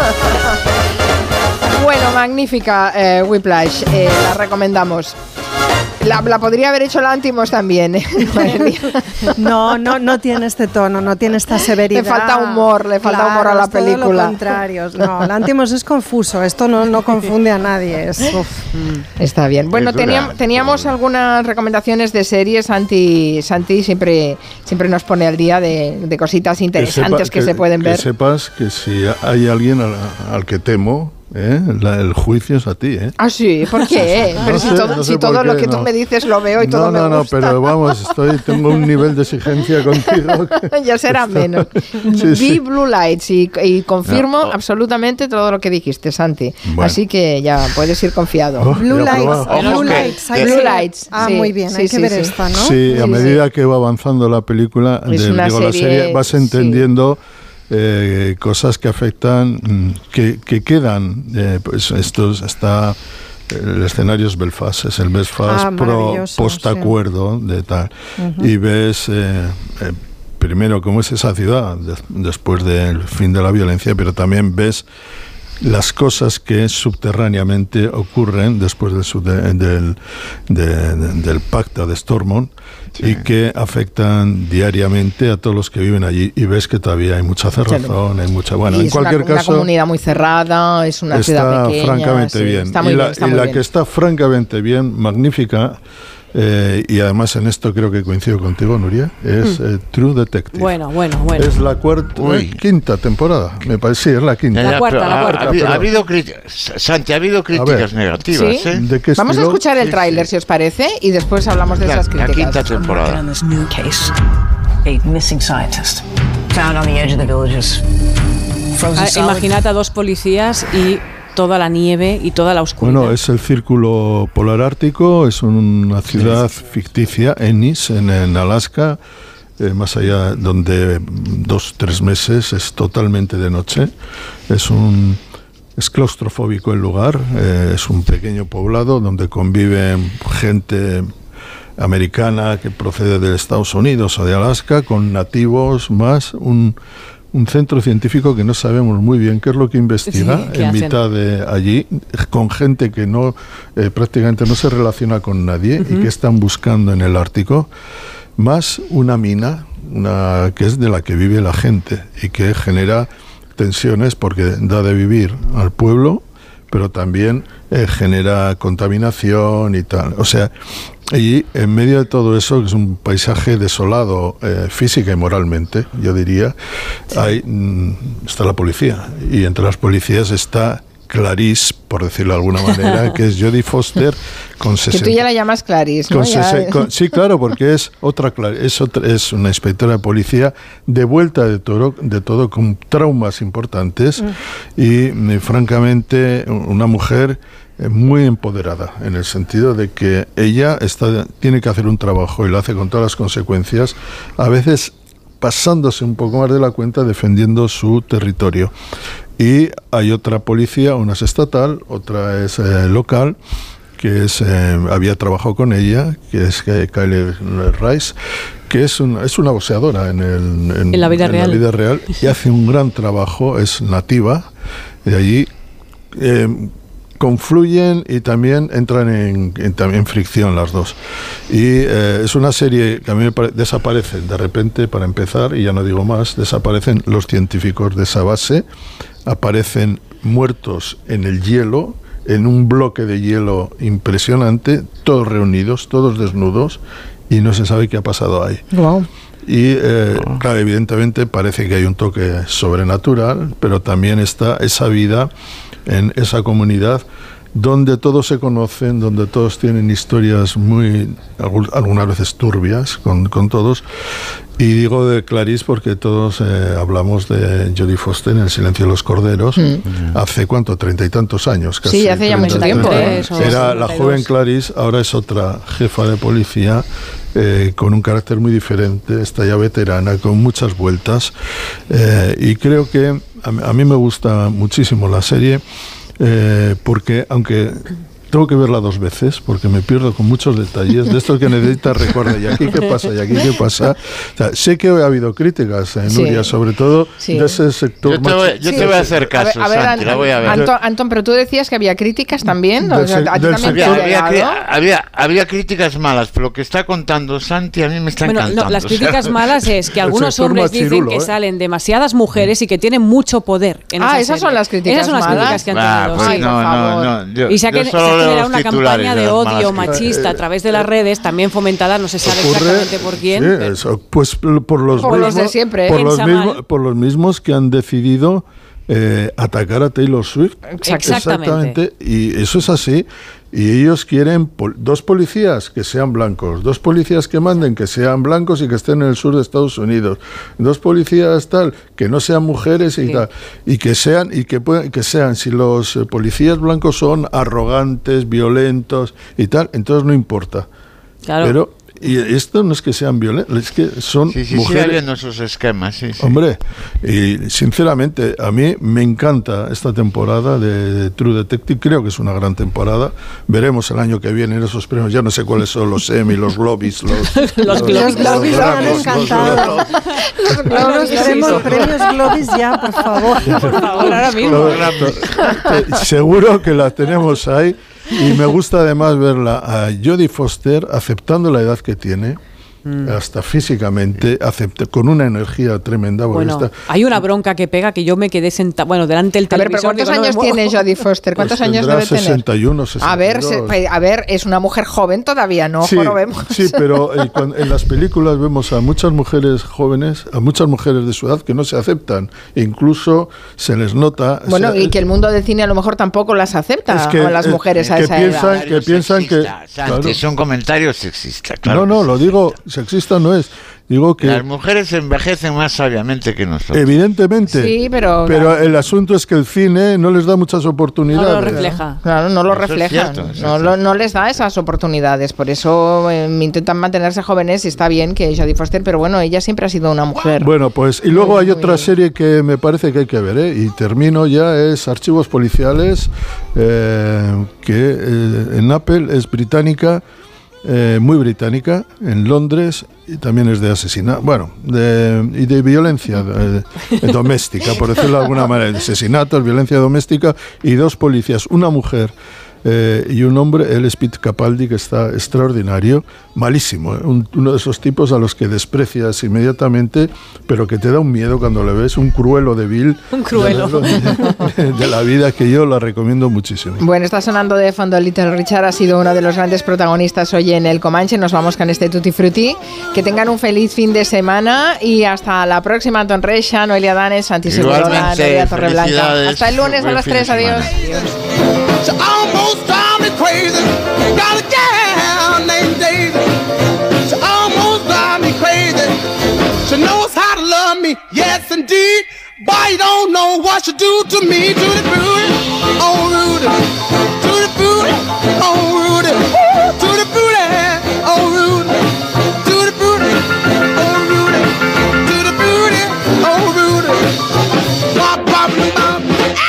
Bueno, magnífica eh, Whiplash. Eh, la recomendamos. La, la podría haber hecho Lanthimos también, ¿eh? No, no, no tiene este tono, no tiene esta severidad. Le falta humor, le falta claro, humor a la es todo película. Lo contrario. No, Lanthimos es confuso, esto no, no confunde a nadie. Es, uf. Está bien. Bueno, teníamos, teníamos algunas recomendaciones de series. Santi, Santi siempre, siempre nos pone al día de, de cositas interesantes que, sepa, que, que se pueden ver. Que sepas que si hay alguien al, al que temo, ¿eh? La, el juicio es a ti, ¿eh? Ah, sí, ¿por qué? Pero no si sé, todo, no si todo lo que no. tú me dices lo veo y no, todo no, me gusta. No, no, pero vamos, estoy, tengo un nivel de exigencia contigo. Que ya será está... menos. Sí, Vi sí. Blue Lights y, y confirmo no. absolutamente todo lo que dijiste, Santi. Bueno. Así que ya puedes ir confiado. Oh, Blue, Lights, oh, Blue okay. Lights. Okay. Blue Lights. Ah, sí. muy bien, sí, hay sí, que ver sí. esta, ¿no? Sí, a sí, medida sí. que va avanzando la película, de, digo, serie, la serie, vas entendiendo... Sí. Eh, cosas que afectan, que, que quedan, eh, pues esto está, el escenario es Belfast, es el Belfast ah, pro post-acuerdo sí. de tal, uh-huh. y ves eh, eh, primero cómo es esa ciudad de, después del fin de la violencia, pero también ves las cosas que subterráneamente ocurren después del, de, del, de, de, del pacto de Stormont sí. y que afectan diariamente a todos los que viven allí, y ves que todavía hay mucha cerrazón, sí. hay mucha... Bueno, y en cualquier una, caso... una comunidad muy cerrada, es una ciudad pequeña. Está francamente sí, bien. Está muy y la, bien, está y muy la bien. que está francamente bien, magnífica... Eh, y además en esto creo que coincido contigo, Nuria, es eh, True Detective. Bueno, bueno, bueno. Es la cuarta, eh, quinta temporada, me parece, sí, es la quinta. La cuarta, la cuarta. Ha, ha, ha habido críticas, Santi, ha habido críticas negativas, ¿sí? ¿eh? ¿De qué Vamos estilo? a escuchar el tráiler, si os parece, y después hablamos de la, esas críticas. La quinta temporada. Ah, imaginad a dos policías y toda la nieve y toda la oscuridad. Bueno, es el Círculo Polar Ártico, es una ciudad sí. ficticia, Ennis, en, en Alaska, eh, más allá, donde dos, tres meses es totalmente de noche. Es un es claustrofóbico el lugar, eh, es un pequeño poblado donde conviven gente americana que procede de Estados Unidos o de Alaska con nativos, más un, un centro científico que no sabemos muy bien qué es lo que investiga, sí, en hacen? mitad de allí, con gente que no eh, prácticamente no se relaciona con nadie, uh-huh. y que están buscando en el Ártico, más una mina, una que es de la que vive la gente y que genera tensiones porque da de vivir al pueblo, pero también eh, genera contaminación y tal. O sea, y en medio de todo eso, que es un paisaje desolado eh, física y moralmente, yo diría, sí. hay, mm, está la policía. Y entre las policías está Clarice, por decirlo de alguna manera, que es Jodie Foster con sesenta... Que tú ya la llamas Clarice, ¿no? Con sesenta, con, sí, claro, porque es otra es, otra, es una inspectora de policía de vuelta de todo, de todo con traumas importantes, mm. y, y francamente una mujer muy empoderada, en el sentido de que ella está, tiene que hacer un trabajo y lo hace con todas las consecuencias, a veces pasándose un poco más de la cuenta, defendiendo su territorio. Y hay otra policía, una es estatal, otra es eh, local, que es eh, había trabajado con ella, que es eh, Kylie Rice, que es, un, es una boxeadora en, el, en, en, la vida en real. la vida real, y hace un gran trabajo, es nativa, de allí eh, confluyen y también entran en, en, en fricción las dos. Y eh, es una serie que a mí me parece, desaparecen de repente, para empezar, y ya no digo más, desaparecen los científicos de esa base, aparecen muertos en el hielo, en un bloque de hielo impresionante, todos reunidos, todos desnudos, y no se sabe qué ha pasado ahí. Wow. Y eh, claro, evidentemente parece que hay un toque sobrenatural, pero también está esa vida en esa comunidad donde todos se conocen, donde todos tienen historias muy, algunas veces turbias con, con todos. Y digo de Clarice porque todos eh, hablamos de Jodie Foster en El silencio de los corderos, mm. hace cuánto, treinta y tantos años casi. Sí, hace ya mucho tiempo. ¿eh? Era la joven Clarice, ahora es otra jefa de policía, eh, con un carácter muy diferente, está ya veterana, con muchas vueltas, eh, y creo que a, a mí me gusta muchísimo la serie, eh, porque aunque tengo que verla dos veces porque me pierdo con muchos detalles de estos que necesitas recordar, y aquí qué pasa, y aquí qué pasa. O sea, sé que ha habido críticas en sí. Nuria, sobre todo sí. de ese sector. Yo te voy, yo sí, te voy a hacer caso, a ver, a ver, Santi, la voy a ver. Antón, Antón, pero tú decías que había críticas también. O sea, ¿a ti también había, había, había, había críticas malas, pero lo que está contando Santi a mí me está bueno, encantando. No, las críticas o sea, malas es que algunos hombres machirulo, dicen que ¿eh? salen demasiadas mujeres y que tienen mucho poder. En ah, esa esas serie. son las críticas Esas son las malas. críticas que han tenido. Ah, pues sí, no, no, no, yo, y se ha generado una campaña de odio machista a través de las redes, también fomentada, no se sabe ocurre, exactamente por quién. Sí, eso, pues por los, por mismos, los de siempre, por, los mismos, por los mismos que han decidido eh, atacar a Taylor Swift. Exactamente. Exactamente. Y eso es así. Y ellos quieren pol- dos policías que sean blancos, dos policías que manden que sean blancos y que estén en el sur de Estados Unidos, dos policías tal que no sean mujeres y sí. tal, y que sean y que puedan, que sean si los eh, policías blancos son arrogantes, violentos y tal, entonces no importa. Claro. Pero y esto no es que sean violentos, es que son sí, sí, mujeres. Sí, viendo esos esquemas, sí, sí. Hombre, y sinceramente a mí me encanta esta temporada de, de True Detective, creo que es una gran temporada. Veremos el año que viene esos premios, ya no sé cuáles son los Emmy, los Globis, los los, los Globis, los me han encantado. Los Globis, queremos premios Globis ya, por favor. Por favor, ahora mismo. Seguro que la tenemos ahí. Y me gusta además verla a Jodie Foster aceptando la edad que tiene, mm. hasta físicamente, acepte, con una energía tremenda. Bueno, está, hay una bronca que pega que yo me quedé sentada, bueno, delante del televisor. A ver, pero ¿cuántos años no tiene Jodie Foster? ¿Cuántos pues años debe sesenta y uno, tener? A ver, se, a ver, es una mujer joven todavía, ¿no? Sí, vemos. sí, pero eh, cuando, en las películas vemos a muchas mujeres jóvenes, a muchas mujeres de su edad que no se aceptan, e incluso se les nota. Bueno, o sea, y que el mundo del cine a lo mejor tampoco las acepta, es que, a las mujeres eh, a que esa piensan, edad. Que piensan que... Santi, claro. Es un comentario sexista, claro. No, no, lo digo, sexista no es. Digo que las mujeres envejecen más sabiamente que nosotros. Evidentemente. Sí, pero... Pero claro. el asunto es que el cine no les da muchas oportunidades. No lo refleja. Claro, no lo Eso es reflejan. cierto, eso no, es lo- cierto. no les da esas oportunidades. Por eso eh, intentan mantenerse jóvenes y está bien que Jodie Foster, pero bueno, ella siempre ha sido una mujer. Bueno, pues, y luego hay otra serie que me parece que hay que ver, ¿eh? Y termino ya, es Archivos Policiales, eh, que eh, en Apple es británica, eh, muy británica, en Londres, y también es de asesinato, bueno, de, y de violencia eh, doméstica, por decirlo de alguna manera, asesinatos, violencia doméstica, y dos policías, una mujer eh, y un hombre, el Pete Capaldi, que está extraordinario, malísimo, ¿eh? Un- uno de esos tipos a los que desprecias inmediatamente, pero que te da un miedo cuando le ves, un cruelo de vil Un cruelo. de, de la vida, que yo la recomiendo muchísimo. Bueno, está sonando de fondo Little Richard, ha sido uno de los grandes protagonistas hoy en el Comanche. Nos vamos con este Tutti Frutti. Que tengan un feliz fin de semana y hasta la próxima. Anton Reixa, Noelia Danes, Santi Segurola, Igualmente, Noelia Torreblanca. felicidades. Hasta el lunes a Buen las fin de tres. Adiós. semana. She almost drive me crazy. Got a gal named Daisy. She almost drive me crazy. She knows how to love me, yes indeed. But you don't know what she do to me. To the booty, oh Rudy. To the booty, oh Rudy. To the booty, oh Rudy. To the booty, oh Rudy. To the booty, oh Rudy. Bop, bop, bop.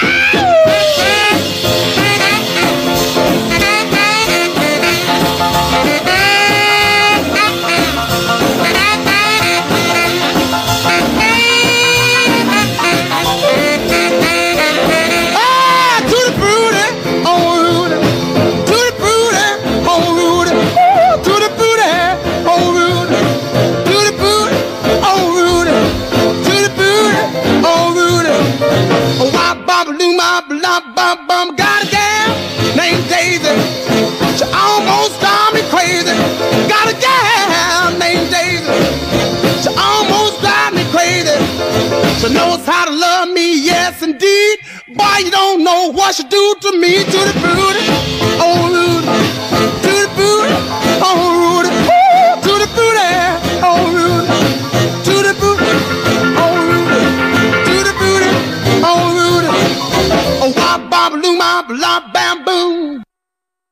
Ah, to the booty, oh Rudy. To the booty, oh Rudy. Ooh, to the booty, oh Rudy. To the booty, oh Rudy. To the booty, oh Rudy. Oh, wop, bop, doo, bop, bop, bop, bop. Got a gal named Daisy. She almost drive me crazy. Got a gal named Daisy. She almost drive me crazy. She knows how to love me, yes indeed. Boy, you don't know what she do to me. To the booty, oh Rudy. To the booty, oh Rudy. Ooh, to the booty, oh Rudy. To the booty, oh Rudy. To the booty, oh Rudy. Oh, wop, bop, loom, bop, lop, bam, boom.